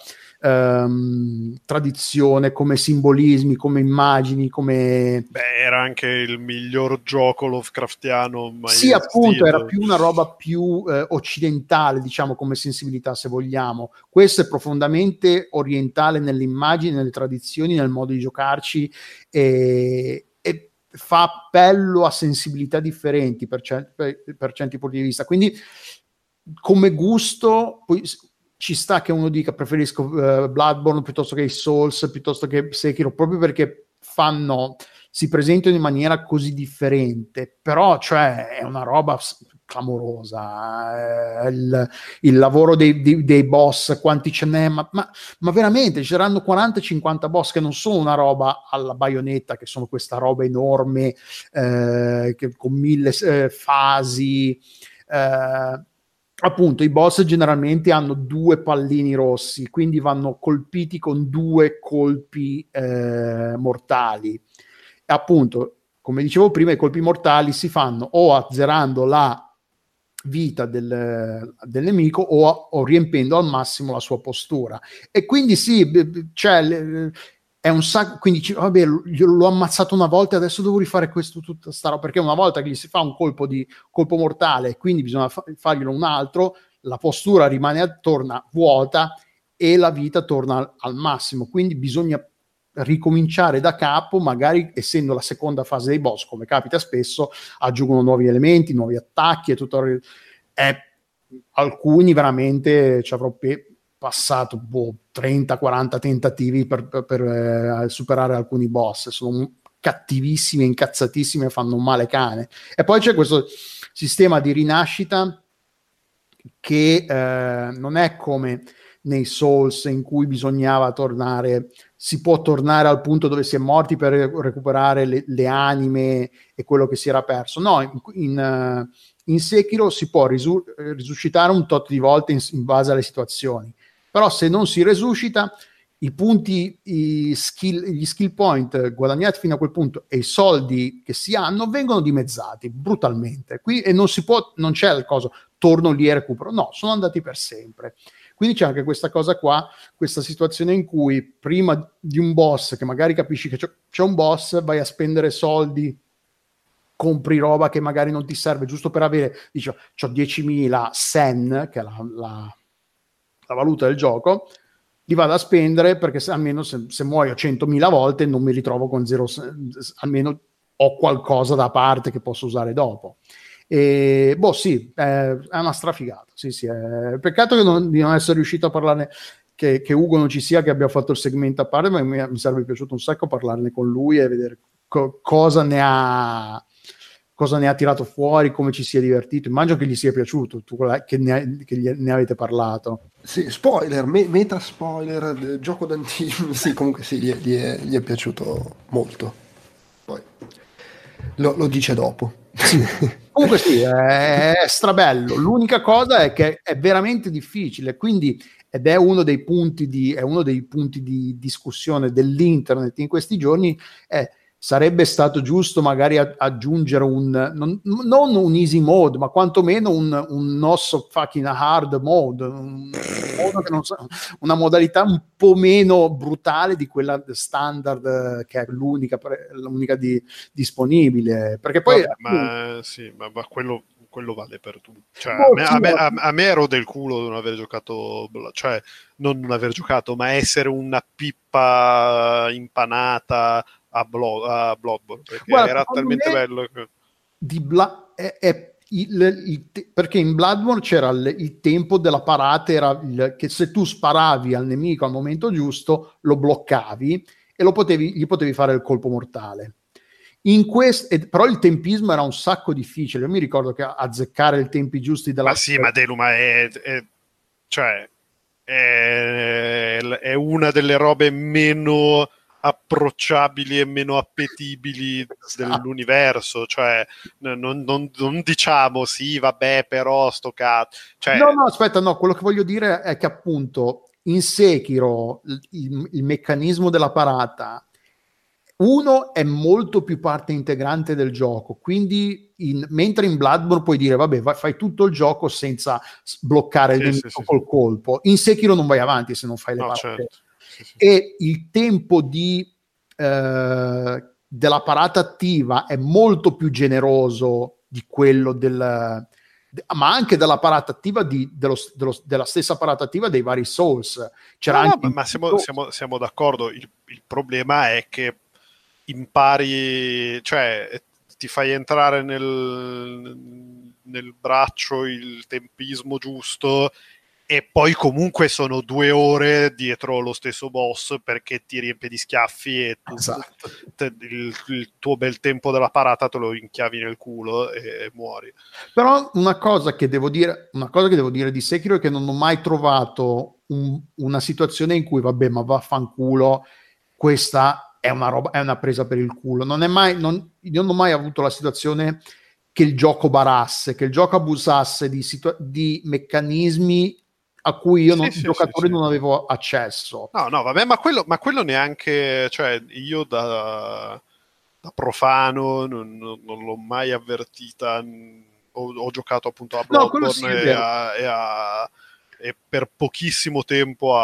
Speaker 4: tradizione come simbolismi, come immagini, come...
Speaker 3: era anche il miglior gioco Lovecraftiano mai
Speaker 4: sì,
Speaker 3: esistito.
Speaker 4: appunto, era più una roba più occidentale, diciamo, come sensibilità, se vogliamo. Questo è profondamente orientale nelle immagini, nelle tradizioni, nel modo di giocarci, e fa appello a sensibilità differenti per certi punti di vista. Quindi come gusto poi ci sta che uno dica preferisco Bloodborne piuttosto che i Souls, piuttosto che Sekiro, proprio perché si presentano in maniera così differente, però cioè è una roba clamorosa. Il lavoro dei boss, quanti ce n'è, ma veramente c'erano 40-50 boss che non sono una roba alla Bayonetta, che sono questa roba enorme con 1000 fasi. Appunto, i boss generalmente hanno 2 pallini rossi, quindi vanno colpiti con 2 colpi mortali. E appunto, come dicevo prima, i colpi mortali si fanno o azzerando la vita del nemico o riempendo al massimo la sua postura. E quindi sì, cioè, è un sacco, quindi vabbè, l'ho ammazzato una volta e adesso devo rifare questo, tutta sta roba, perché una volta che gli si fa un colpo mortale, quindi bisogna farglielo un altro, la postura torna vuota e la vita torna al massimo, quindi bisogna ricominciare da capo, magari essendo la seconda fase dei boss, come capita spesso, aggiungono nuovi elementi, nuovi attacchi e tutto. Alcuni veramente ci avrò passato 30-40 tentativi per superare alcuni boss, sono cattivissimi, incazzatissimi e fanno un male cane. E poi c'è questo sistema di rinascita che non è come nei Souls, in cui si può tornare al punto dove si è morti per recuperare le anime e quello che si era perso. No, in Sekiro si può risuscitare un tot di volte in base alle situazioni, però se non si risuscita, i punti, gli skill point guadagnati fino a quel punto e i soldi che si hanno vengono dimezzati brutalmente. Qui e non c'è il coso torno lì e recupero, no, sono andati per sempre. Quindi c'è anche questa cosa qua, questa situazione in cui prima di un boss, che magari capisci che c'è un boss, vai a spendere soldi, compri roba che magari non ti serve, giusto per avere, dici, c'ho 10.000 sen, che è la valuta del gioco, li vado a spendere perché almeno se muoio 100.000 volte non mi ritrovo con 0, almeno ho qualcosa da parte che posso usare dopo. E sì, è una strafigata. Sì, peccato che di non essere riuscito a parlarne, che Ugo non ci sia, che abbia fatto il segmento a parte, ma mi sarebbe piaciuto un sacco parlarne con lui e vedere cosa ne ha tirato fuori, come ci sia divertito. Immagino che gli sia piaciuto, che ne avete parlato.
Speaker 1: Sì, spoiler, meta spoiler, gioco d'anticipo. Sì, comunque sì, gli è piaciuto molto. Poi lo dice dopo.
Speaker 4: Comunque sì, è strabello. L'unica cosa è che è veramente difficile, quindi, ed è uno dei punti di discussione dell'internet in questi giorni, è sarebbe stato giusto magari aggiungere non un easy mode, ma quantomeno un not so fucking hard mode, una modalità un po' meno brutale di quella standard, che è l'unica disponibile, perché poi
Speaker 3: ma quello vale per tutti. Cioè, a me ero del culo non aver giocato, cioè non aver giocato, ma essere una pippa impanata a Bloodborne, perché era talmente bello
Speaker 4: perché in Bloodborne c'era il tempo della parata, era che se tu sparavi al nemico al momento giusto lo bloccavi e gli potevi fare il colpo mortale. Però il tempismo era un sacco difficile. Io mi ricordo che azzeccare i tempi giusti della...
Speaker 3: Ma sì, ma Delu, ma è una delle robe meno approcciabili e meno appetibili dell'universo, cioè non diciamo sì, vabbè, però sto cazzo. Cioè...
Speaker 4: No, aspetta, no, quello che voglio dire è che appunto in Sekiro il meccanismo della parata è molto più parte integrante del gioco, quindi mentre in Bloodborne puoi dire vabbè, fai tutto il gioco senza bloccare il nemico col colpo, in Sekiro non vai avanti se non fai le parate.
Speaker 3: Certo.
Speaker 4: E il tempo della parata attiva è molto più generoso di quello ma anche della parata attiva della stessa parata attiva dei vari Souls.
Speaker 3: Ma siamo d'accordo. Il problema è che impari, cioè ti fai entrare nel braccio il tempismo giusto e poi comunque sono 2 ore dietro lo stesso boss perché ti riempie di schiaffi e il tuo bel tempo della parata te lo inchiavi nel culo e muori.
Speaker 4: Però una cosa che devo dire di Sekiro è che non ho mai trovato una situazione in cui vabbè, ma vaffanculo, questa è una presa per il culo. Io non ho mai avuto la situazione che il gioco barasse, che il gioco abusasse di meccanismi a cui io giocatore non avevo accesso.
Speaker 3: No, vabbè, ma quello neanche, cioè io da profano non l'ho mai avvertita. Ho giocato appunto a Bloodborne e per pochissimo tempo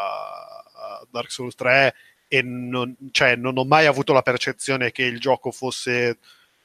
Speaker 3: a Dark Souls 3 e non ho mai avuto la percezione che il gioco fosse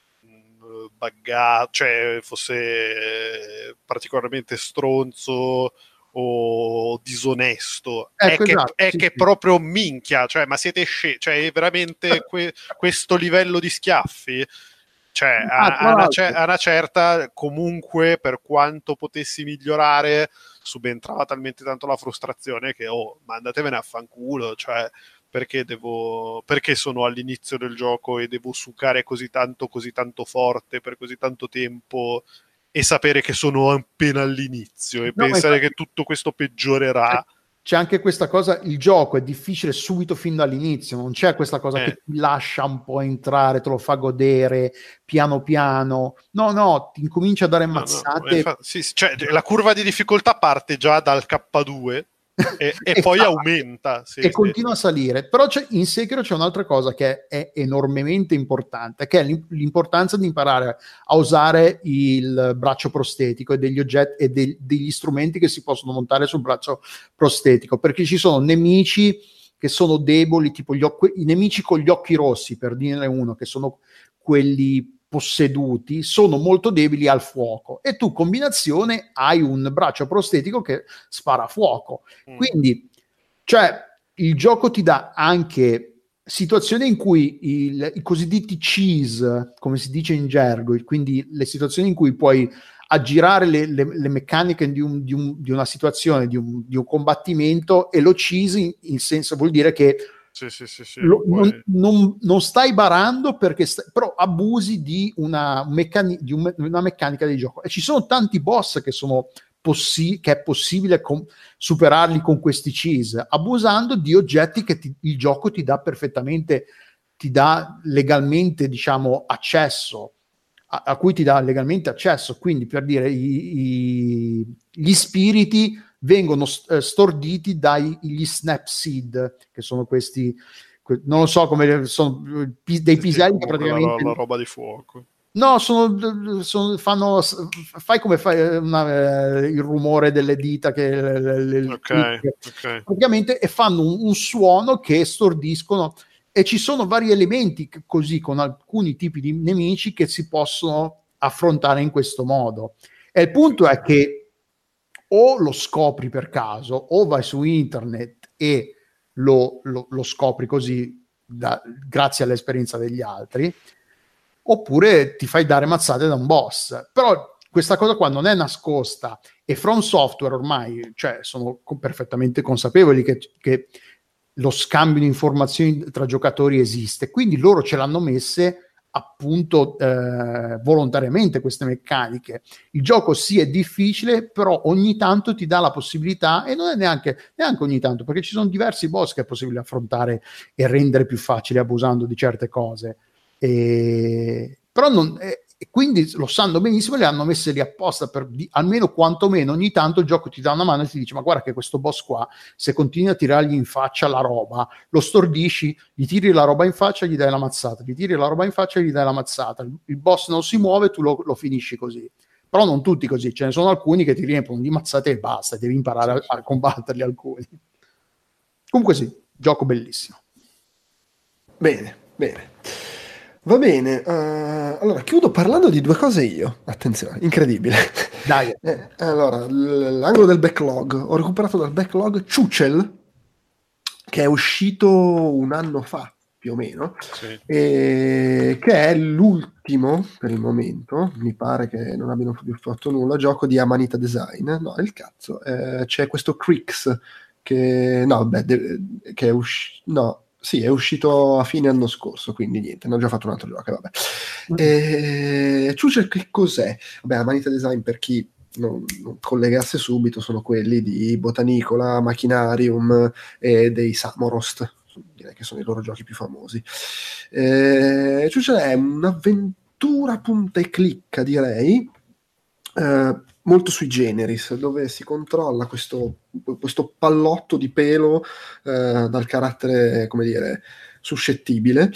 Speaker 3: buggato, cioè fosse particolarmente stronzo o disonesto. Che proprio minchia, cioè ma siete cioè è veramente questo livello di schiaffi, cioè a una certa, comunque, per quanto potessi migliorare, subentrava talmente tanto la frustrazione che mandatevene a fanculo, cioè perché sono all'inizio del gioco e devo sucare così tanto forte per così tanto tempo e sapere che sono appena all'inizio e pensare che tutto questo peggiorerà.
Speaker 4: C'è anche questa cosa, il gioco è difficile subito fin dall'inizio, non c'è questa cosa che ti lascia un po' entrare, te lo fa godere piano piano. No, ti incomincia a dare mazzate.
Speaker 3: Cioè, la curva di difficoltà parte già dal K2 e poi aumenta
Speaker 4: continua a salire. Però in Sekiro c'è un'altra cosa che è enormemente importante, che è l'importanza di imparare a usare il braccio prostetico e degli oggetti e degli strumenti che si possono montare sul braccio prostetico, perché ci sono nemici che sono deboli, tipo i nemici con gli occhi rossi, per dirne uno, che sono quelli posseduti, sono molto debili al fuoco e tu combinazione hai un braccio prostetico che spara fuoco. Quindi cioè il gioco ti dà anche situazioni in cui i cosiddetti cheese, come si dice in gergo, quindi le situazioni in cui puoi aggirare le meccaniche di una situazione, di un combattimento, e lo cheese in senso vuol dire che non stai barando perché però abusi di una meccanica di gioco, e ci sono tanti boss che sono che è possibile superarli con questi cheese, abusando di oggetti che il gioco ti dà perfettamente, ti dà legalmente, diciamo, accesso a cui ti dà legalmente accesso. Quindi, per dire, gli spiriti vengono storditi dagli snap seed, che sono questi non lo so come sono dei piselli che praticamente
Speaker 3: la roba di fuoco.
Speaker 4: No, fanno, fai come fai il rumore delle dita che
Speaker 3: Okay.
Speaker 4: praticamente, e fanno un suono che stordiscono, e ci sono vari elementi così con alcuni tipi di nemici che si possono affrontare in questo modo. E il punto è che o lo scopri per caso o vai su internet e lo scopri così grazie all'esperienza degli altri, oppure ti fai dare mazzate da un boss. Però questa cosa qua non è nascosta, e From Software ormai, cioè, sono perfettamente consapevoli che lo scambio di informazioni tra giocatori esiste, quindi loro ce l'hanno messe appunto volontariamente queste meccaniche. Il gioco sì è difficile, però ogni tanto ti dà la possibilità, e non è neanche ogni tanto, perché ci sono diversi boss che è possibile affrontare e rendere più facile abusando di certe cose. Però quindi lo sanno benissimo, le hanno messe lì apposta per almeno quantomeno ogni tanto il gioco ti dà una mano e ti dice: ma guarda che questo boss qua, se continui a tirargli in faccia la roba, lo stordisci, gli tiri la roba in faccia, gli dai la mazzata, gli tiri la roba in faccia e gli dai la mazzata, il boss non si muove, tu lo finisci così. Però non tutti così, ce ne sono alcuni che ti riempiono di mazzate e basta, devi imparare a combatterli alcuni. Comunque sì, gioco bellissimo.
Speaker 1: Bene. Va bene, allora chiudo parlando di due cose io. Attenzione, incredibile.
Speaker 4: Dai.
Speaker 1: Allora, l'angolo del backlog. Ho recuperato dal backlog Chuchel, che è uscito un anno fa, più o meno,
Speaker 3: Sì.
Speaker 1: che è l'ultimo, per il momento, mi pare che non abbiano più fatto nulla, gioco di Amanita Design. No, il cazzo. C'è questo Crix, che è uscito... No, sì, è uscito a fine anno scorso, quindi niente, ne ho già fatto un altro gioco, vabbè. Chuchel che cos'è? Vabbè, Amanita Design, per chi non collegasse subito, sono quelli di Botanicola, Machinarium e dei Samorost, direi che sono i loro giochi più famosi. Chuchel è un'avventura punta e clicca, direi, molto sui generis, dove si controlla questo pallotto di pelo dal carattere, come dire, suscettibile,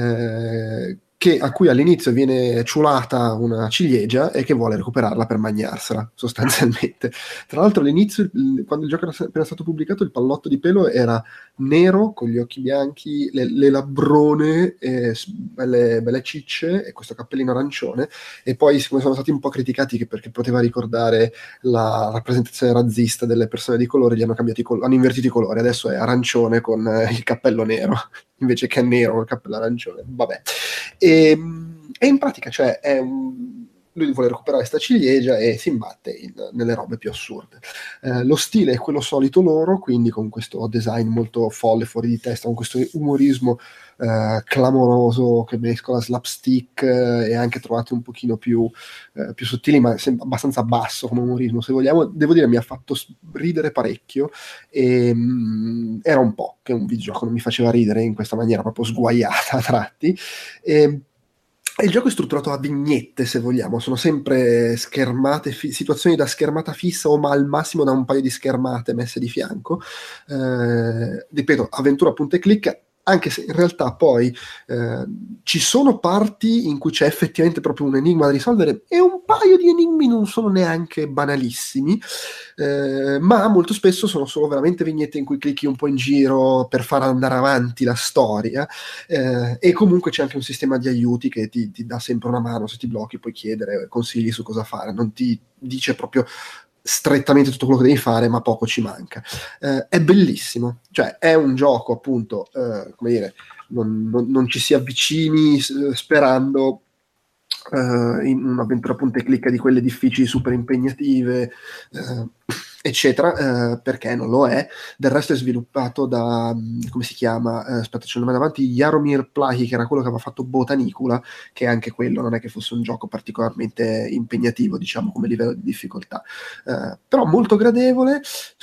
Speaker 1: a cui all'inizio viene ciulata una ciliegia e che vuole recuperarla per mangiarsela, sostanzialmente. Tra l'altro all'inizio, quando il gioco era appena stato pubblicato, il pallotto di pelo era nero, con gli occhi bianchi, le labbrone, belle cicce e questo cappellino arancione, e poi siccome sono stati un po' criticati perché poteva ricordare la rappresentazione razzista delle persone di colore, gli hanno hanno invertito i colori, adesso è arancione con il cappello nero invece che nero con il cappello arancione, vabbè. E in pratica, cioè, lui vuole recuperare sta ciliegia e si imbatte nelle robe più assurde. Lo stile è quello solito loro, quindi con questo design molto folle, fuori di testa, con questo umorismo clamoroso che mescola slapstick e anche trovate un pochino più sottili, ma abbastanza basso come umorismo, se vogliamo. Devo dire, mi ha fatto ridere parecchio, e era un po' che un videogioco non mi faceva ridere in questa maniera proprio sguaiata a tratti. E il gioco è strutturato a vignette, se vogliamo, sono sempre schermate, situazioni da schermata fissa o al massimo da un paio di schermate messe di fianco. Ripeto, avventura punta e clicca, anche se in realtà poi ci sono parti in cui c'è effettivamente proprio un enigma da risolvere, e un paio di enigmi non sono neanche banalissimi, ma molto spesso sono solo veramente vignette in cui clicchi un po' in giro per far andare avanti la storia, e comunque c'è anche un sistema di aiuti che ti dà sempre una mano. Se ti blocchi puoi chiedere consigli su cosa fare, non ti dice proprio strettamente tutto quello che devi fare, ma poco ci manca. È bellissimo, cioè è un gioco appunto, come dire, non ci si avvicini sperando in un'avventura punta e clicca di quelle difficili, super impegnative, eccetera, perché non lo è. Del resto è sviluppato da, come si chiama, aspetta, c'è il nome davanti, Jaromir Plahi, che era quello che aveva fatto Botanicula, che anche quello non è che fosse un gioco particolarmente impegnativo, diciamo, come livello di difficoltà, però molto gradevole.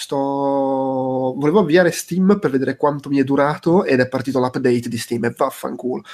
Speaker 1: Volevo avviare Steam per vedere quanto mi è durato ed è partito l'update di Steam e vaffanculo.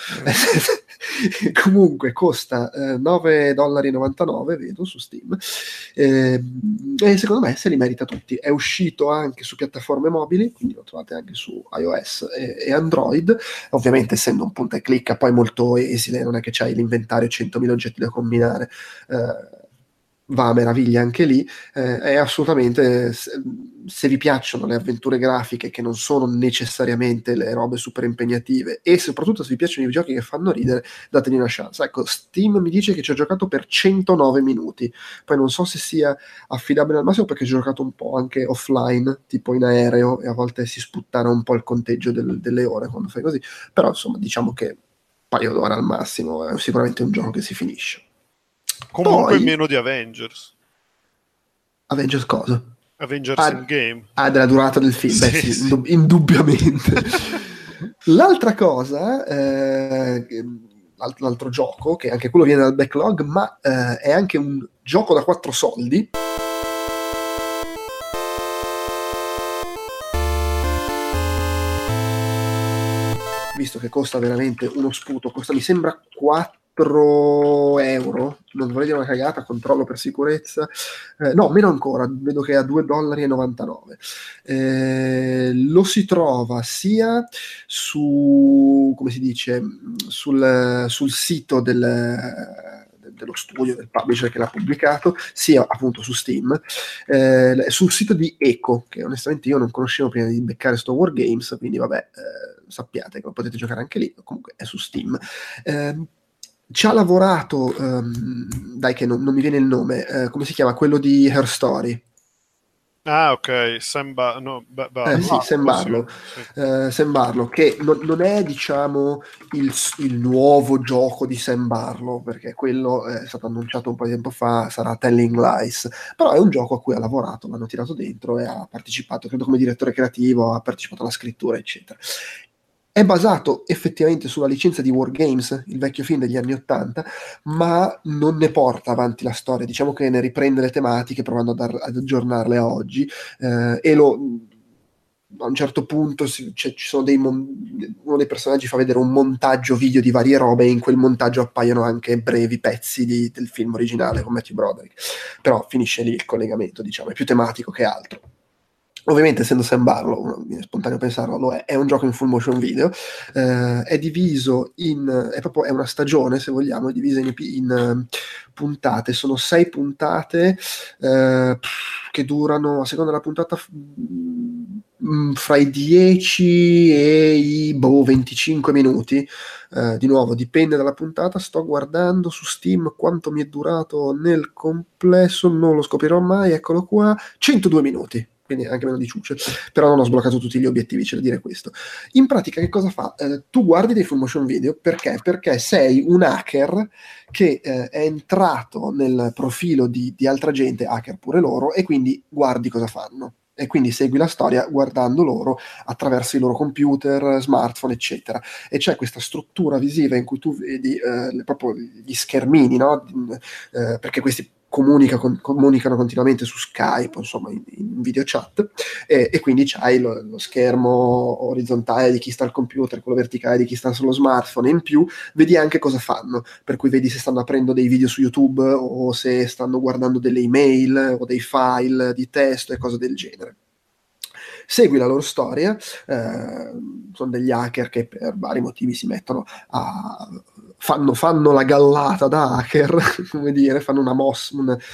Speaker 1: Comunque costa $9,99, vedo su Steam, e secondo me se li merita praticamente a tutti. È uscito anche su piattaforme mobili, quindi lo trovate anche su iOS e Android. Ovviamente, essendo un punta e clicca, poi molto esile, non è che c'hai l'inventario 100.000 oggetti da combinare, va a meraviglia anche lì. È assolutamente, se vi piacciono le avventure grafiche che non sono necessariamente le robe super impegnative, e soprattutto se vi piacciono i giochi che fanno ridere, dategli una chance. Ecco, Steam mi dice che ci ho giocato per 109 minuti, poi non so se sia affidabile al massimo, perché ci ho giocato un po' anche offline, tipo in aereo, e a volte si sputtana un po' il conteggio delle ore quando fai così, però insomma diciamo che un paio d'ore al massimo, è sicuramente un gioco che si finisce.
Speaker 3: Comunque
Speaker 1: Poi,
Speaker 3: meno di Avengers.
Speaker 1: Avengers cosa?
Speaker 3: Avengers Endgame.
Speaker 1: Della durata del film. Beh,
Speaker 3: Sì, sì.
Speaker 1: Indubbiamente. L'altra cosa, l'altro gioco, che anche quello viene dal backlog, ma è anche un gioco da 4 soldi. Visto che costa veramente uno sputo, mi sembra 4 euro, non vorrei dire una cagata, controllo per sicurezza, no, meno ancora, vedo che è a $2,99. Lo si trova sia su, come si dice, sul sito dello studio, del publisher che l'ha pubblicato, sia appunto su Steam, sul sito di Eco, che onestamente io non conoscevo prima di beccare sto Wargames, quindi vabbè, sappiate che lo potete giocare anche lì, comunque è su Steam. Ci ha lavorato, dai che non mi viene il nome, come si chiama? Quello di Her Story.
Speaker 3: Ah, ok, Sam Barlow.
Speaker 1: Sam Barlow, che non è, diciamo, il nuovo gioco di Sam Barlow, perché quello è stato annunciato un po' di tempo fa, sarà Telling Lies, però è un gioco a cui ha lavorato, l'hanno tirato dentro e ha partecipato, credo come direttore creativo, ha partecipato alla scrittura, eccetera. È basato effettivamente sulla licenza di Wargames, il vecchio film degli anni '80, ma non ne porta avanti la storia, diciamo che ne riprende le tematiche provando ad aggiornarle a oggi, a un certo punto ci sono uno dei personaggi fa vedere un montaggio video di varie robe, e in quel montaggio appaiono anche brevi pezzi del film originale con Matthew Broderick, però finisce lì il collegamento, diciamo, è più tematico che altro. Ovviamente, essendo Sam Barlow, mi è spontaneo pensarlo, lo è un gioco in full motion video, è diviso è una stagione, se vogliamo, è divisa in puntate, sono 6 puntate che durano, a seconda della puntata, fra i 10 e i 25 minuti. Di nuovo, dipende dalla puntata. Sto guardando su Steam quanto mi è durato nel complesso, non lo scoprirò mai, eccolo qua, 102 minuti. Quindi anche meno di ciucce, però non ho sbloccato tutti gli obiettivi, c'è da dire questo. In pratica che cosa fa? Tu guardi dei full motion video, perché? Perché sei un hacker che è entrato nel profilo di altra gente, hacker pure loro, e quindi guardi cosa fanno. E quindi segui la storia guardando loro attraverso i loro computer, smartphone, eccetera. E c'è questa struttura visiva in cui tu vedi proprio gli schermini, no? Perché questi comunicano continuamente su Skype, insomma, in video chat, e quindi c'hai lo schermo orizzontale di chi sta al computer, quello verticale di chi sta sullo smartphone, e in più vedi anche cosa fanno, per cui vedi se stanno aprendo dei video su YouTube o se stanno guardando delle email o dei file di testo e cose del genere. Segui la loro storia, sono degli hacker che per vari motivi si mettono fanno la gallata da hacker, come dire, fanno una mossa,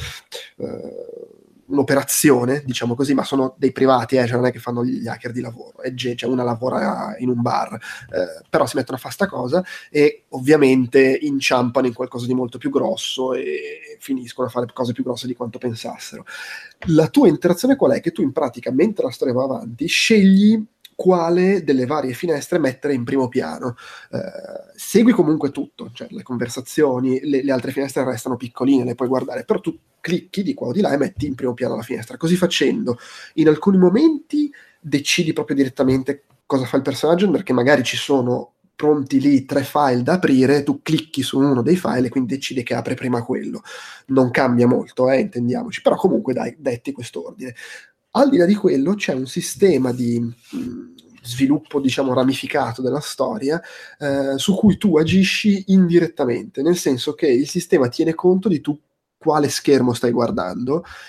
Speaker 1: un'operazione, diciamo così, ma sono dei privati, cioè non è che fanno gli hacker di lavoro, cioè una lavora in un bar, però si mettono a fare sta cosa e ovviamente inciampano in qualcosa di molto più grosso e finiscono a fare cose più grosse di quanto pensassero. La tua interazione qual è? Che tu in pratica, mentre la storia va avanti, scegli quale delle varie finestre mettere in primo piano. Segui comunque tutto, cioè le conversazioni, le altre finestre restano piccoline, le puoi guardare, però tu clicchi di qua o di là e metti in primo piano la finestra. Così facendo, in alcuni momenti decidi proprio direttamente cosa fa il personaggio, perché magari ci sono pronti lì 3 file da aprire, tu clicchi su uno dei file e quindi decidi che apre prima quello. Non cambia molto, intendiamoci, però comunque dai, detti quest'ordine. Al di là di quello c'è un sistema di sviluppo, diciamo, ramificato della storia, su cui tu agisci indirettamente, nel senso che il sistema tiene conto di tu quale schermo stai guardando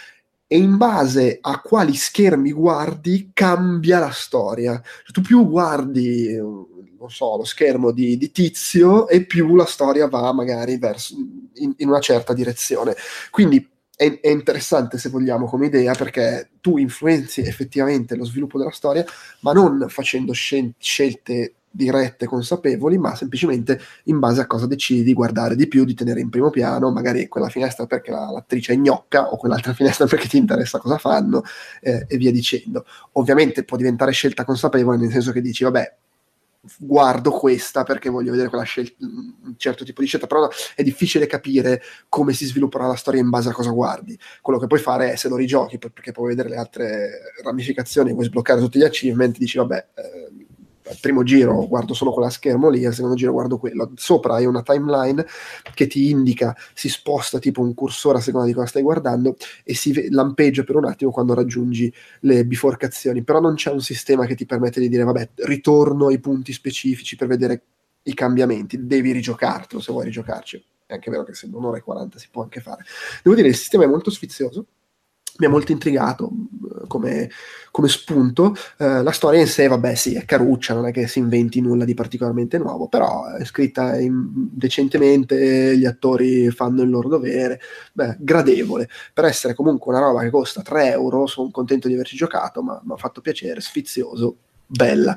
Speaker 1: e in base a quali schermi guardi cambia la storia. Cioè, tu più guardi, non so, lo schermo di Tizio e più la storia va magari verso, in una certa direzione. Quindi è interessante, se vogliamo, come idea, perché tu influenzi effettivamente lo sviluppo della storia, ma non facendo scelte dirette, consapevoli, ma semplicemente in base a cosa decidi di guardare di più, di tenere in primo piano, magari quella finestra perché l'attrice è gnocca, o quell'altra finestra perché ti interessa cosa fanno, e via dicendo. Ovviamente può diventare scelta consapevole, nel senso che dici, vabbè, guardo questa perché voglio vedere quella un certo tipo di scelta, però è difficile capire come si svilupperà la storia in base a cosa guardi. Quello che puoi fare è, se lo rigiochi, perché puoi vedere le altre ramificazioni, vuoi sbloccare tutti gli achievement, dici vabbè, al primo giro guardo solo quella schermo lì, al secondo giro guardo quello. Sopra hai una timeline che ti indica, si sposta tipo un cursore a seconda di cosa stai guardando e si lampeggia per un attimo quando raggiungi le biforcazioni, però non c'è un sistema che ti permette di dire vabbè, ritorno ai punti specifici per vedere i cambiamenti, devi rigiocartelo se vuoi rigiocarci. È anche vero che se non ora e 40 si può anche fare. Devo dire, il sistema è molto sfizioso, mi ha molto intrigato come spunto. La storia in sé, vabbè, sì, è caruccia, non è che si inventi nulla di particolarmente nuovo, però è scritta decentemente, gli attori fanno il loro dovere, beh, gradevole. Per essere comunque una roba che costa 3 euro, sono contento di averci giocato, ma mi ha fatto piacere, sfizioso, bella.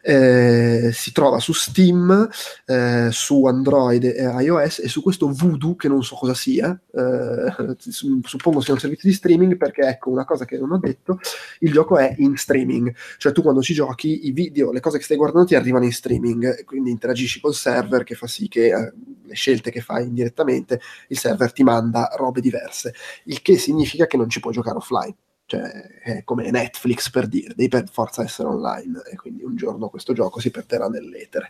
Speaker 1: Si trova su Steam, su Android e iOS, e su questo Voodoo, che non so cosa sia, suppongo sia un servizio di streaming, perché ecco una cosa che non ho detto, il gioco è in streaming, cioè tu quando ci giochi i video, le cose che stai guardando ti arrivano in streaming, quindi interagisci col server, che fa sì che le scelte che fai indirettamente il server ti manda robe diverse, il che significa che non ci puoi giocare offline. Cioè, è come Netflix, per dire, devi per forza essere online, e quindi un giorno questo gioco si perderà nell'etere.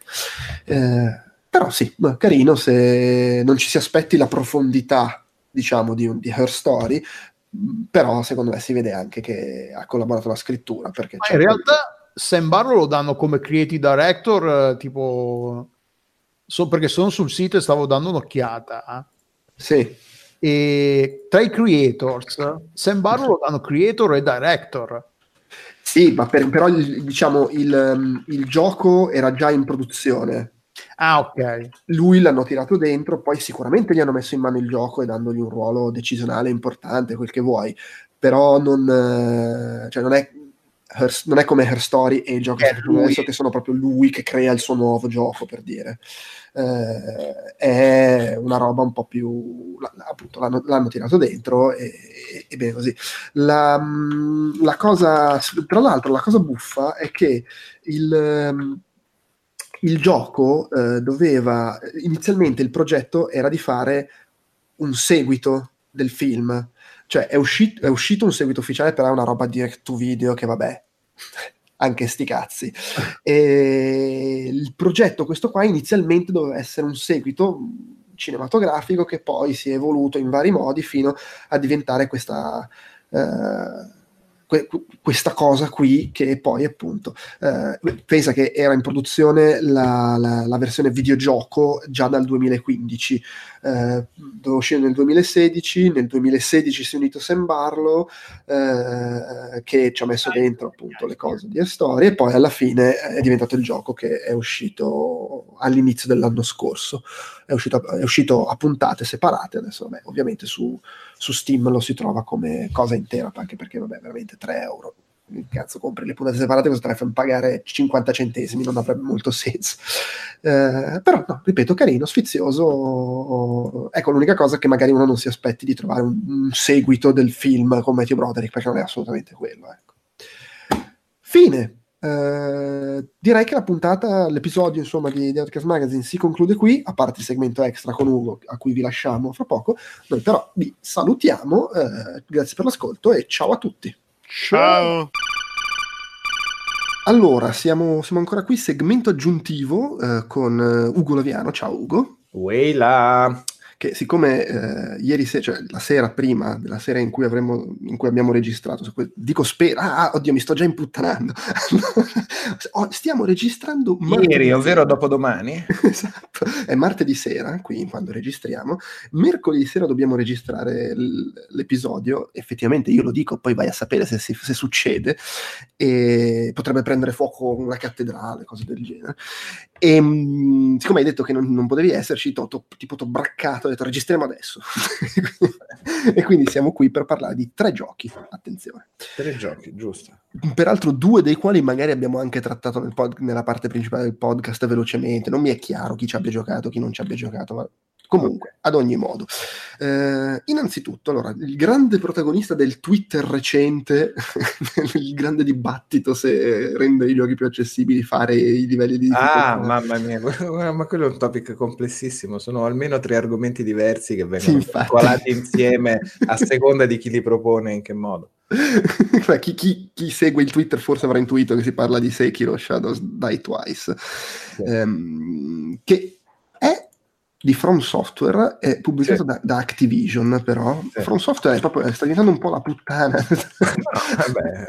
Speaker 1: Però sì, carino, se non ci si aspetti la profondità, diciamo, di Her Story, però secondo me si vede anche che ha collaborato alla scrittura, perché
Speaker 4: in realtà Sam Barlow lo danno come creative director, tipo perché sono sul sito e stavo dando un'occhiata.
Speaker 1: Sì.
Speaker 4: E tra i creators Sam Barlow lo danno creator e director.
Speaker 1: Sì, ma però diciamo il gioco era già in produzione.
Speaker 4: Ah, ok.
Speaker 1: Lui l'hanno tirato dentro, poi sicuramente gli hanno messo in mano il gioco e dandogli un ruolo decisionale importante, quel che vuoi, però cioè non è come Her Story e il gioco adesso, che sono proprio lui che crea il suo nuovo gioco, per dire. È una roba un po' più, appunto, l'hanno tirato dentro e bene così. La cosa, tra l'altro, la cosa buffa è che il gioco doveva, inizialmente il progetto era di fare un seguito del film, cioè è uscito un seguito ufficiale, però è una roba direct to video che vabbè, anche sti cazzi. E il progetto, questo qua, inizialmente doveva essere un seguito cinematografico che poi si è evoluto in vari modi fino a diventare questa cosa qui, che poi appunto pensa che era in produzione la versione videogioco già dal 2015, doveva uscire nel 2016. Nel 2016 si è unito Sam Barlow, che ci ha messo dentro appunto le cose di storia, e poi alla fine è diventato il gioco che è uscito all'inizio dell'anno scorso. È uscito a puntate separate. Adesso vabbè, ovviamente su Steam lo si trova come cosa intera, anche perché vabbè, veramente 3 euro, cazzo, compri le puntate separate, cosa te ne fai pagare 50 centesimi, non avrebbe molto senso. Però no, ripeto, carino, sfizioso. Ecco, l'unica cosa che magari uno non si aspetti di trovare un seguito del film con Matthew Broderick, perché non è assolutamente quello, ecco. Fine. Direi che l'episodio insomma di Outcast Magazine si conclude qui, a parte il segmento extra con Ugo, a cui vi lasciamo fra poco. Noi però vi salutiamo, grazie per l'ascolto e ciao a tutti.
Speaker 3: Ciao.
Speaker 1: Allora, siamo ancora qui, segmento aggiuntivo con Ugo Laviano. Ciao Ugo.
Speaker 5: Uela.
Speaker 1: che siccome ieri sera, cioè la sera prima della sera in cui abbiamo registrato, dico oddio, mi sto già imputtanando. Stiamo registrando
Speaker 5: ieri, ovvero dopodomani.
Speaker 1: Esatto, è martedì sera, qui quando registriamo. Mercoledì sera dobbiamo registrare l'episodio. Effettivamente io lo dico, poi vai a sapere se succede, e potrebbe prendere fuoco una cattedrale, cose del genere. E siccome hai detto che non potevi esserci, tipo t'ho braccato, ho detto registriamo adesso. E quindi siamo qui per parlare di 3 giochi, attenzione.
Speaker 5: 3 giochi, giusto.
Speaker 1: Peraltro 2 dei quali magari abbiamo anche trattato nella parte principale del podcast velocemente. Non mi è chiaro chi ci abbia giocato, chi non ci abbia giocato, ma comunque, ad ogni modo. Innanzitutto, allora, il grande protagonista del Twitter recente, il grande dibattito se rendere i giochi più accessibili, fare i livelli di difficoltà.
Speaker 5: Mamma mia, ma quello è un topic complessissimo. Sono almeno 3 argomenti diversi che vengono colati insieme a seconda di chi li propone e in che modo.
Speaker 1: Chi segue il Twitter forse avrà intuito che si parla di Sekiro Shadows Die Twice, sì. Che è di From Software, è pubblicato da Activision, però sì. From Software sta diventando un po' la puttana.
Speaker 5: Vabbè,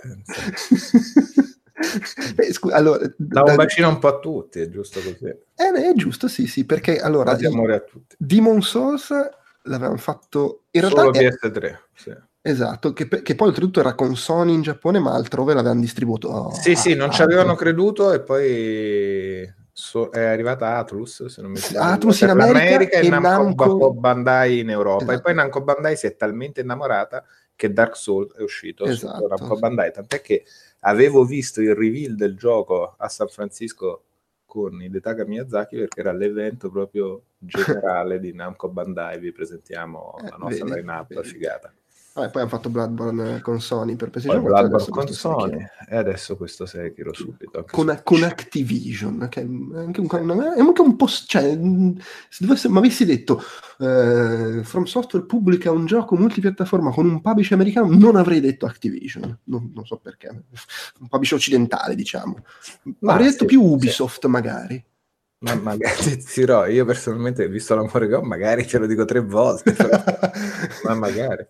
Speaker 1: allora,
Speaker 5: da un bacino un po' a tutti, è giusto così.
Speaker 1: È giusto, sì, perché allora
Speaker 5: amore a tutti.
Speaker 1: Demon Souls l'avevano fatto in
Speaker 5: solo
Speaker 1: realtà
Speaker 5: PS3, sì.
Speaker 1: Esatto, che poi oltretutto era con Sony in Giappone, ma altrove l'avevano distribuito.
Speaker 5: Sì, non ci avevano creduto, e poi è arrivata Atlus, se non mi sbaglio.
Speaker 1: Atlus in America
Speaker 5: e Namco Bandai in Europa.
Speaker 1: Esatto.
Speaker 5: E poi Namco Bandai si è talmente innamorata che Dark Souls è uscito su Namco Bandai, tant'è che avevo visto il reveal del gioco a San Francisco con Hidetaka Miyazaki, perché era l'evento proprio generale di Namco Bandai. Vi presentiamo la nostra line-up figata.
Speaker 1: Poi hanno fatto Bloodborne con Sony per
Speaker 5: PlayStation 4, Bloodborne con Sony e adesso questo Sekiro subito
Speaker 1: con Activision, che è anche un po', cioè, se mi avessi detto From Software pubblica un gioco multipiattaforma con un publisher americano, non avrei detto Activision, non so perché, un publisher occidentale, diciamo, avrei detto più Ubisoft, magari.
Speaker 5: Ma magari dirò, io personalmente, visto l'amore che ho, magari ce lo dico 3 volte, ma magari.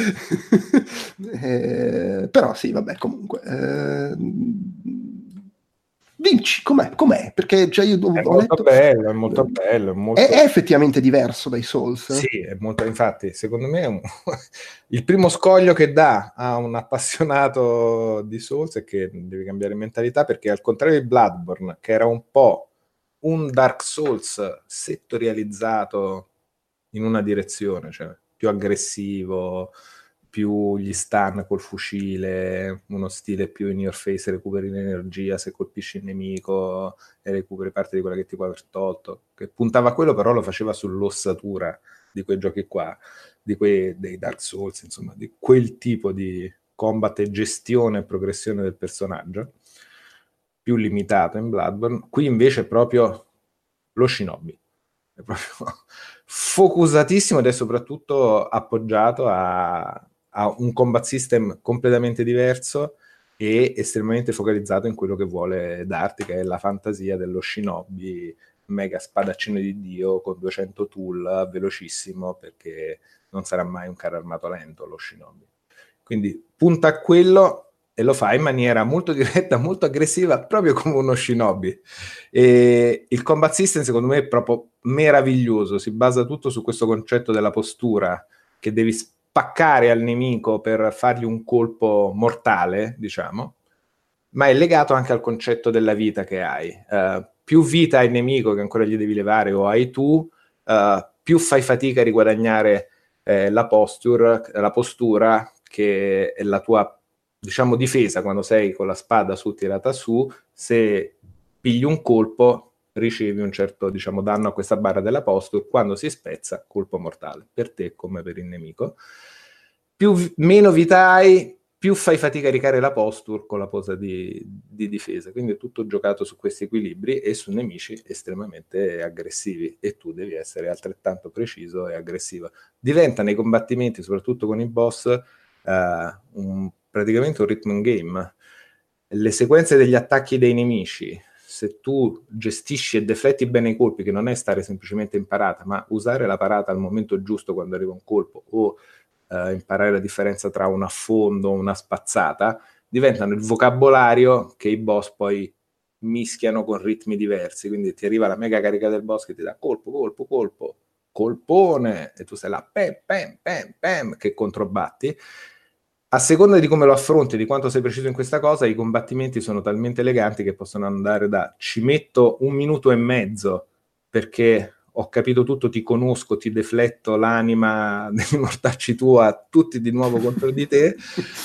Speaker 1: Però sì, vabbè, comunque. Vinci, com'è? Perché già io
Speaker 5: è molto bello, è molto bello.
Speaker 1: È effettivamente diverso dai Souls?
Speaker 5: Sì, è molto, infatti, secondo me il primo scoglio che dà a un appassionato di Souls è che deve cambiare mentalità, perché al contrario di Bloodborne, che era un po' un Dark Souls settorializzato in una direzione, cioè più aggressivo, più gli stun col fucile, uno stile più in your face, recuperi l'energia se colpisci il nemico e recuperi parte di quella che ti può aver tolto, che puntava a quello, però lo faceva sull'ossatura di quei giochi qua, dei Dark Souls, insomma, di quel tipo di combat e gestione e progressione del personaggio, più limitato in Bloodborne. Qui invece è proprio lo shinobi, è proprio focusatissimo ed è soprattutto appoggiato a un combat system completamente diverso e estremamente focalizzato in quello che vuole darti, che è la fantasia dello shinobi mega spadaccino di Dio con 200 tool, velocissimo, perché non sarà mai un carro armato lento lo shinobi. Quindi punta a quello e lo fa in maniera molto diretta, molto aggressiva, proprio come uno shinobi. E il combat system secondo me è proprio meraviglioso, si basa tutto su questo concetto della postura, che devi spaccare al nemico per fargli un colpo mortale, diciamo, ma è legato anche al concetto della vita che hai. Più vita hai il nemico, che ancora gli devi levare, o hai tu, più fai fatica a riguadagnare la postura, che è la tua, diciamo, difesa. Quando sei con la spada tirata su, se pigli un colpo ricevi un certo, diciamo, danno a questa barra della posture, quando si spezza, colpo mortale per te come per il nemico. Meno vita hai, più fai fatica a ricare la posture con la posa di difesa. Quindi è tutto giocato su questi equilibri e su nemici estremamente aggressivi, e tu devi essere altrettanto preciso e aggressivo. Diventa nei combattimenti, soprattutto con i boss, praticamente un rhythm game. Le sequenze degli attacchi dei nemici, se tu gestisci e defletti bene i colpi, che non è stare semplicemente in parata, ma usare la parata al momento giusto quando arriva un colpo, o imparare la differenza tra un affondo o una spazzata, diventano il vocabolario che i boss poi mischiano con ritmi diversi. Quindi ti arriva la mega carica del boss che ti dà colpo, colpo, colpo, colpone, e tu sei là, pam, pam, pam, pam, che controbatti. A seconda di come lo affronti, di quanto sei preciso in questa cosa, i combattimenti sono talmente eleganti che possono andare da ci metto 1 minuto e mezzo perché ho capito tutto, ti conosco, ti defletto l'anima dei mortacci tua, tutti di nuovo contro di te,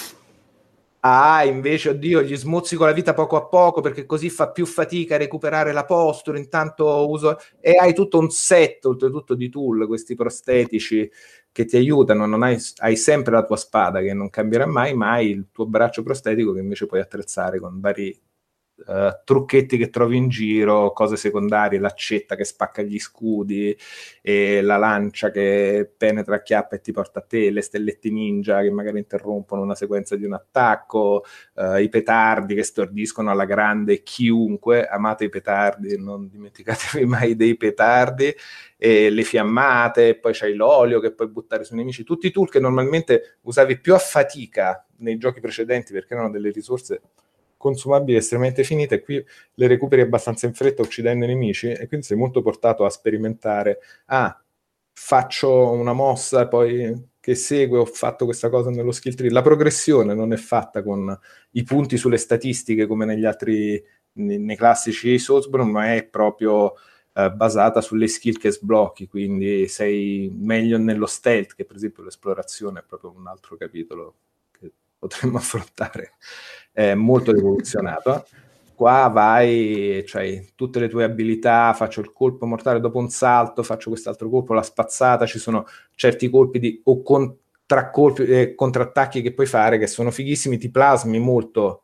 Speaker 5: invece, oddio, gli smozzico la vita poco a poco perché così fa più fatica a recuperare la postura, intanto uso... E hai tutto un set, oltretutto, di tool, questi prostetici che ti aiutano. Non hai sempre la tua spada che non cambierà mai, ma hai il tuo braccio prostetico che invece puoi attrezzare con vari trucchetti che trovi in giro, cose secondarie, l'accetta che spacca gli scudi, e la lancia che penetra a chiappa e ti porta a te, le stellette ninja che magari interrompono una sequenza di un attacco, i petardi che stordiscono alla grande chiunque. Amate i petardi, non dimenticatevi mai dei petardi, e le fiammate, poi c'hai l'olio che puoi buttare sui nemici, tutti i tool che normalmente usavi più a fatica nei giochi precedenti perché erano delle risorse consumabili estremamente finite, e qui le recuperi abbastanza in fretta uccidendo i nemici, e quindi sei molto portato a sperimentare. Faccio una mossa poi che segue, ho fatto questa cosa nello skill tree. La progressione non è fatta con i punti sulle statistiche come negli altri, nei classici Soulsborne, ma è proprio basata sulle skill che sblocchi, quindi sei meglio nello stealth, che per esempio l'esplorazione è proprio un altro capitolo che potremmo affrontare, è molto rivoluzionato. Qua vai, c'hai tutte le tue abilità, faccio il colpo mortale dopo un salto, faccio quest'altro colpo, la spazzata, ci sono certi colpi o contrattacchi che puoi fare che sono fighissimi, ti plasmi molto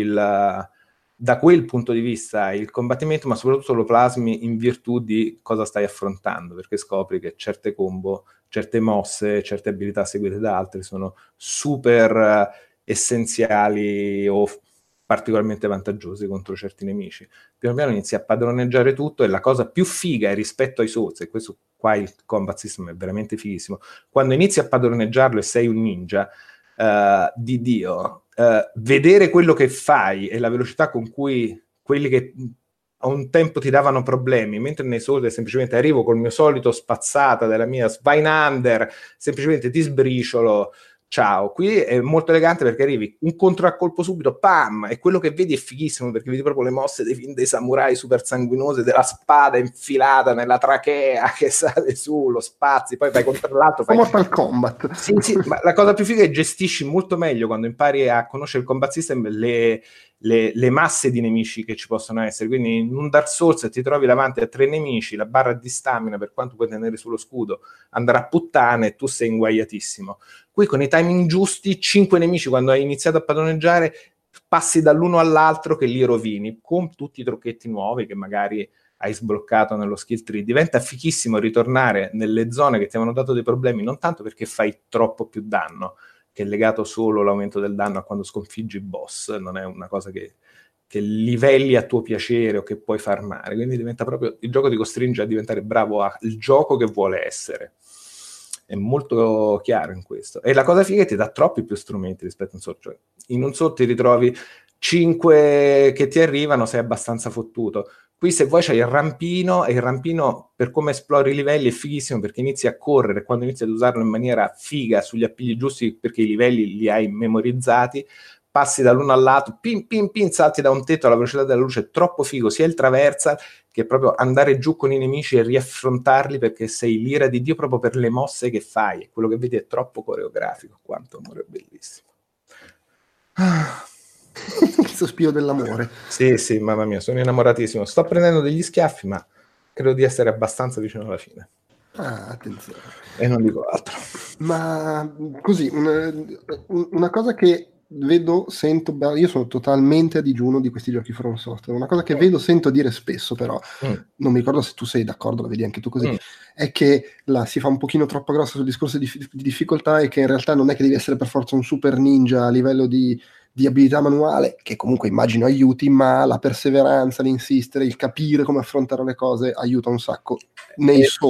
Speaker 5: da quel punto di vista il combattimento, ma soprattutto lo plasmi in virtù di cosa stai affrontando, perché scopri che certe combo, certe mosse, certe abilità seguite da altri sono super essenziali o particolarmente vantaggiosi contro certi nemici. Piano piano inizi a padroneggiare tutto, e la cosa più figa è rispetto ai Souls, e questo qua il combat system è veramente fighissimo, quando inizi a padroneggiarlo e sei un ninja di Dio, vedere quello che fai e la velocità con cui quelli che a un tempo ti davano problemi, mentre nei Souls semplicemente arrivo col mio solito spazzata della mia Svinander, semplicemente ti sbriciolo, ciao. Qui è molto elegante perché arrivi un contraccolpo subito, pam, e quello che vedi è fighissimo perché vedi proprio le mosse dei samurai super sanguinose, della spada infilata nella trachea che sale su, lo spazi, poi vai contro l'altro, fai
Speaker 1: Mortal Kombat.
Speaker 5: sì, ma la cosa più figa è che gestisci molto meglio, quando impari a conoscere il combat system, le masse di nemici che ci possono essere. Quindi in un Dark Souls ti trovi davanti a 3 nemici, la barra di stamina, per quanto puoi tenere sullo scudo, andrà a puttane e tu sei inguaiatissimo. Qui con i timing giusti, 5 nemici quando hai iniziato a padroneggiare, passi dall'uno all'altro che li rovini, con tutti i trucchetti nuovi che magari hai sbloccato nello skill tree. Diventa fichissimo ritornare nelle zone che ti avevano dato dei problemi, non tanto perché fai troppo più danno, che è legato solo l'aumento del danno a quando sconfiggi il boss, non è una cosa che livelli a tuo piacere o che puoi farmare, quindi diventa proprio, il gioco ti costringe a diventare bravo al gioco che vuole essere. È molto chiaro in questo, e la cosa figa è che ti dà troppi più strumenti rispetto a un Souls. Cioè, in un Souls ti ritrovi 5 che ti arrivano, sei abbastanza fottuto. Qui se vuoi c'hai il rampino, e il rampino, per come esplori i livelli, è fighissimo perché inizi a correre, quando inizi ad usarlo in maniera figa sugli appigli giusti, perché i livelli li hai memorizzati, passi dall'uno all'altro, pin pin pin, salti da un tetto alla velocità della luce, è troppo figo sia il traversal che proprio andare giù con i nemici e riaffrontarli, perché sei l'ira di Dio proprio per le mosse che fai, e quello che vedi è troppo coreografico. Quanto amore bellissimo.
Speaker 1: Il sospiro dell'amore.
Speaker 5: Sì, mamma mia, sono innamoratissimo. Sto prendendo degli schiaffi, ma credo di essere abbastanza vicino alla fine.
Speaker 1: Attenzione.
Speaker 5: E non dico altro.
Speaker 1: Ma così, una cosa che vedo, sento, io sono totalmente a digiuno di questi giochi From Software. Una cosa che vedo, sento dire spesso, però non mi ricordo se tu sei d'accordo, la vedi anche tu così, è che si fa un pochino troppo grossa sul discorso di difficoltà, e che in realtà non è che devi essere per forza un super ninja a livello di di abilità manuale, che comunque immagino aiuti, ma la perseveranza, l'insistere, il capire come affrontare le cose aiuta un sacco. Nei Souls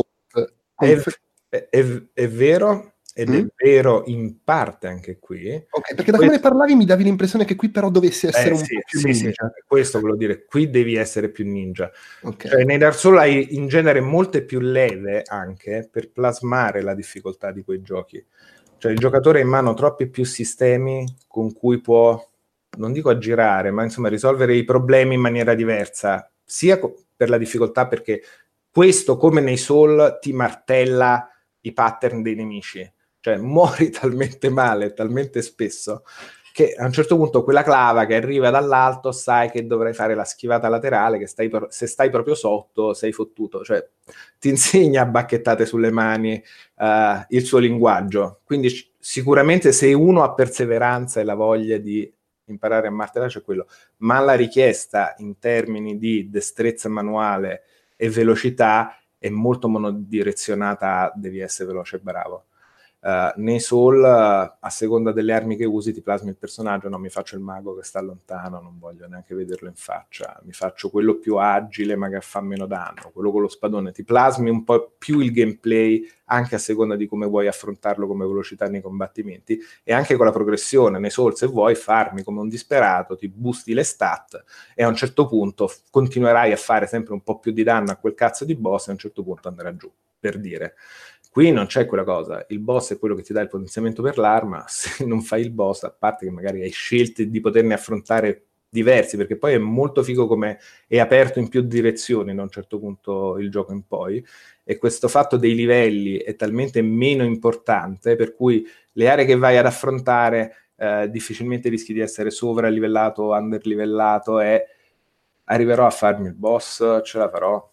Speaker 5: è vero, ed è vero in parte anche qui.
Speaker 1: Ok, perché da come ne parlavi mi davi l'impressione che qui però dovesse essere un
Speaker 5: sì,
Speaker 1: po' più
Speaker 5: sì,
Speaker 1: ninja.
Speaker 5: sì, questo volevo dire, qui devi essere più ninja.
Speaker 1: Okay.
Speaker 5: Cioè, nei Dark Souls hai in genere molte più leve anche per plasmare la difficoltà di quei giochi. Cioè il giocatore ha in mano troppi più sistemi con cui può, non dico aggirare, ma insomma risolvere i problemi in maniera diversa, sia per la difficoltà, perché questo, come nei Soul, ti martella i pattern dei nemici. Cioè muori talmente male, talmente spesso, che a un certo punto quella clava che arriva dall'alto sai che dovrai fare la schivata laterale, che se stai proprio sotto sei fottuto. Cioè ti insegna a bacchettate sulle mani il suo linguaggio. Quindi sicuramente se uno ha perseveranza e la voglia di imparare a martellare c'è quello, ma la richiesta in termini di destrezza manuale e velocità è molto monodirezionata a devi essere veloce e bravo. Nei Soul, a seconda delle armi che usi, ti plasmi il personaggio. No, mi faccio il mago che sta lontano, non voglio neanche vederlo in faccia, mi faccio quello più agile ma che fa meno danno, quello con lo spadone. Ti plasmi un po' più il gameplay anche a seconda di come vuoi affrontarlo come velocità nei combattimenti, e anche con la progressione. Nei Soul, se vuoi farmi come un disperato, ti boosti le stat e a un certo punto continuerai a fare sempre un po' più di danno a quel cazzo di boss e a un certo punto andrà giù, per dire. Qui non c'è quella cosa, il boss è quello che ti dà il potenziamento per l'arma. Se non fai il boss, a parte che magari hai scelte di poterne affrontare diversi, perché poi è molto figo come è aperto in più direzioni da un certo punto il gioco in poi, e questo fatto dei livelli è talmente meno importante per cui le aree che vai ad affrontare difficilmente rischi di essere sovralivellato o underlivellato, e arriverò a farmi il boss, ce la farò.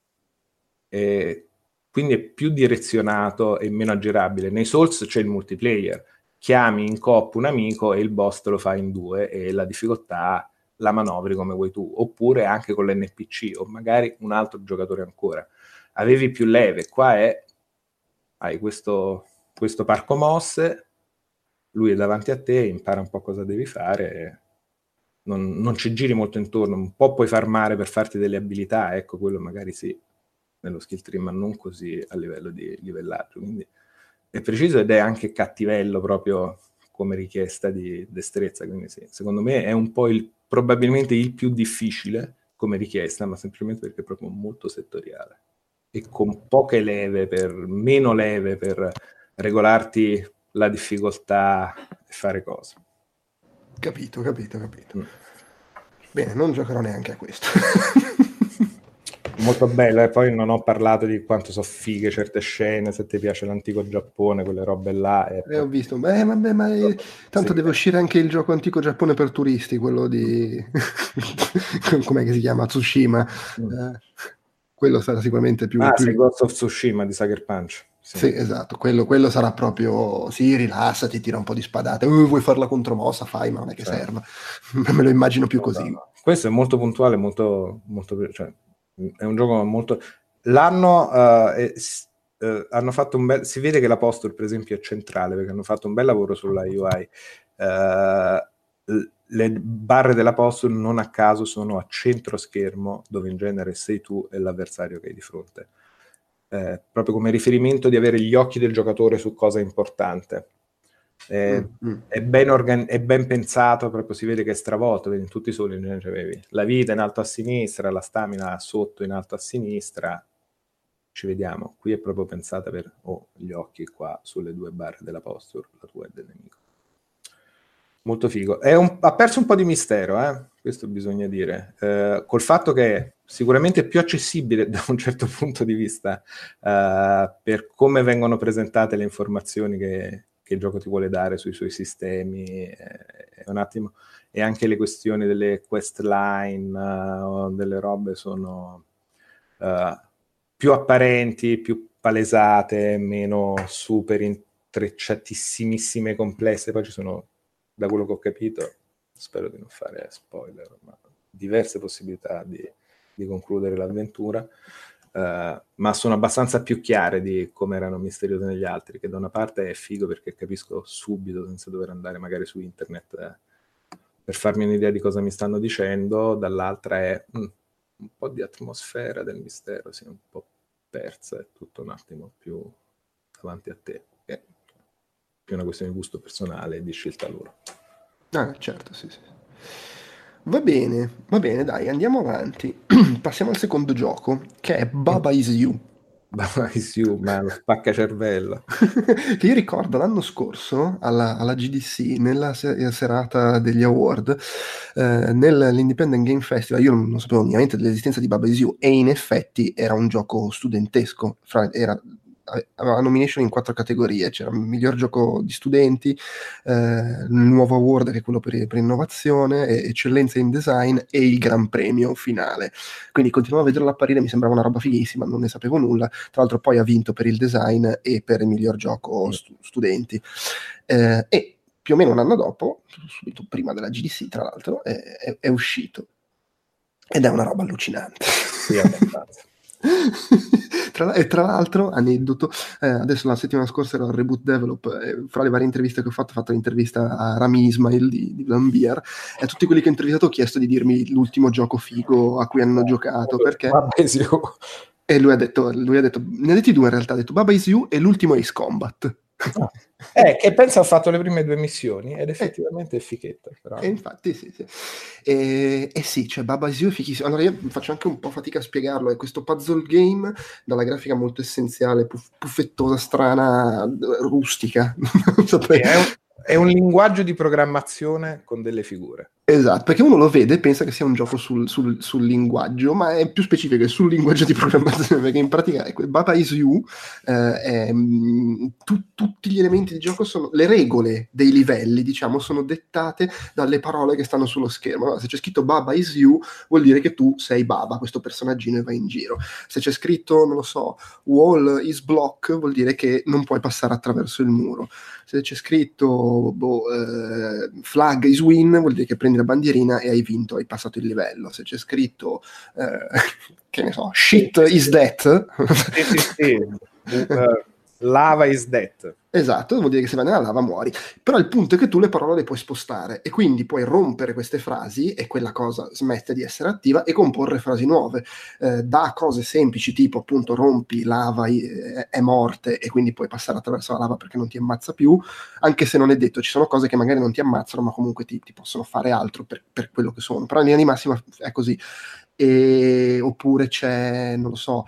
Speaker 5: E quindi è più direzionato e meno aggirabile. Nei Souls c'è il multiplayer, chiami in coppia un amico e il boss te lo fa in due e la difficoltà la manovri come vuoi tu, oppure anche con l'NPC o magari un altro giocatore ancora. Avevi più leve, qua hai questo parco mosse, lui è davanti a te, impara un po' cosa devi fare, non ci giri molto intorno, un po' puoi farmare per farti delle abilità, ecco, quello magari sì, nello skill tree, ma non così a livello di livellaggio. Quindi è preciso ed è anche cattivello proprio come richiesta di destrezza. Quindi sì, secondo me è un po' probabilmente il più difficile come richiesta, ma semplicemente perché è proprio molto settoriale e con poche leve, meno leve per regolarti la difficoltà e fare cose.
Speaker 1: Capito. Bene, non giocherò neanche a questo.
Speaker 5: Molto bello, e poi non ho parlato di quanto sono fighe certe scene, se ti piace l'antico Giappone, quelle robe là.
Speaker 1: Ho visto, vabbè, ma tanto
Speaker 5: sì,
Speaker 1: deve uscire anche il gioco antico Giappone per turisti, quello di... com'è che si chiama? Tsushima. Quello sarà sicuramente più...
Speaker 5: sì, Ghost of Tsushima di Sucker Punch.
Speaker 1: Sì, esatto, quello sarà proprio, sì, rilassati, tira un po' di spadate, vuoi fare la contromossa, fai, ma non è che serve. Me lo immagino più così.
Speaker 5: No. Questo è molto puntuale, molto, cioè, è un gioco molto... L'anno hanno fatto un bel... Si vede che la posture, per esempio, è centrale, perché hanno fatto un bel lavoro sulla UI. Le barre della posture non a caso sono a centro schermo, dove in genere sei tu e l'avversario che hai di fronte. Proprio come riferimento di avere gli occhi del giocatore su cosa è importante. È ben pensato, proprio si vede che è stravolto, in tutti i soli in genere avevi la vita in alto a sinistra, la stamina sotto in alto a sinistra, ci vediamo, qui è proprio pensata per gli occhi qua sulle due barre della posture, la tua e del nemico. Molto figo. Ha perso un po' di mistero, questo bisogna dire, col fatto che è sicuramente più accessibile da un certo punto di vista per come vengono presentate le informazioni che il gioco ti vuole dare sui suoi sistemi, un attimo, e anche le questioni delle quest line, delle robe sono più apparenti, più palesate, meno super intrecciatissimissime, complesse. Poi ci sono, da quello che ho capito, spero di non fare spoiler, ma diverse possibilità di concludere l'avventura, ma sono abbastanza più chiare di come erano misteriose negli altri, che da una parte è figo perché capisco subito senza dover andare magari su internet per farmi un'idea di cosa mi stanno dicendo, dall'altra è un po' di atmosfera del mistero, si è un po' persa, è tutto un attimo più davanti a te. È più una questione di gusto personale e di scelta loro.
Speaker 1: Ah, certo, sì. Va bene, dai, andiamo avanti. Passiamo al secondo gioco, che è Baba Is You.
Speaker 5: Baba Is You, ma lo spaccacervello.
Speaker 1: Che io ricordo l'anno scorso alla GDC, nella serata degli award, nell'Independent Game Festival, io non sapevo minimamente dell'esistenza di Baba Is You, e in effetti era un gioco studentesco, aveva nomination in 4 categorie: c'era il miglior gioco di studenti, il nuovo award, che è quello per innovazione, eccellenza in design, e il gran premio finale. Quindi continuavo a vederlo apparire, mi sembrava una roba fighissima, non ne sapevo nulla. Tra l'altro poi ha vinto per il design e per il miglior gioco studenti, e più o meno un anno dopo, subito prima della GDC tra l'altro, è uscito, ed è una roba allucinante.
Speaker 5: Sì, abbastanza.
Speaker 1: Tra l'altro, aneddoto, adesso la settimana scorsa ero al Reboot Develop, fra le varie interviste che ho fatto l'intervista a Rami Ismail di Vlambeer, e a tutti quelli che ho intervistato ho chiesto di dirmi l'ultimo gioco figo a cui hanno giocato, perché... E lui ha detto, ne ha detti 2 in realtà, ha detto Baba Is You e l'ultimo Ace Combat.
Speaker 5: Che penso ha fatto le prime 2 missioni ed effettivamente è fichetta, però.
Speaker 1: E infatti sì. E sì, cioè Baba Is You è fichissimo. Allora io faccio anche un po' fatica a spiegarlo, è questo puzzle game dalla grafica molto essenziale, puffettosa, strana, rustica. Non saprei.
Speaker 5: È un linguaggio di programmazione con delle figure.
Speaker 1: Esatto, perché uno lo vede e pensa che sia un gioco sul linguaggio, ma è più specifico, è sul linguaggio di programmazione, perché in pratica Baba Is You, tutti gli elementi di gioco sono, le regole dei livelli, diciamo, sono dettate dalle parole che stanno sullo schermo. Allora, se c'è scritto Baba Is You, vuol dire che tu sei Baba, questo personaggino, e vai in giro. Se c'è scritto, non lo so, Wall is Block, vuol dire che non puoi passare attraverso il muro. Se c'è scritto Flag is Win, vuol dire che prendi la bandierina e hai vinto, hai passato il livello. Se c'è scritto che ne so, Shit is Death,
Speaker 5: sì. Lava is Death.
Speaker 1: Esatto, vuol dire che se vai nella lava muori. Però il punto è che tu le parole le puoi spostare, e quindi puoi rompere queste frasi e quella cosa smette di essere attiva, e comporre frasi nuove, da cose semplici tipo appunto rompi lava, è morte, e quindi puoi passare attraverso la lava perché non ti ammazza più, anche se non è detto, ci sono cose che magari non ti ammazzano ma comunque ti possono fare altro per quello che sono, però in linea di massima è così. Oppure c'è, non lo so,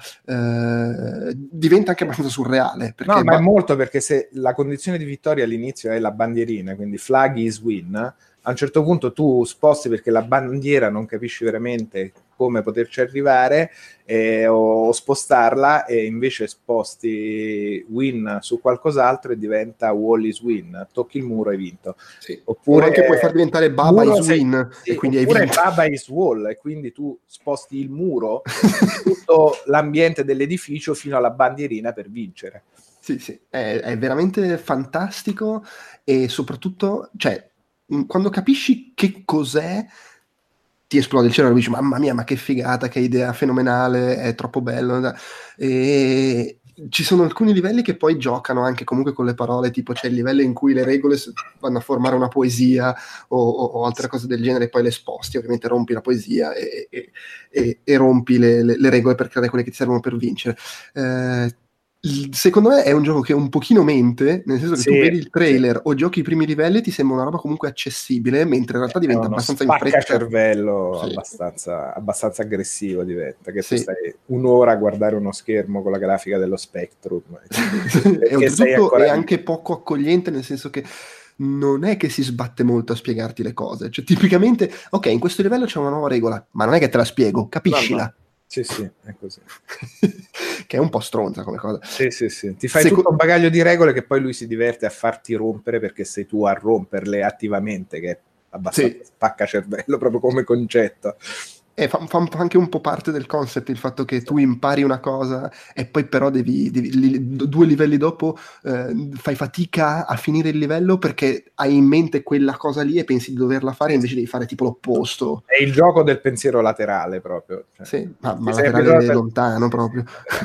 Speaker 1: diventa anche abbastanza surreale, perché
Speaker 5: no, ma è molto, perché se la condizione di vittoria all'inizio è la bandierina, quindi flag is win, a un certo punto tu sposti perché la bandiera non capisci veramente come poterci arrivare, o spostarla, e invece sposti win su qualcos'altro e diventa wall is win, tocchi il muro e hai vinto.
Speaker 1: Sì.
Speaker 5: Oppure
Speaker 1: anche puoi far diventare Baba is win, e quindi hai vinto.
Speaker 5: Baba is wall, e quindi tu sposti il muro, tutto l'ambiente dell'edificio fino alla bandierina per vincere.
Speaker 1: Sì, è veramente fantastico, e soprattutto, cioè, quando capisci che cos'è, ti esplode il cervello e dici mamma mia, ma che figata, che idea fenomenale, è troppo bello. E ci sono alcuni livelli che poi giocano anche comunque con le parole, tipo c'è il livello in cui le regole vanno a formare una poesia o altre cose del genere, e poi le sposti, ovviamente rompi la poesia e rompi le regole per creare quelle che ti servono per vincere. Secondo me è un gioco che un pochino mente, nel senso che tu vedi il trailer o giochi i primi livelli, ti sembra una roba comunque accessibile, mentre in realtà diventa abbastanza in fretta.
Speaker 5: Cervello, abbastanza aggressivo diventa, che tu stai un'ora a guardare uno schermo con la grafica dello Spectrum.
Speaker 1: E oltretutto è anche poco accogliente, nel senso che non è che si sbatte molto a spiegarti le cose. Cioè, tipicamente, ok, in questo livello c'è una nuova regola, ma non è che te la spiego, capiscila.
Speaker 5: No. Sì, è così.
Speaker 1: Che è un po' stronza come cosa.
Speaker 5: Sì. Ti fai tutto un bagaglio di regole che poi lui si diverte a farti rompere, perché sei tu a romperle attivamente, che è abbastanza spacca cervello proprio come concetto.
Speaker 1: E fa anche un po' parte del concept il fatto che tu impari una cosa e poi però devi 2 livelli dopo fai fatica a finire il livello perché hai in mente quella cosa lì e pensi di doverla fare, invece devi fare tipo l'opposto.
Speaker 5: È il gioco del pensiero laterale proprio. Cioè,
Speaker 1: sì, ma laterale lontano proprio.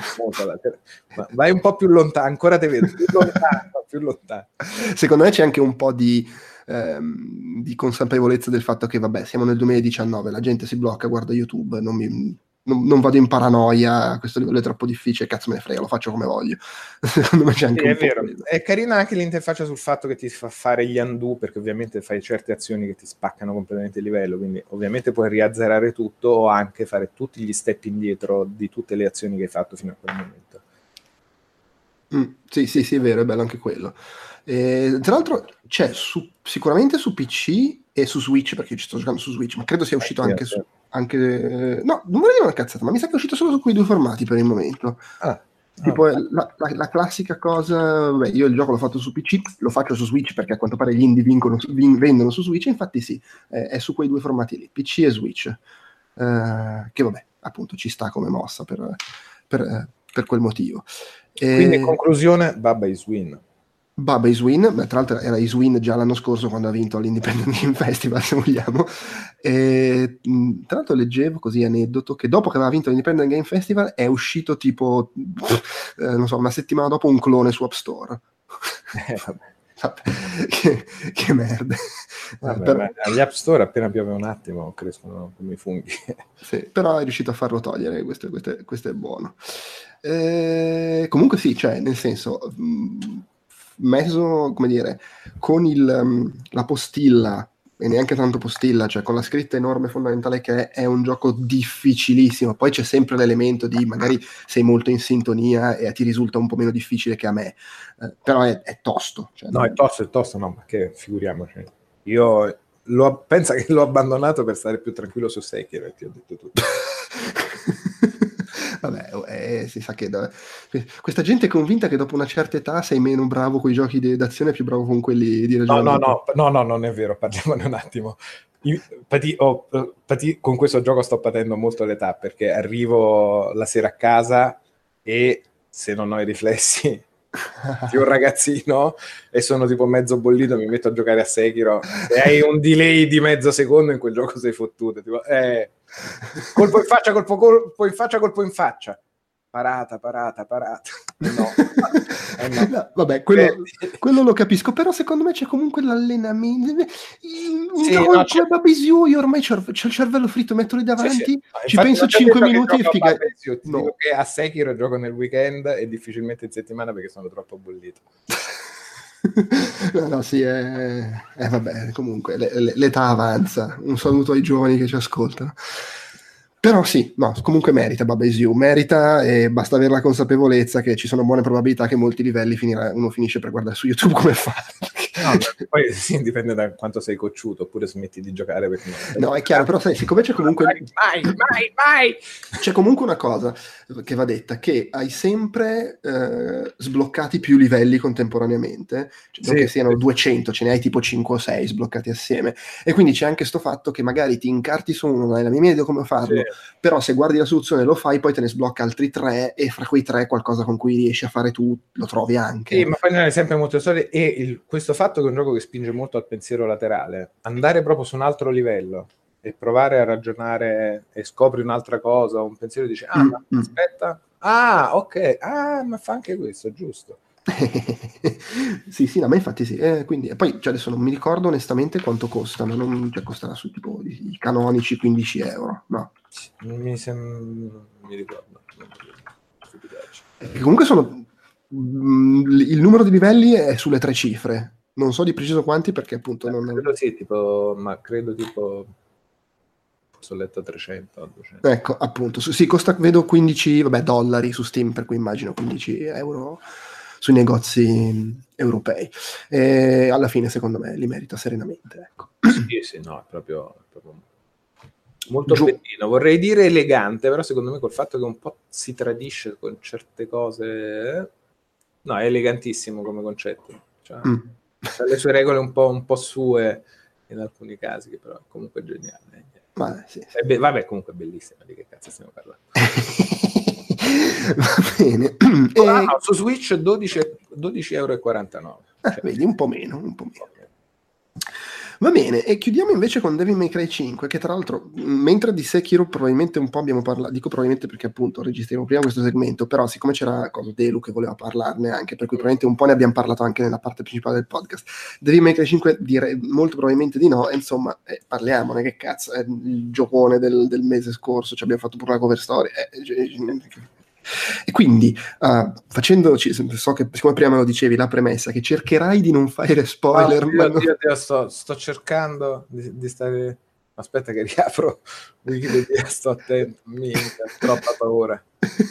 Speaker 5: Ma vai un po' più lontano, ancora te vedo, più lontano.
Speaker 1: Secondo me c'è anche un po' di di consapevolezza del fatto che vabbè, siamo nel 2019, la gente si blocca, guarda YouTube, non vado in paranoia, a questo livello è troppo difficile, cazzo me ne frega, lo faccio come voglio. Secondo me c'è anche un po'
Speaker 5: vero.
Speaker 1: quello.
Speaker 5: È carina anche l'interfaccia sul fatto che ti fa fare gli undo, perché ovviamente fai certe azioni che ti spaccano completamente il livello, quindi ovviamente puoi riazzerare tutto o anche fare tutti gli step indietro di tutte le azioni che hai fatto fino a quel momento.
Speaker 1: Sì, è vero, è bello anche quello. Tra l'altro c'è sicuramente su PC e su Switch, perché io ci sto giocando su Switch, ma credo sia uscito anche su... no, non vorrei dire una cazzata, ma mi sa che è uscito solo su quei due formati per il momento. Tipo la classica cosa, beh, io il gioco l'ho fatto su PC, lo faccio su Switch perché a quanto pare gli indie vendono su Switch, infatti sì, è su quei due formati lì, PC e Switch, che vabbè, appunto ci sta come mossa per quel motivo.
Speaker 5: Quindi in conclusione, Baba is win.
Speaker 1: Baba is win, beh, tra l'altro era is win già l'anno scorso quando ha vinto all'Independent Game Festival, se vogliamo. Tra l'altro leggevo così aneddoto che dopo che aveva vinto l'Independent Game Festival è uscito tipo non so, una settimana dopo un clone su App Store. Che merda.
Speaker 5: Però... agli App Store appena piove un attimo crescono come i funghi.
Speaker 1: Sì, però è riuscito a farlo togliere, questo è buono. Comunque sì, cioè nel senso messo, come dire, con la postilla, e neanche tanto postilla, cioè con la scritta enorme fondamentale che è un gioco difficilissimo, poi c'è sempre l'elemento di magari sei molto in sintonia e ti risulta un po' meno difficile che a me, però è tosto. Cioè,
Speaker 5: no, è tosto, no, ma che figuriamoci. Io pensa che l'ho abbandonato per stare più tranquillo su Sekiro e ti ho detto tutto.
Speaker 1: Vabbè, si sa che questa gente è convinta che dopo una certa età sei meno bravo con i giochi d'azione, più bravo con quelli di ragionamento.
Speaker 5: No, non è vero, parliamone un attimo. Con questo gioco sto patendo molto l'età, perché arrivo la sera a casa e se non ho i riflessi di un ragazzino e sono tipo mezzo bollito, mi metto a giocare a Sekiro e hai un delay di mezzo secondo, in quel gioco sei fottuto, tipo, colpo in faccia, colpo in faccia, parata no.
Speaker 1: No, vabbè, quello lo capisco, però secondo me c'è comunque l'allenamento. Un gioco come Baby's You, io ormai c'ho il cervello fritto, metto lì davanti, ci penso 5 minuti e figa.
Speaker 5: Ti dico che a Sekiro gioco nel weekend e difficilmente in settimana perché sono troppo bollito.
Speaker 1: No, sì, vabbè, comunque l'età avanza. Un saluto ai giovani che ci ascoltano. Però sì, no, comunque merita Baba Is You, merita, e basta avere la consapevolezza che ci sono buone probabilità che molti livelli uno finisce per guardare su YouTube come fa.
Speaker 5: No, poi sì, dipende da quanto sei cocciuto, oppure smetti di giocare perché
Speaker 1: no, è chiaro, però sai, siccome c'è comunque
Speaker 5: mai
Speaker 1: c'è comunque una cosa che va detta, che hai sempre sbloccati più livelli contemporaneamente, cioè, non che siano 200, ce ne hai tipo 5 o 6 sbloccati assieme, e quindi c'è anche sto fatto che magari ti incarti su uno, non hai la mia idea di come farlo, però se guardi la soluzione lo fai, poi te ne sblocca altri 3 e fra quei 3 qualcosa con cui riesci a fare tu lo trovi anche.
Speaker 5: Sì, ma poi non è sempre molto storie, e questo fatto che è un gioco che spinge molto al pensiero laterale, andare proprio su un altro livello e provare a ragionare e scopri un'altra cosa, un pensiero dice ma aspetta, ok, ma fa anche questo, giusto.
Speaker 1: sì, no, ma infatti sì, quindi poi cioè, adesso non mi ricordo onestamente quanto costano, costerà su tipo i canonici 15 euro, no?
Speaker 5: Non mi ricordo.
Speaker 1: Comunque sono il numero di livelli è sulle 3 cifre, non so di preciso quanti perché appunto
Speaker 5: credo sì, credo ho letto 300 o 200.
Speaker 1: Ecco, appunto, sì, costa vedo 15 dollari su Steam, per cui immagino 15 euro sui negozi europei. E alla fine secondo me li merita serenamente, ecco.
Speaker 5: Sì, no, è proprio molto bellino, vorrei dire elegante, però secondo me col fatto che un po' si tradisce con certe cose, no, è elegantissimo come concetto, cioè, ha le sue regole un po' sue in alcuni casi, che però è comunque geniale.
Speaker 1: Sì.
Speaker 5: Vabbè, comunque è bellissimo, di che cazzo stiamo parlando?
Speaker 1: Va bene.
Speaker 5: No, su Switch 12,49 €.
Speaker 1: Vedi, un po' meno. Va bene, e chiudiamo invece con Devil May Cry 5, che tra l'altro, mentre di Sekiro probabilmente un po' abbiamo parlato, dico probabilmente perché appunto registriamo prima questo segmento, però siccome c'era Delu che voleva parlarne anche, per cui probabilmente un po' ne abbiamo parlato anche nella parte principale del podcast. Devil May Cry 5 direi molto probabilmente di no, e insomma parliamone, che cazzo, è il giocone del mese scorso, ci abbiamo fatto pure la cover story, e quindi facendoci, so che siccome prima me lo dicevi, la premessa che cercherai di non fare spoiler,
Speaker 5: Io sto cercando di stare, aspetta che riapro Wikipedia, sto attento, troppa paura.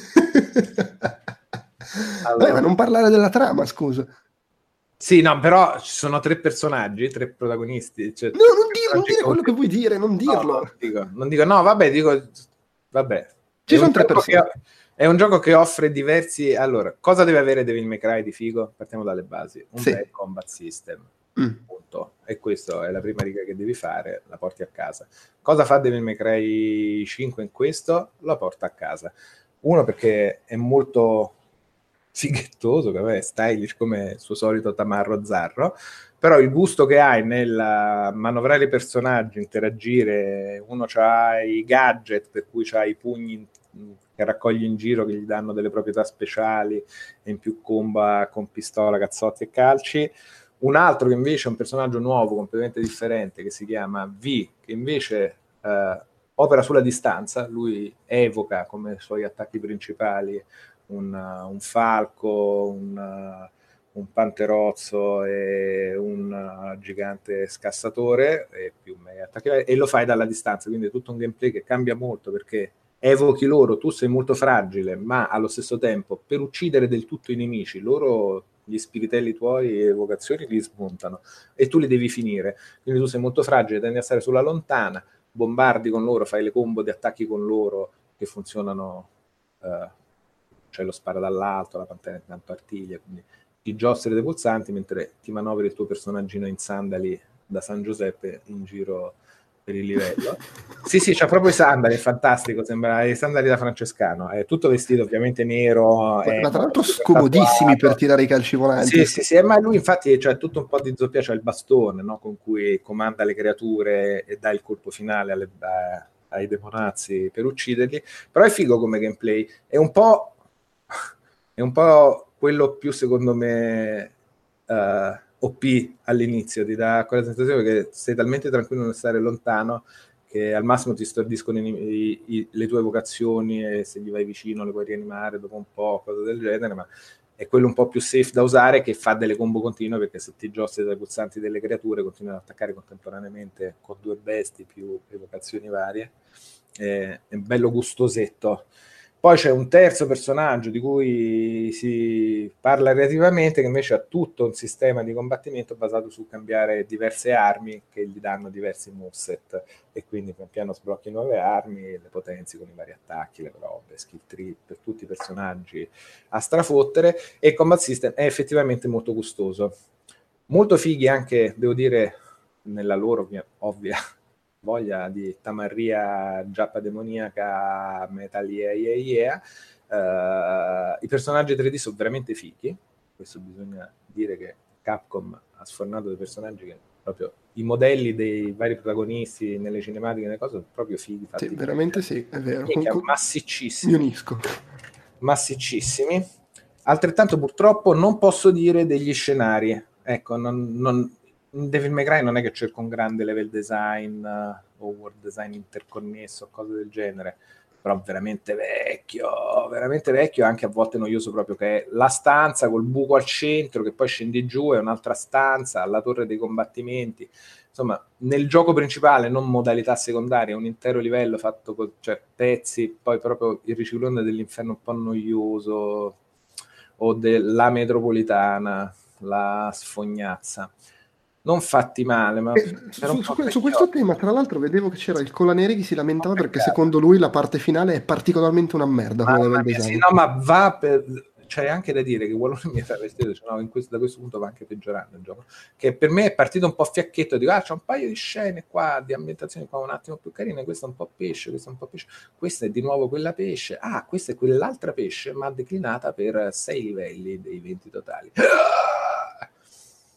Speaker 1: Allora. Ma non parlare della trama, scusa.
Speaker 5: Sì, no, però ci sono 3 personaggi, 3 protagonisti. Cioè,
Speaker 1: no, non dire quello che vuoi dire, non dirlo.
Speaker 5: Non dico, no, vabbè.
Speaker 1: Ci sono 3 persone.
Speaker 5: È un gioco che offre diversi... Allora, cosa deve avere Devil May Cry di figo? Partiamo dalle basi. Un bel combat system. Punto. E questa è la prima riga che devi fare, la porti a casa. Cosa fa Devil May Cry 5 in questo? La porta a casa. Uno, perché è molto fighettoso, che è stylish come il suo solito tamarro zarro, però il gusto che hai nel manovrare i personaggi, interagire, uno c'ha i gadget per cui c'ha i pugni che raccogli in giro che gli danno delle proprietà speciali e in più comba con pistola, cazzotti e calci. Un altro che invece è un personaggio nuovo, completamente differente, che si chiama V, che invece opera sulla distanza. Lui evoca come suoi attacchi principali un falco, un panterozzo e un gigante scassatore e più mega attacchi, e lo fai dalla distanza, quindi è tutto un gameplay che cambia molto perché evochi loro, tu sei molto fragile, ma allo stesso tempo per uccidere del tutto i nemici, loro, gli spiritelli tuoi evocazioni li smontano e tu li devi finire, quindi tu sei molto fragile, tendi a stare sulla lontana, bombardi con loro, fai le combo di attacchi con loro che funzionano, cioè lo spara dall'alto, la pantera intanto artiglia, quindi ti giostri dei pulsanti mentre ti manovri il tuo personaggino in sandali da San Giuseppe in giro per il livello. Sì, c'ha proprio i sandali, è fantastico, sembra i sandali da francescano, è tutto vestito ovviamente nero,
Speaker 1: ma tra l'altro scomodissimi per tirare i calci volanti.
Speaker 5: Sì, ma lui infatti c'ha tutto un po' di zoppia, c'ha il bastone, no? Con cui comanda le creature e dà il colpo finale ai demonazzi per ucciderli, però è figo come gameplay, è un po' quello più, secondo me, OP all'inizio, ti dà quella sensazione che sei talmente tranquillo nel stare lontano che al massimo ti stordiscono le tue evocazioni e se gli vai vicino le puoi rianimare dopo un po', cose del genere, ma è quello un po' più safe da usare, che fa delle combo continue, perché se ti giostri dai pulsanti delle creature continui ad attaccare contemporaneamente con 2 bestie più evocazioni varie. È bello gustosetto. Poi c'è un terzo personaggio di cui si parla relativamente, che invece ha tutto un sistema di combattimento basato su cambiare diverse armi che gli danno diversi moveset, e quindi pian piano sblocchi nuove armi, le potenzi con i vari attacchi, le robe, skill tree per tutti i personaggi a strafottere, e il combat system è effettivamente molto gustoso. Molto fighi anche, devo dire, nella loro ovvia voglia di tamarria giappa demoniaca, metal yeah. I personaggi 3D sono veramente fighi, questo bisogna dire, che Capcom ha sfornato dei personaggi che proprio i modelli dei vari protagonisti nelle cinematiche, nelle cose, sono proprio fighi, fatti
Speaker 1: sì, veramente sì, è vero.
Speaker 5: Massiccissimi.
Speaker 1: Mi unisco.
Speaker 5: Massiccissimi. Altrettanto purtroppo non posso dire degli scenari, ecco, non Devil May Cry non è che cerco un grande level design o world design interconnesso o cose del genere, però veramente vecchio, anche a volte noioso, proprio, che è la stanza col buco al centro che poi scendi giù, è un'altra stanza, la torre dei combattimenti, insomma nel gioco principale, non modalità secondaria, un intero livello fatto con pezzi, poi proprio il riciclone dell'inferno un po' noioso, o della metropolitana, la sfognazza. Non fatti male, ma
Speaker 1: su questo tema, tra l'altro, vedevo che c'era il Colaneri che si lamentava perché secondo lui la parte finale è particolarmente una merda.
Speaker 5: Sì, no, ma va per... C'è anche da dire che qualcuno mi fa vestito, cioè, no, da questo punto va anche peggiorando il gioco, che per me è partito un po' fiacchetto, dico, c'è un paio di scene qua, di ambientazioni qua un attimo più carine, questa è un po' pesce, questa è di nuovo quella pesce, questa è quell'altra pesce, ma declinata per 6 livelli dei 20 totali.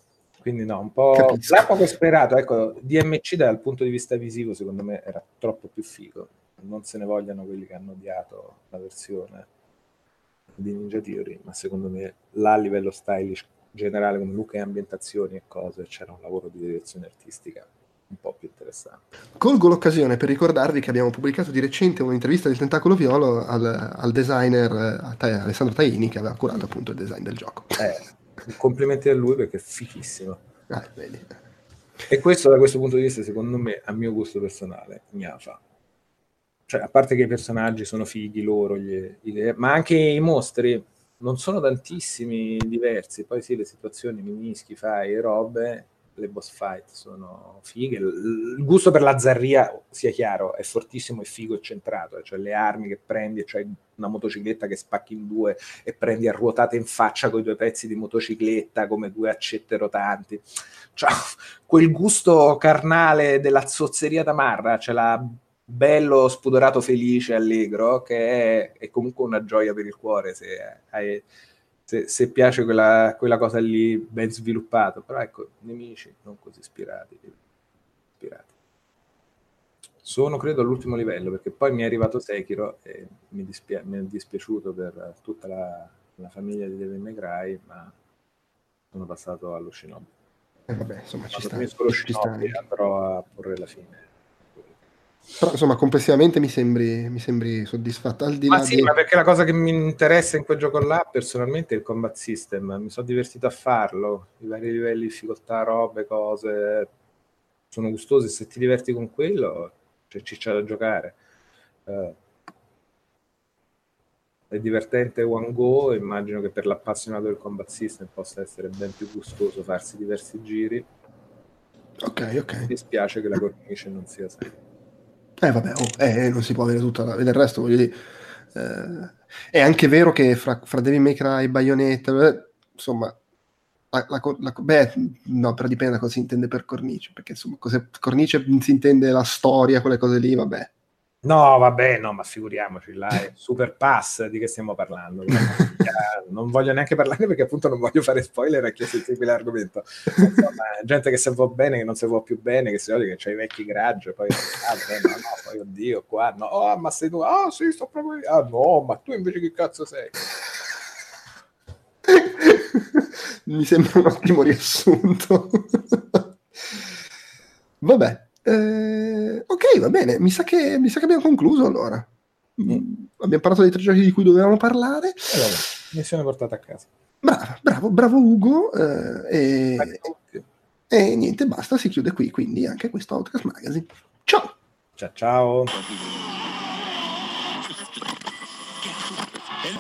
Speaker 5: Quindi no, un po'
Speaker 1: Capisco.
Speaker 5: l'ha poco sperato. Ecco, DMC dal punto di vista visivo secondo me era troppo più figo. Non se ne vogliano quelli che hanno odiato la versione di Ninja Theory, ma secondo me là a livello stylish generale, come look e ambientazioni e cose, c'era un lavoro di direzione artistica un po' più interessante.
Speaker 1: Colgo l'occasione per ricordarvi che abbiamo pubblicato di recente un'intervista del Tentacolo Violo al designer Alessandro Taini, che aveva curato appunto il design del gioco.
Speaker 5: Complimenti a lui perché è fichissimo.
Speaker 1: Vedi.
Speaker 5: E questo da questo punto di vista secondo me, a mio gusto personale, gnafa. Cioè, a parte che i personaggi sono fighi loro, ma anche i mostri non sono tantissimi diversi. Poi sì, le situazioni, minischi, fai e robe, le boss fight sono fighe. Il gusto per la zarria, sia chiaro, è fortissimo e figo e centrato. Cioè le armi che prendi, e cioè una motocicletta che spacchi in due e prendi a ruotate in faccia con i due pezzi di motocicletta come due accette rotanti. Cioè, quel gusto carnale della zozzeria tamarra, ce l'ha bello, spudorato, felice, allegro, che è comunque una gioia per il cuore se piace quella cosa lì ben sviluppato. Però ecco, nemici non così ispirati. Sono credo all'ultimo livello, perché poi mi è arrivato Sekiro e mi è dispiaciuto per tutta la famiglia di Devil May Cry, ma sono passato allo Shinobi.
Speaker 1: Vabbè, insomma, ci sta.
Speaker 5: Finisco lo Shinobi, andrò a porre la fine.
Speaker 1: Però insomma, complessivamente mi sembri soddisfatto. Al di là
Speaker 5: Ma perché la cosa che mi interessa in quel gioco là personalmente è il combat system. Mi sono divertito a farlo, i vari livelli di difficoltà, robe, cose sono gustosi. Se ti diverti con quello c'è da giocare. È divertente one go. Immagino che per l'appassionato del combat system possa essere ben più gustoso farsi diversi giri.
Speaker 1: Ok.
Speaker 5: Mi dispiace che la cornice non sia sempre.
Speaker 1: Vabbè, non si può avere tutta del resto, voglio dire. È anche vero che fra Devil May Cry e Bayonetta, insomma, no, però dipende da cosa si intende per cornice, perché insomma, cornice si intende la storia, quelle cose lì, vabbè.
Speaker 5: No, vabbè, no, ma figuriamoci, là è Super Pass, di che stiamo parlando? Non voglio neanche parlarne perché appunto non voglio fare spoiler a chi segue l'argomento. Insomma, gente che se va bene, che non se va più bene, che si vede che c'ha i vecchi grudge, poi poi oddio, qua, no, ma sei tu, sì, sto proprio lì, no, ma tu invece che cazzo sei?
Speaker 1: Mi sembra un ottimo riassunto. Vabbè. Ok, va bene, mi sa che abbiamo concluso allora. Abbiamo parlato dei 3 giochi di cui dovevamo parlare.
Speaker 5: Allora, missione portata a casa.
Speaker 1: Bravo Ugo. E niente, basta, si chiude qui quindi anche questo Outcast Magazine. Ciao!
Speaker 5: Ciao!